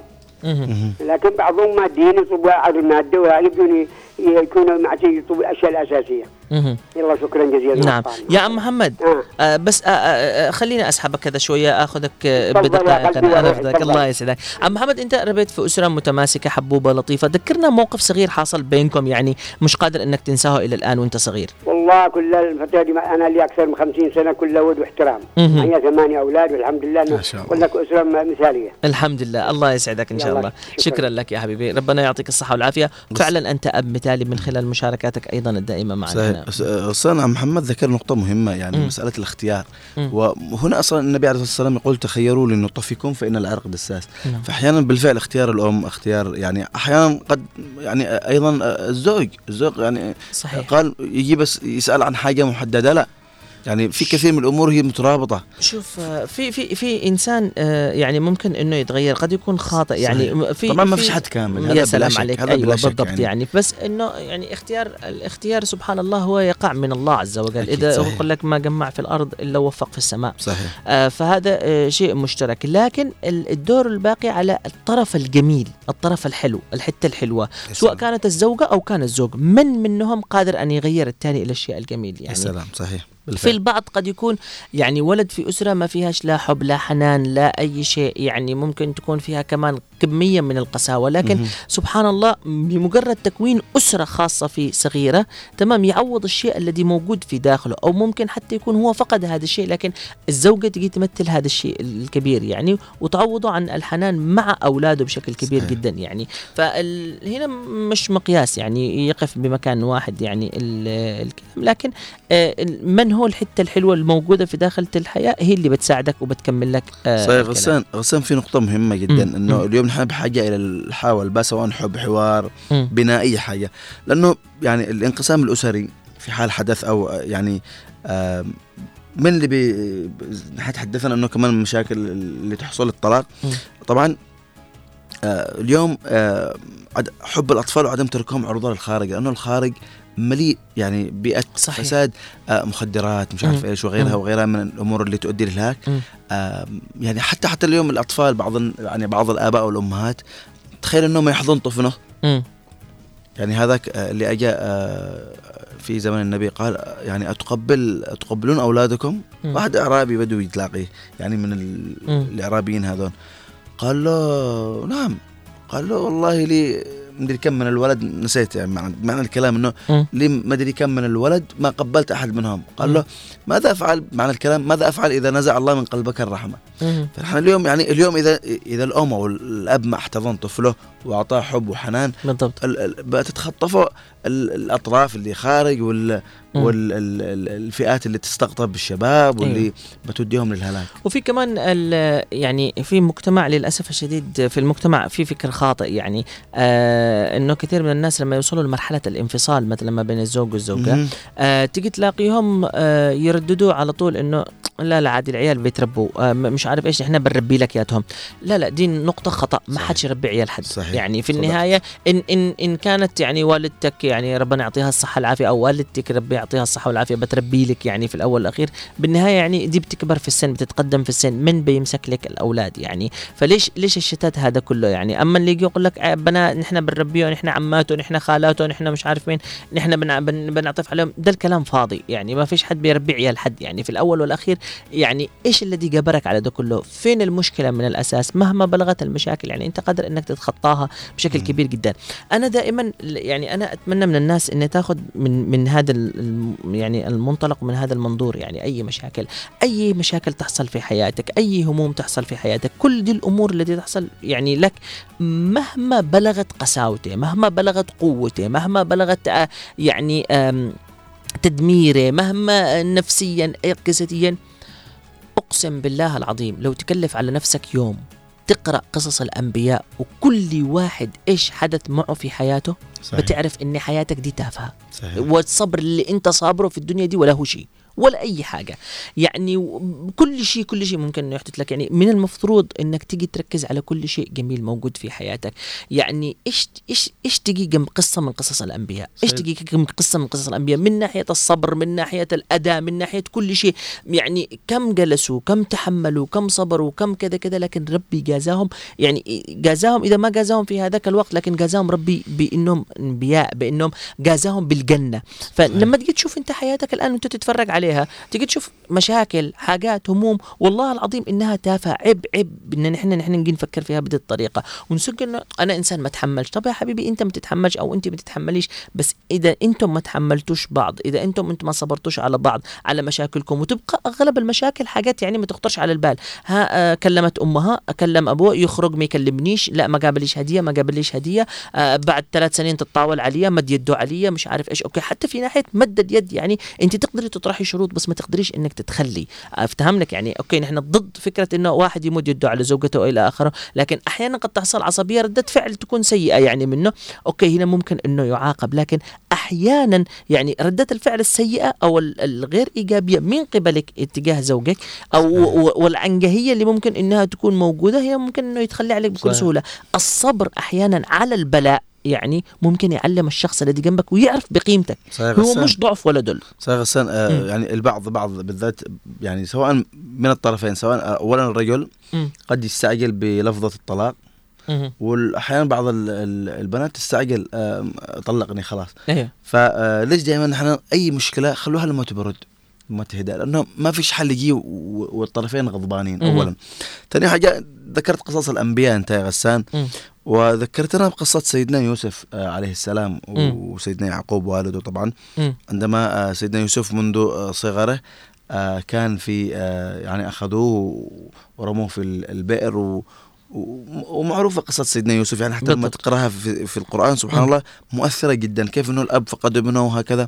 لكن بعضهم ماديين يطلبوا عرض المادة ويبدون يكونوا معتي يطلبوا الأشياء الأساسية. يلا شكرا جزيلا. نعم يا عم محمد. آه. آه بس آه آه خليني أسحبك كذا شوية، أخذك بدقائق أنا أرفضك. الله يسعدك عم محمد. أنت ربيت في أسرة متماسكة حبوبة لطيفة، ذكرنا موقف صغير حاصل بينكم يعني مش قادر أنك تنساه إلى الآن وأنت صغير. والله كل الفترة دي أنا لي أكثر من خمسين سنة كلها ود واحترام، معي ثمانية أولاد والحمد لله ولك أسرة مثالية. الحمد لله. الله يسعدك إن شاء الله. شكرا. شكرا لك يا حبيبي، ربنا يعطيك الصحة والعافية. فعلا أنت أب مثالي من خلال مشاركاتك أيضا الدائمة معنا. أصلا عم محمد ذكر نقطة مهمة يعني م. مسألة الاختيار. م. وهنا أصلا النبي عليه الصلاة والسلام يقول تخيروا لنطفكم فإن العرق دساس. م. فأحيانا بالفعل اختيار الأم، اختيار يعني أحيانا قد يعني أيضا الزوج الزوج يعني صحيح. قال يجي بس يسأل عن حاجة محددة، لا يعني في كثير من الأمور هي مترابطة. شوف في في في إنسان يعني ممكن إنه يتغير، قد يكون خاطئ يعني في طبعا ما فيش حد كامل. يا سلام عليك. أيوة بالضبط يعني. يعني بس إنه يعني اختيار الاختيار سبحان الله هو يقع من الله عز وجل. إذا يقول لك ما جمع في الأرض إلا وفق في السماء. صحيح. آه فهذا آه شيء مشترك، لكن الدور الباقي على الطرف الجميل، الطرف الحلو، الحتة الحلوة، سواء كانت الزوجة أو كان الزوج، من منهم قادر أن يغير الثاني إلى الشيء الجميل يعني. السلام صحيح. بالفعل. في البعض قد يكون يعني ولد في أسرة ما فيهاش لا حب لا حنان لا أي شيء، يعني ممكن تكون فيها كمان كمية من القساوة، لكن م- سبحان الله بمجرد تكوين أسرة خاصة في صغيرة تمام يعوض الشيء الذي موجود في داخله، أو ممكن حتى يكون هو فقد هذا الشيء لكن الزوجة تجي تمثل هذا الشيء الكبير يعني وتعوضه عن الحنان مع أولاده بشكل كبير صحيح. جدا يعني. فهنا مش مقياس يعني يقف بمكان واحد يعني الكلام، لكن من هو الحتة الحلوة الموجودة في داخل الحياة هي اللي بتساعدك وبتكمل لك. آه صحيح. غسان غسان في نقطة مهمة جدا م- إنه م- اليوم نحن بحاجة إلى الحوار بس سواء حب حوار م- بناء أي حاجة، لأنه يعني الانقسام الأسري في حال حدث أو يعني آه من اللي بي حتحدثنا إنه كمان مشاكل اللي تحصل الطلاق. م- طبعا آه اليوم آه حب الأطفال وعدم تركهم عرضة للخارج، لأنه الخارج مليء يعني بيئة صحيح. فساد، آه مخدرات مش عارف ايش وغيرها مم. وغيرها من الامور اللي تؤدي للهلاك. آه يعني حتى حتى اليوم الاطفال بعض يعني بعض الاباء والامهات تخيل انه ما يحضن طفله. مم. يعني هذاك آه اللي اجى آه في زمن النبي قال يعني اتقبل تقبلون اولادكم. مم. واحد اعرابي بدوي تلاقيه يعني من الاعرابيين هذول، قال له نعم، قال له والله لي مدري كم من الولد نسيت يعني معنى, معنى الكلام انه لي مدري كم من الولد ما قبلت احد منهم. قال له ماذا افعل معنى الكلام ماذا افعل اذا نزع الله من قلبك الرحمه. فنحن اليوم يعني اليوم اذا اذا الام او الاب ما احتضن طفله واعطاه حب وحنان بالضبط بتتخطفوا الاطراف اللي خارج وال والفئات اللي تستقطب بالشباب واللي أيوه. بتوديهم للهلاك. وفي كمان يعني في مجتمع للأسف الشديد في المجتمع في فكر خاطئ يعني آه إنه كثير من الناس لما يوصلوا لمرحلة الانفصال مثلا ما بين الزوج والزوجة آه تيجي تلاقيهم آه يرددوا على طول إنه لا لا عادي العيال بيتربوا آه مش عارف إيش إحنا بنربي لك ياتهم. لا لا دي نقطة خطأ، ما حدش يربي عيال حد. صحيح. يعني في النهاية إن إن إن كانت يعني والدتك يعني ربنا يعطيها الصحة العافية أو والدتك ربي يعطيها الصحة والعافية بتربي لك يعني في الأول والأخير بالنهاية يعني دي بتكبر في السن بتتقدم في السن، من بيمسك لك الأولاد يعني. فليش ليش الشتات هذا كله يعني؟ أما اللي يقول لك بنا نحن بنربيه نحن عماته نحن خالاته نحن مش عارف مين نحن بن بن بنعطف عليهم، ده الكلام فاضي يعني. ما فيش حد بيربي عيال حد يعني في الأول والأخير يعني. إيش الذي جبرك على ده كله؟ فين المشكلة من الأساس؟ مهما بلغت المشاكل يعني أنت قادر إنك تتخطاها بشكل م. كبير جدا. أنا دائما يعني أنا أتمنى من الناس إن تأخذ من من هذا يعني المنطلق من هذا المنظور يعني أي مشاكل أي مشاكل تحصل في حياتك، أي هموم تحصل في حياتك، كل دي الأمور التي تحصل يعني لك مهما بلغت قساوته مهما بلغت قوته مهما بلغت يعني تدميره مهما نفسيا جسديا، أقسم بالله العظيم لو تكلف على نفسك يوم تقرأ قصص الأنبياء وكل واحد إيش حدث معه في حياته، صحيح. بتعرف إن حياتك دي تافهة، والصبر اللي أنت صابره في الدنيا دي ولا هو شيء ولا أي حاجة. يعني كل شيء كل شيء ممكن إنه يحدث لك. يعني من المفروض إنك تيجي تركز على كل شيء جميل موجود في حياتك. يعني إيش إيش إيش تجي جنب قصة من قصص الأنبياء، إيش تجي جنب قصة من قصص الأنبياء من ناحية الصبر، من ناحية الأداء، من ناحية كل شيء. يعني كم جلسوا، كم تحملوا، كم صبروا، كم كذا كذا، لكن ربي جازاهم. يعني جازاهم إذا ما جازاهم في هذاك الوقت، لكن جازاهم ربي بإنهم أنبياء، بإنهم جازاهم بالجنة. فلما تجي تشوف أنت حياتك الآن وأنت تتفرج عليها، تيجي تشوف مشاكل، حاجات، هموم، والله العظيم انها تافهه. عيب عيب ان نحن نحن نجي نفكر فيها بهذه الطريقه ونسك انه انا انسان ما تحملش. طب يا حبيبي انت ما تتحملش او انت ما تتحمليش، بس اذا انتم ما تحملتوش بعض، اذا انتم انتم ما صبرتوش على بعض على مشاكلكم، وتبقى اغلب المشاكل حاجات يعني ما تخطرش على البال. ها آه كلمت امها، اكلم ابوه، يخرج ما يكلمنيش، لا ما قابليش هديه، ما قابليش هديه، آه بعد ثلاث سنين تتطاول عليا، مد يده عليا، مش عارف ايش. اوكي حتى في ناحيه مد يد، يعني انت تقدري تطرحي شروط بس ما تقدريش انك تتخلي. افتهم لك يعني اوكي نحن ضد فكره انه واحد يمد يده على زوجته والى اخره، لكن احيانا قد تحصل عصبيه، رده فعل تكون سيئه يعني منه. اوكي هنا ممكن انه يعاقب، لكن احيانا يعني رده الفعل السيئه او الغير ايجابيه من قبلك اتجاه زوجك او والعنجهيه اللي ممكن انها تكون موجوده، هي ممكن انه يتخلى عليك بكل سهوله. الصبر احيانا على البلاء يعني ممكن يعلم الشخص الذي جنبك ويعرف بقيمتك. هو مش ضعف ولا دل. صحيح غسان. آه يعني البعض بعض بالذات يعني سواء من الطرفين، سواء اولا الرجل م. قد يستعجل بلفظة الطلاق، واحيانا بعض البنات تستعجل آه طلقني خلاص. إيه. فليش دائما نحن اي مشكلة خلوها لما تبرد ما تهدأ، لانه ما فيش حل يجي والطرفين غضبانين. اولا ثاني حاجة ذكرت قصص الانبياء انت يا غسان، م. وذكرتنا بقصة سيدنا يوسف عليه السلام م. وسيدنا يعقوب والده طبعا. م. عندما سيدنا يوسف منذ صغره كان في يعني أخذوه ورموه في البئر، و ومعروفة قصة سيدنا يوسف يعني حتى لما تقرأها في, في القرآن سبحان م. الله مؤثرة جدا، كيف أنه الأب فقد ابنه وهكذا.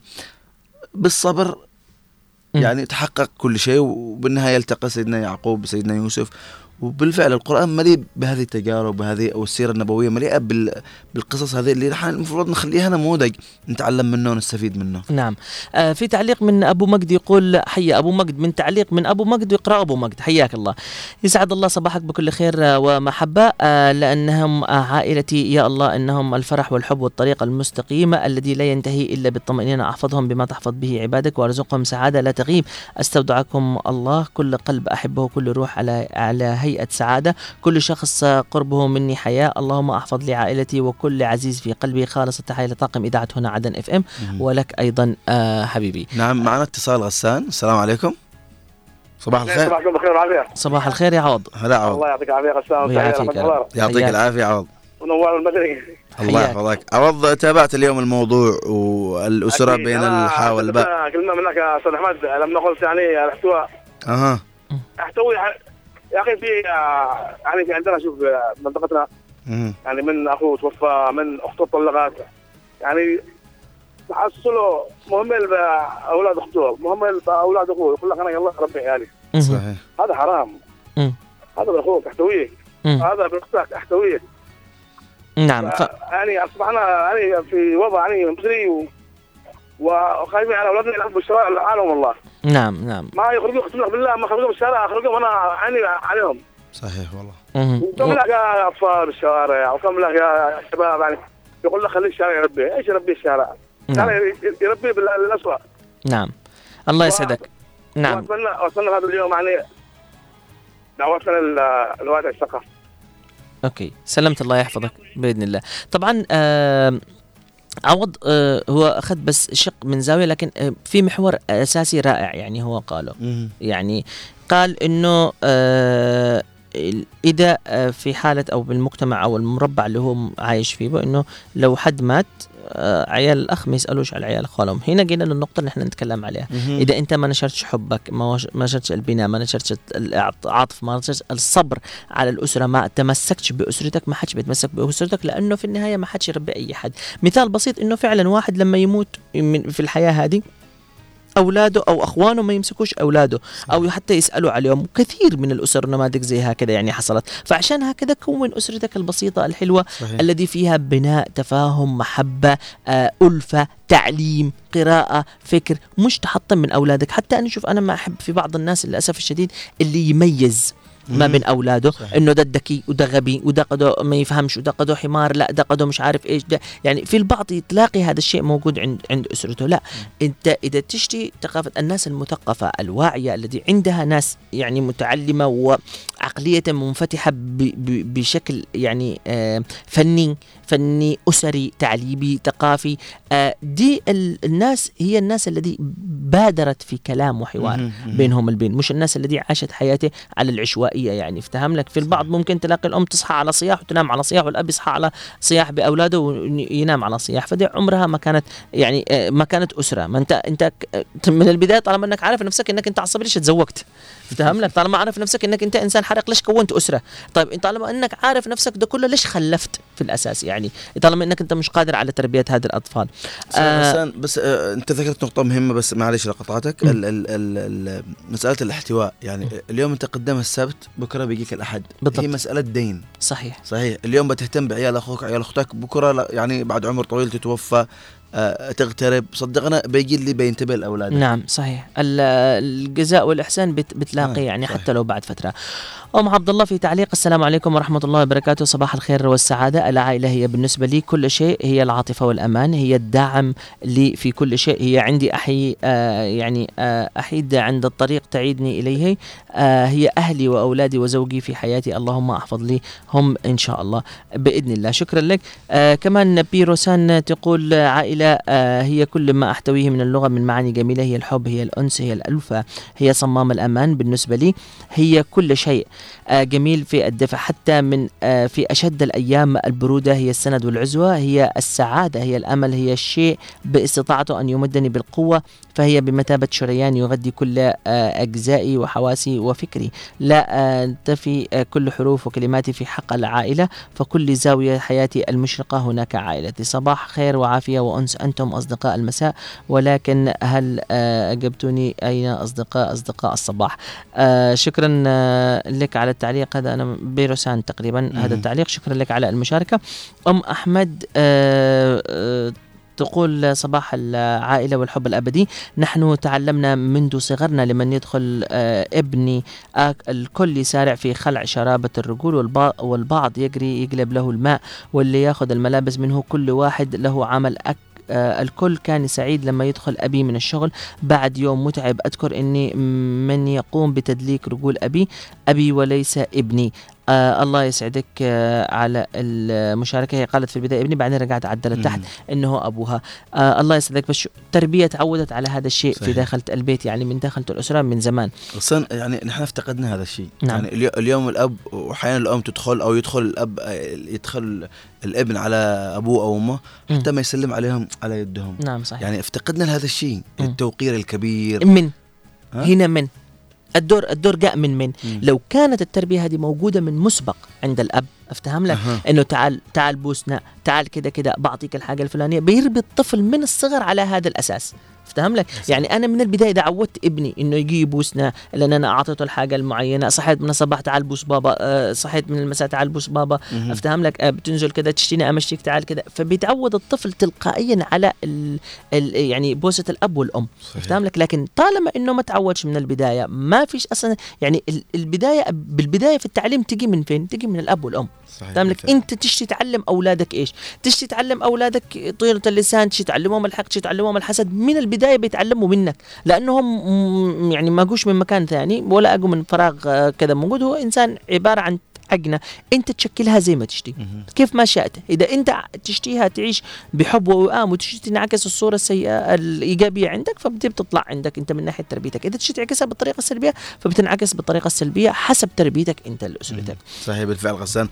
بالصبر م. يعني تحقق كل شيء، وبالنهاية يلتقى سيدنا يعقوب بسيدنا يوسف. وبالفعل القرآن مليء بهذه التجارب، وهذه أو السيرة النبوية مليئة بالقصص هذه اللي نحن المفروض نخليها نموذج نتعلم منه ونستفيد منه. نعم. آه في تعليق من أبو مجد يقول حيا أبو مجد، من تعليق من أبو مجد يقرأ أبو مجد، حياك الله، يسعد الله صباحك بكل خير ومحبة. آه لأنهم عائلتي يا الله، إنهم الفرح والحب والطريق المستقيم الذي لا ينتهي إلا بالطمأنينة. أحفظهم بما تحفظ به عبادك وارزقهم سعادة لا تغيب. استودعكم الله، كل قلب أحبه، كل روح على على هيئة سعادة، كل شخص قربه مني حياة. اللهم أحفظ لي عائلتي وكل عزيز في قلبي. خالص التحية لطاقم إذاعة هنا عدن اف ام، ولك أيضا آه حبيبي. نعم معنا اتصال غسان. السلام عليكم. صباح الخير. صباحكم بخير والعافية. صباح الخير يا عوض. هلا عوض. الله يعطيك العافية غسان. ويعافيك. يعطيك العافية عوض. ونوار المدني. الله يحفظك عوض. تابعت اليوم الموضوع والأسرة بين الحاء والباء. كلمة منك يا أستاذ أحمد لما قلت يعني الاحتواء. أها. احتوي يا أخي في يعني في عندنا شوف منطقتنا يعني من أخوه توفى، من أخته طلقت، يعني تحصله مهمل بأولاد أخته، مهمل بأولاد أخوه، يقول لك أنا يلا ربي عيالي. صحيح. هذا حرام. مم. هذا بأخوك احتويه، هذا بأختك احتويه. نعم. ف... يعني أصبحنا يعني في وضع يعني مزري و... وخايفين على أولادنا يلعبوا بالشوارع العالم والله. نعم نعم. ما يخرجوا قسم بالله، ما خرجوا بالشارع، خرجوا أنا عيني عليهم. صحيح والله. وكم لك يا أطفال بالشوارع، وكم لك يا شباب يعني يقول لك خلي الشارع يربي، إيش يربي الشارع؟ نعم. يعني يربي بالأسوأ. نعم. الله يسعدك. و... نعم. وأتمنى وأتمنى هذا اليوم يعني دعوتنا للوادع الثقافي. أوكي سلمت الله يحفظك بإذن الله. طبعا آه عوض آه هو أخذ بس شق من زاوية، لكن آه في محور أساسي رائع يعني هو قاله. يعني قال إنه آه إذا آه في حالة أو بالمجتمع أو المربع اللي هو عايش فيه، إنه لو حد مات آه عيال الأخ ما يسألوش على عيال خالهم. هنا جينا للنقطة اللي احنا نتكلم عليها. إذا أنت ما نشرتش حبك، ما نشرتش البناء، ما نشرتش العاطف، ما نشرتش الصبر على الأسرة، ما تمسكتش بأسرتك، ما حدش بيتمسك بأسرتك، لأنه في النهاية ما حدش يربي أي حد. مثال بسيط إنه فعلا واحد لما يموت في الحياة هذه أولاده أو أخوانه ما يمسكوش أولاده أو حتى يسألوا عليهم. كثير من الأسر نماذج زي هكذا يعني حصلت. فعشان هكذا كون أسرتك البسيطة الحلوة صحيح. الذي فيها بناء تفاهم محبة آه، ألفة تعليم قراءة فكر، مش تحطم من أولادك. حتى أنا شوف أنا ما أحب في بعض الناس للأسف الشديد اللي يميز ما بين اولاده صحيح. انه ده ذكي وده غبي وده قدو ما يفهمش وده قدو حمار، لا ده قدو مش عارف ايش ده. يعني في البعض تلاقي هذا الشيء موجود عند عند اسرته. لا م. انت اذا تشتي ثقافه الناس المثقفه الواعيه التي عندها ناس يعني متعلمه وعقليه منفتحه ب ب بشكل يعني آه فني فني اسري تعليمي ثقافي، آه دي الناس هي الناس الذي بادرت في كلام وحوار م. م. بينهم البين، مش الناس الذي عاشت حياته على العشوائيه. يعني افتهم لك في البعض ممكن تلاقي الأم تصحى على صياح وتنام على صياح، والأب يصحى على صياح بأولاده وينام على صياح. فدي عمرها ما كانت يعني ما كانت أسرة. ما أنت أنت من البداية طالما أنك عارف نفسك أنك أنت عصبي ليش تزوجت؟ افتهم لك طالما عارف نفسك أنك أنت إنسان حرق ليش كونت أسرة؟ طيب أنت طالما أنك عارف نفسك ده كله ليش خلفت في الأساس؟ يعني طالما أنك أنت مش قادر على تربية هذه الأطفال. آه بس آه أنت ذكرت نقطة مهمة بس معلش لقطعتك، ال ال ال مسألة الاحتواء. يعني اليوم أنت قدام السبت بكرة بيجيك الأحد بالضبط. هي مسألة دين. صحيح صحيح. اليوم بتهتم بعيال أخوك عيال أختك، بكرة يعني بعد عمر طويل تتوفى أه تغترب، صدقنا بيجي اللي بينتبه الأولاد. نعم صحيح. الجزاء والإحسان بت بتلاقي آه يعني صحيح. حتى لو بعد فترة. أم عبد الله في تعليق: السلام عليكم ورحمة الله وبركاته، صباح الخير والسعادة. العائلة هي بالنسبة لي كل شيء، هي العاطفة والأمان، هي الداعم لي في كل شيء، هي عندي أحي آه يعني آه أحيد عند الطريق تعيدني إليه، آه هي أهلي وأولادي وزوجي في حياتي، اللهم أحفظ لي هم إن شاء الله بإذن الله. شكرا لك. آه كمان بيروسان تقول: عائلة آه هي كل ما أحتويه من اللغة من معاني جميلة، هي الحب، هي الأنس، هي الألفة، هي صمام الأمان بالنسبة لي، هي كل شيء آه جميل في الدفع حتى من آه في أشد الأيام البرودة، هي السند والعزوة، هي السعادة، هي الأمل، هي الشيء باستطاعته أن يمدني بالقوة، فهي بمثابة شريان يغذي كل آه أجزائي وحواسي وفكري. لا آه تفي آه كل حروف وكلماتي في حق العائلة، فكل زاوية حياتي المشرقة هناك عائلتي. صباح خير وعافية وأنس، أنتم أصدقاء المساء، ولكن هل آه أجبتوني أين أصدقاء أصدقاء الصباح؟ آه شكرا آه لك على التعليق هذا. أنا بيروسان تقريبا م- هذا التعليق. شكرا لك على المشاركة. أم أحمد آه آه تقول: صباح العائلة والحب الأبدي، نحن تعلمنا منذ صغرنا لمن يدخل آه ابني آه الكل يسارع في خلع شرابة الرجول، والبعض يجري يقلب له الماء، واللي ياخذ الملابس منه كل واحد له عمل أك آه الكل كان سعيد لما يدخل أبي من الشغل بعد يوم متعب. أذكر أني من يقوم بتدليك رجول أبي أبي وليس ابني. آه الله يسعدك آه على المشاركة. هي قالت في البداية ابني، بعدين رجعت عدلت تحت إنه أبوها. آه الله يسعدك. بس تربية تعودت على هذا الشيء صحيح. في داخل البيت، يعني من داخل الأسرة من زمان. أصلا يعني نحن افتقدنا هذا الشيء. نعم. يعني اليوم الأب وأحيانا الأم تدخل أو يدخل الأب يدخل الابن على أبوه أو أمه حتى ما يسلم عليهم على يدهم. نعم صحيح. يعني افتقدنا لهذا الشيء، التوقير الكبير. من ها؟ هنا من الدور الدور جاء من من مم. لو كانت التربية هذه موجودة من مسبق عند الأب، افتهم لك أه. انه تعال تعال بوسنا، تعال كده كده بعطيك الحاجة الفلانية، بيربي الطفل من الصغر على هذا الأساس. افتهم لك أساس. يعني أنا من البداية دعوت ابني إنه يجي يبوسنا، لأن أنا أعطيته الحاجة المعينة. صحيت من الصباح تعال بوس بابا، أه صحيت من المساء تعال بوس بابا. مم. افتهم لك. أه بتنزل كده تشتيني أمشيك تعال كده، فبيتعود الطفل تلقائيا على ال ال يعني بوسة الأب والأم. افتهم لك. لكن طالما إنه ما تعودش من البداية، ما فيش أصلا يعني البداية بالبداية في التعليم تجي من فين؟ تجي من الأب والأم. فاهم لك؟ انت تشتي تعلم اولادك ايش؟ تشتي تعلم اولادك طيلة اللسان، تشتي تعلمهم الحق، تشتي تعلمهم الحسد، من البدايه بيتعلموا منك، لانهم يعني ما جوش من مكان ثاني ولا اجوا من فراغ كذا موجود. هو انسان عباره عن عجنة انت تشكلها زي ما تشتي كيف ما شئت. اذا انت تشتيها تعيش بحب ووئام وتشتي تنعكس الصوره السيئه الايجابيه عندك، فبتطلع عندك انت من ناحيه تربيتك. اذا تشتي تعكسها بالطريقه السلبيه فبتنعكس بالطريقه السلبيه حسب تربيتك انت لاسرتك. صحيح بالفعل غسان.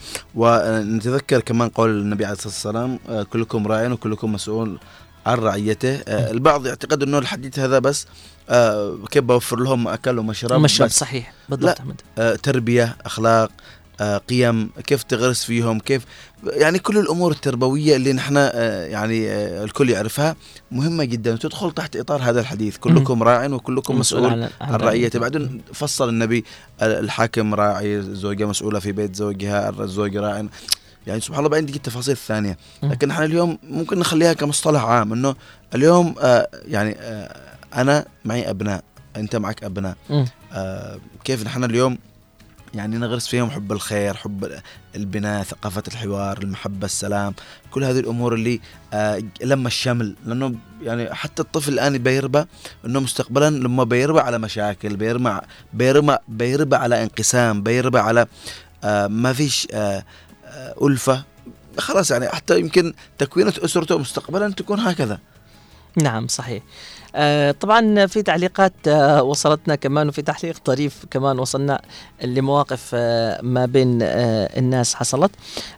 ونتذكر كمان قول النبي عليه الصلاه والسلام: كلكم راع وكلكم مسؤول عن رعيته. آه البعض يعتقد انه الحديث هذا بس آه كيف بوفر لهم اكل ومشرب. ومشرب صحيح بالضبط. آه تربيه، اخلاق، آه قيم، كيف تغرس فيهم، كيف يعني كل الأمور التربوية اللي نحن آه يعني آه الكل يعرفها مهمة جدا، تدخل تحت إطار هذا الحديث. كلكم راع وكلكم مسؤول عن رعيته. بعدين فصل النبي الحاكم راعي، الزوجة مسؤولة في بيت زوجها، الزوج راع، يعني سبحان الله. بعدين تجي التفاصيل الثانية، لكن نحن اليوم ممكن نخليها كمصطلح عام إنه اليوم آه يعني آه أنا معي أبناء، أنت معك أبناء، آه كيف نحن اليوم يعني نغرس فيهم حب الخير، حب البناء، ثقافة الحوار، المحبة، السلام، كل هذه الأمور اللي آه لما الشمل. لأنه يعني حتى الطفل الآن بيربى إنه مستقبلا لما بيربى على مشاكل، بيربى بيربى بيربى على انقسام، بيربى على آه ما فيش آه آه ألفة، خلاص يعني حتى يمكن تكوينة أسرته مستقبلا تكون هكذا. نعم صحيح. آه طبعا في تعليقات آه وصلتنا كمان، وفي تعليق طريف كمان وصلنا لمواقف آه ما بين آه الناس حصلت.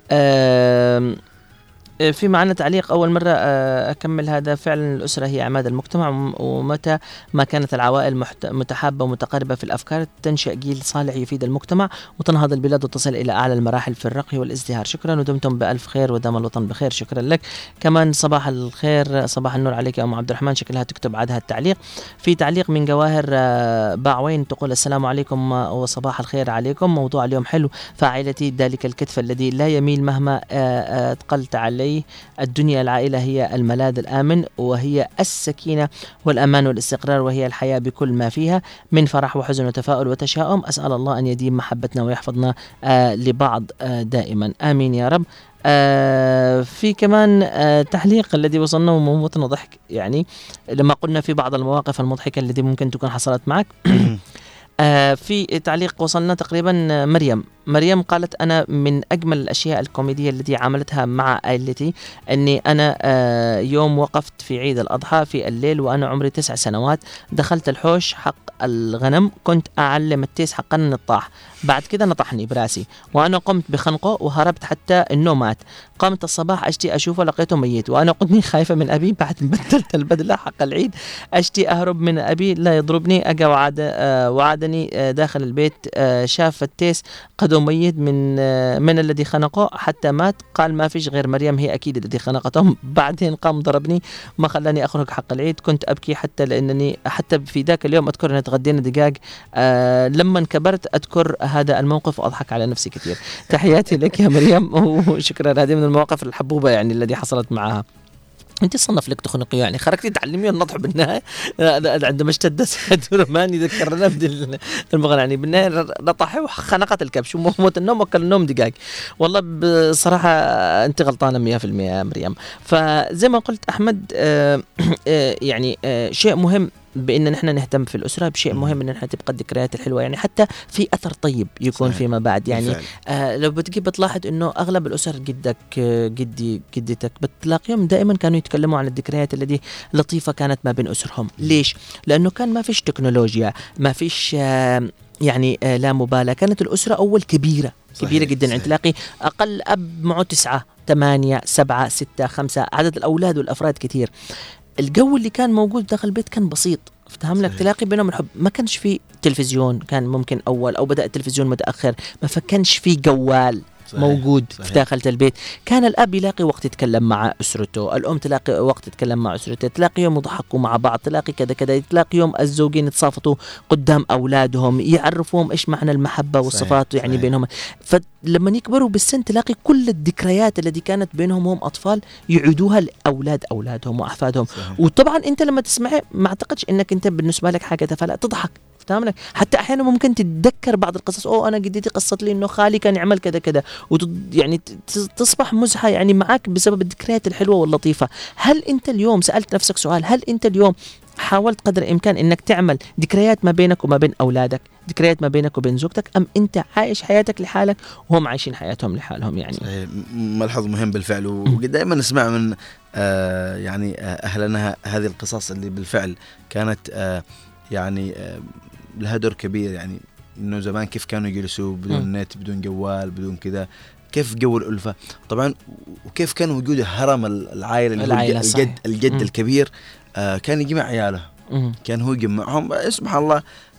آه في معنا تعليق أول مرة أكمل هذا. فعلا الأسرة هي عماد المجتمع، ومتى ما كانت العوائل متحابة ومتقاربة في الأفكار تنشأ جيل صالح يفيد المجتمع وتنهض البلاد وتصل إلى أعلى المراحل في الرقي والازدهار. شكرا ودمتم بألف خير ودام الوطن بخير. شكرا لك كمان. صباح الخير، صباح النور عليك يا أم عبد الرحمن. شكلها تكتب عدها التعليق. في تعليق من جواهر باعوين تقول السلام عليكم وصباح الخير عليكم. موضوع اليوم حلو. فعائلتي ذلك الكتف الذي لا يميل مهما تقلت عليه. الدنيا العائلة هي الملاذ الآمن، وهي السكينة والأمان والاستقرار، وهي الحياة بكل ما فيها من فرح وحزن وتفاؤل وتشاؤم. أسأل الله أن يديم محبتنا ويحفظنا آه لبعض آه دائما، آمين يا رب. آه في كمان آه تعليق الذي وصلنا وموتنا ضحك، يعني لما قلنا في بعض المواقف المضحكة التي ممكن تكون حصلت معك. آه في تعليق وصلنا تقريبا مريم مريم قالت أنا من أجمل الأشياء الكوميدية التي عملتها مع عائلتي أني أنا آه يوم وقفت في عيد الأضحى في الليل وأنا عمري تسع سنوات، دخلت الحوش حق الغنم، كنت أعلم التيس حقا النطاح، بعد كده نطحني براسي وأنا قمت بخنقه وهربت حتى النوم مات. قامت الصباح أشتي أشوفه لقيته ميت وأنا قدني خايفة من أبي. بعد بدلت البدلة حق العيد أشتي أهرب من أبي لا يضربني. أجا وعد آه وعدني آه داخل البيت آه شاف التيس قد ميت من آه من الذي خنقه حتى مات. قال ما فيش غير مريم هي أكيد الذي خنقتهم. بعدين قام ضربني ما خلاني أخرج حق العيد. كنت أبكي حتى لأنني حتى في ذاك اليوم أذكر أن تغدينا دجاج. آه لما كبرت أذكر هذا الموقف وأضحك على نفسي كثير. تحياتي لك يا مريم وشكرا. هذه من المواقف الحبوبة يعني الذي حصلت معها. انت صنف لك تخنقي يعني خرجتي تعلمي النطح بالنهايه عندما اشتد سادورمان ذكرنا بالمغنى يعني بالنهايه نطح وخنقت الكبش وموت النوم وكل النوم دقائق. والله بصراحه انت غلطانه مية بالمية يا مريم. فزي ما قلت احمد آآ آآ يعني آآ شيء مهم بأن نحن نهتم في الأسرة، بشيء مهم أن نحن تبقى الذكريات الحلوة يعني حتى في أثر طيب يكون صحيح. فيما بعد يعني آه لو بتجي بتلاحظ أنه أغلب الأسر جدك جدي جدتك بتلاقيهم دائما كانوا يتكلموا عن الذكريات التي لطيفة كانت ما بين أسرهم. ليش؟ لأنه كان ما فيش تكنولوجيا، ما فيش آه يعني آه لا مبالاة. كانت الأسرة أول كبيرة صحيح. كبيرة جدا يعني تلاقي أقل أب معه تسعة ثمانية سبعة ستة خمسة، عدد الأولاد والأفراد كثير. الجو اللي كان موجود داخل البيت كان بسيط، افتهم لك تلاقي بينهم الحب. ما كانش في تلفزيون، كان ممكن أول أو بدأ التلفزيون متأخر، ما فكانش في جوال صحيح. موجود صحيح. في داخل البيت. كان الأب يلاقي وقت يتكلم مع أسرته، الأم تلاقي وقت تتكلم مع أسرته، تلاقي يوم يضحكوا مع بعض، تلاقي كذا كذا، تلاقي يوم الزوجين يتصافتوا قدام أولادهم، يعرفوهم إيش معنى المحبة والصفات صحيح. يعني صحيح. بينهم. فلما يكبروا بالسن تلاقي كل الذكريات التي كانت بينهم وهم أطفال يعيدوها لأولاد أولادهم وأحفادهم صحيح. وطبعا أنت لما تسمعه ما أعتقدش أنك أنت بالنسبة لك حاجة تفعلها، تضحك لك. حتى أحيانا ممكن تتذكر بعض القصص، أو أنا جدتي قصت لي إنه خالي كان يعمل كذا كذا، يعني تصبح مزحة يعني معك بسبب الذكريات الحلوة واللطيفة. هل أنت اليوم سألت نفسك سؤال، هل أنت اليوم حاولت قدر الإمكان إنك تعمل ذكريات ما بينك وما بين أولادك، ذكريات ما بينك وبين زوجتك، أم أنت عايش حياتك لحالك وهم عايشين حياتهم لحالهم؟ يعني ملحظ مهم بالفعل. ودائما نسمع من آه يعني آه أهلنا هذه القصص اللي بالفعل كانت آه يعني آه لها دور كبير. يعني إنه زمان كيف كانوا يجلسوا بدون نت، بدون جوال، بدون كذا، كيف جو الألفة طبعا، وكيف كان وجود هرم العائلة اللي العائلة هو الجد الجد مم. الكبير آه كان يجمع عياله، مم. كان هو يجمعهم. سبحان الله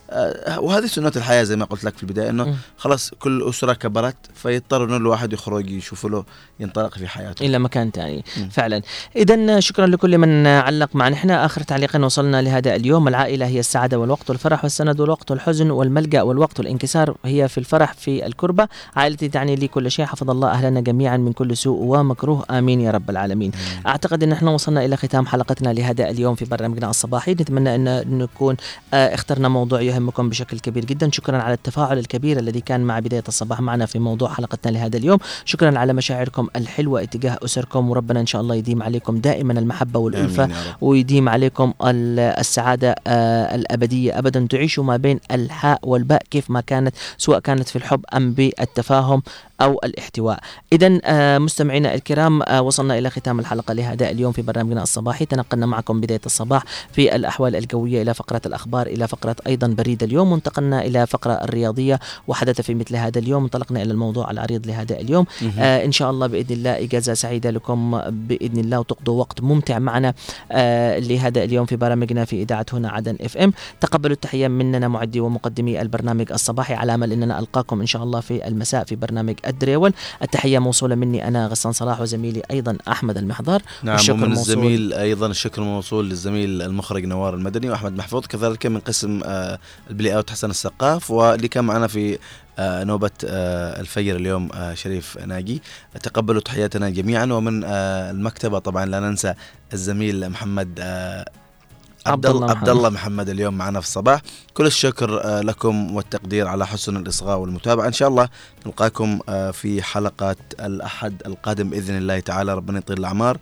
وهذه سنة الحياة زي ما قلت لك في البداية، إنه خلاص كل أسرة كبرت فيضطر إنه الواحد يخرج يشوف له ينطلق في حياته إلى مكان تاني. م. فعلا. إذن شكرا لكل من علق معنا. إحنا آخر تعليق وصلنا لهذا اليوم: العائلة هي السعادة والوقت والفرح والسند والوقت والحزن والملجأ والوقت والانكسار هي في الفرح في الكربة. عائلتي تعني لي كل شيء، حفظ الله أهلنا جميعا من كل سوء ومكروه، آمين يا رب العالمين. م. أعتقد إن إحنا وصلنا إلى ختام حلقتنا لهذا اليوم في برنامجنا الصباحي. نتمنى أن نكون آه اخترنا موضوع يهمكم بشكل كبير جدا. شكرا على التفاعل الكبير الذي كان مع بداية الصباح معنا في موضوع حلقتنا لهذا اليوم. شكرا على مشاعركم الحلوة اتجاه أسركم، وربنا إن شاء الله يديم عليكم دائما المحبة والألفة ويديم عليكم السعادة آه الأبدية أبدا. تعيشوا ما بين الحاء والباء كيف ما كانت، سواء كانت في الحب أم بالتفاهم أو الاحتواء. إذن آه مستمعينا الكرام، آه وصلنا إلى ختام الحلقة لهذا اليوم في برنامجنا الصباحي. تنقلنا معكم بداية الصباح في الأحوال الجوية إلى فقرة الأخبار، إلى فقرة أيضا بريد اليوم، وانتقلنا إلى فقرة الرياضية وحدث في مثل هذا اليوم. انطلقنا إلى الموضوع العريض لهذا اليوم. آه إن شاء الله بإذن الله إجازة سعيدة لكم بإذن الله، وتقضوا وقت ممتع معنا آه لهذا اليوم في برامجنا في إذاعة هنا عدن اف ام. تقبلوا التحية مننا معدي ومقدمي البرنامج الصباحي، على أمل أننا ألقاكم إن شاء الله في المساء في برنامج الدريول. التحية موصولة مني أنا غسان صلاح وزميلي أيضا أحمد المحضار. نعم، ومن الزميل أيضا الشكر موصول للزميل المخرج نوار المدني وأحمد محفوظ، كذلك من قسم آه البلاي أوت حسن السقاف، واللي كان معنا في آه نوبة آه الفجر اليوم آه شريف ناجي. تقبلوا تحياتنا جميعا. ومن آه المكتبة طبعا لا ننسى الزميل محمد آه عبد الله عبد الله محمد اليوم معنا في الصباح. كل الشكر آه لكم والتقدير على حسن الإصغاء والمتابعة. إن شاء الله نلقاكم آه في حلقة الأحد القادم بإذن الله تعالى، ربنا يطيل الأعمار.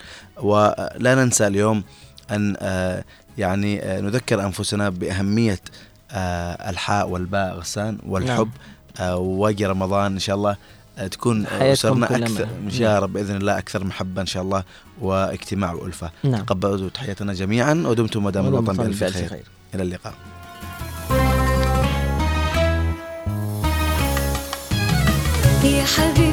ولا ننسى اليوم أن آه يعني آه نذكر أنفسنا بأهمية آه الحاء والباء غسان والحب. آه وواجي رمضان إن شاء الله آه تكون أسرنا أكثر يا رب بإذن الله، أكثر محبة إن شاء الله واجتماع وألفة. نعم. تقبلوا تحياتنا جميعا، ودمتم مدام الوطن بألف خير. خير. إلى اللقاء. يا حبيبي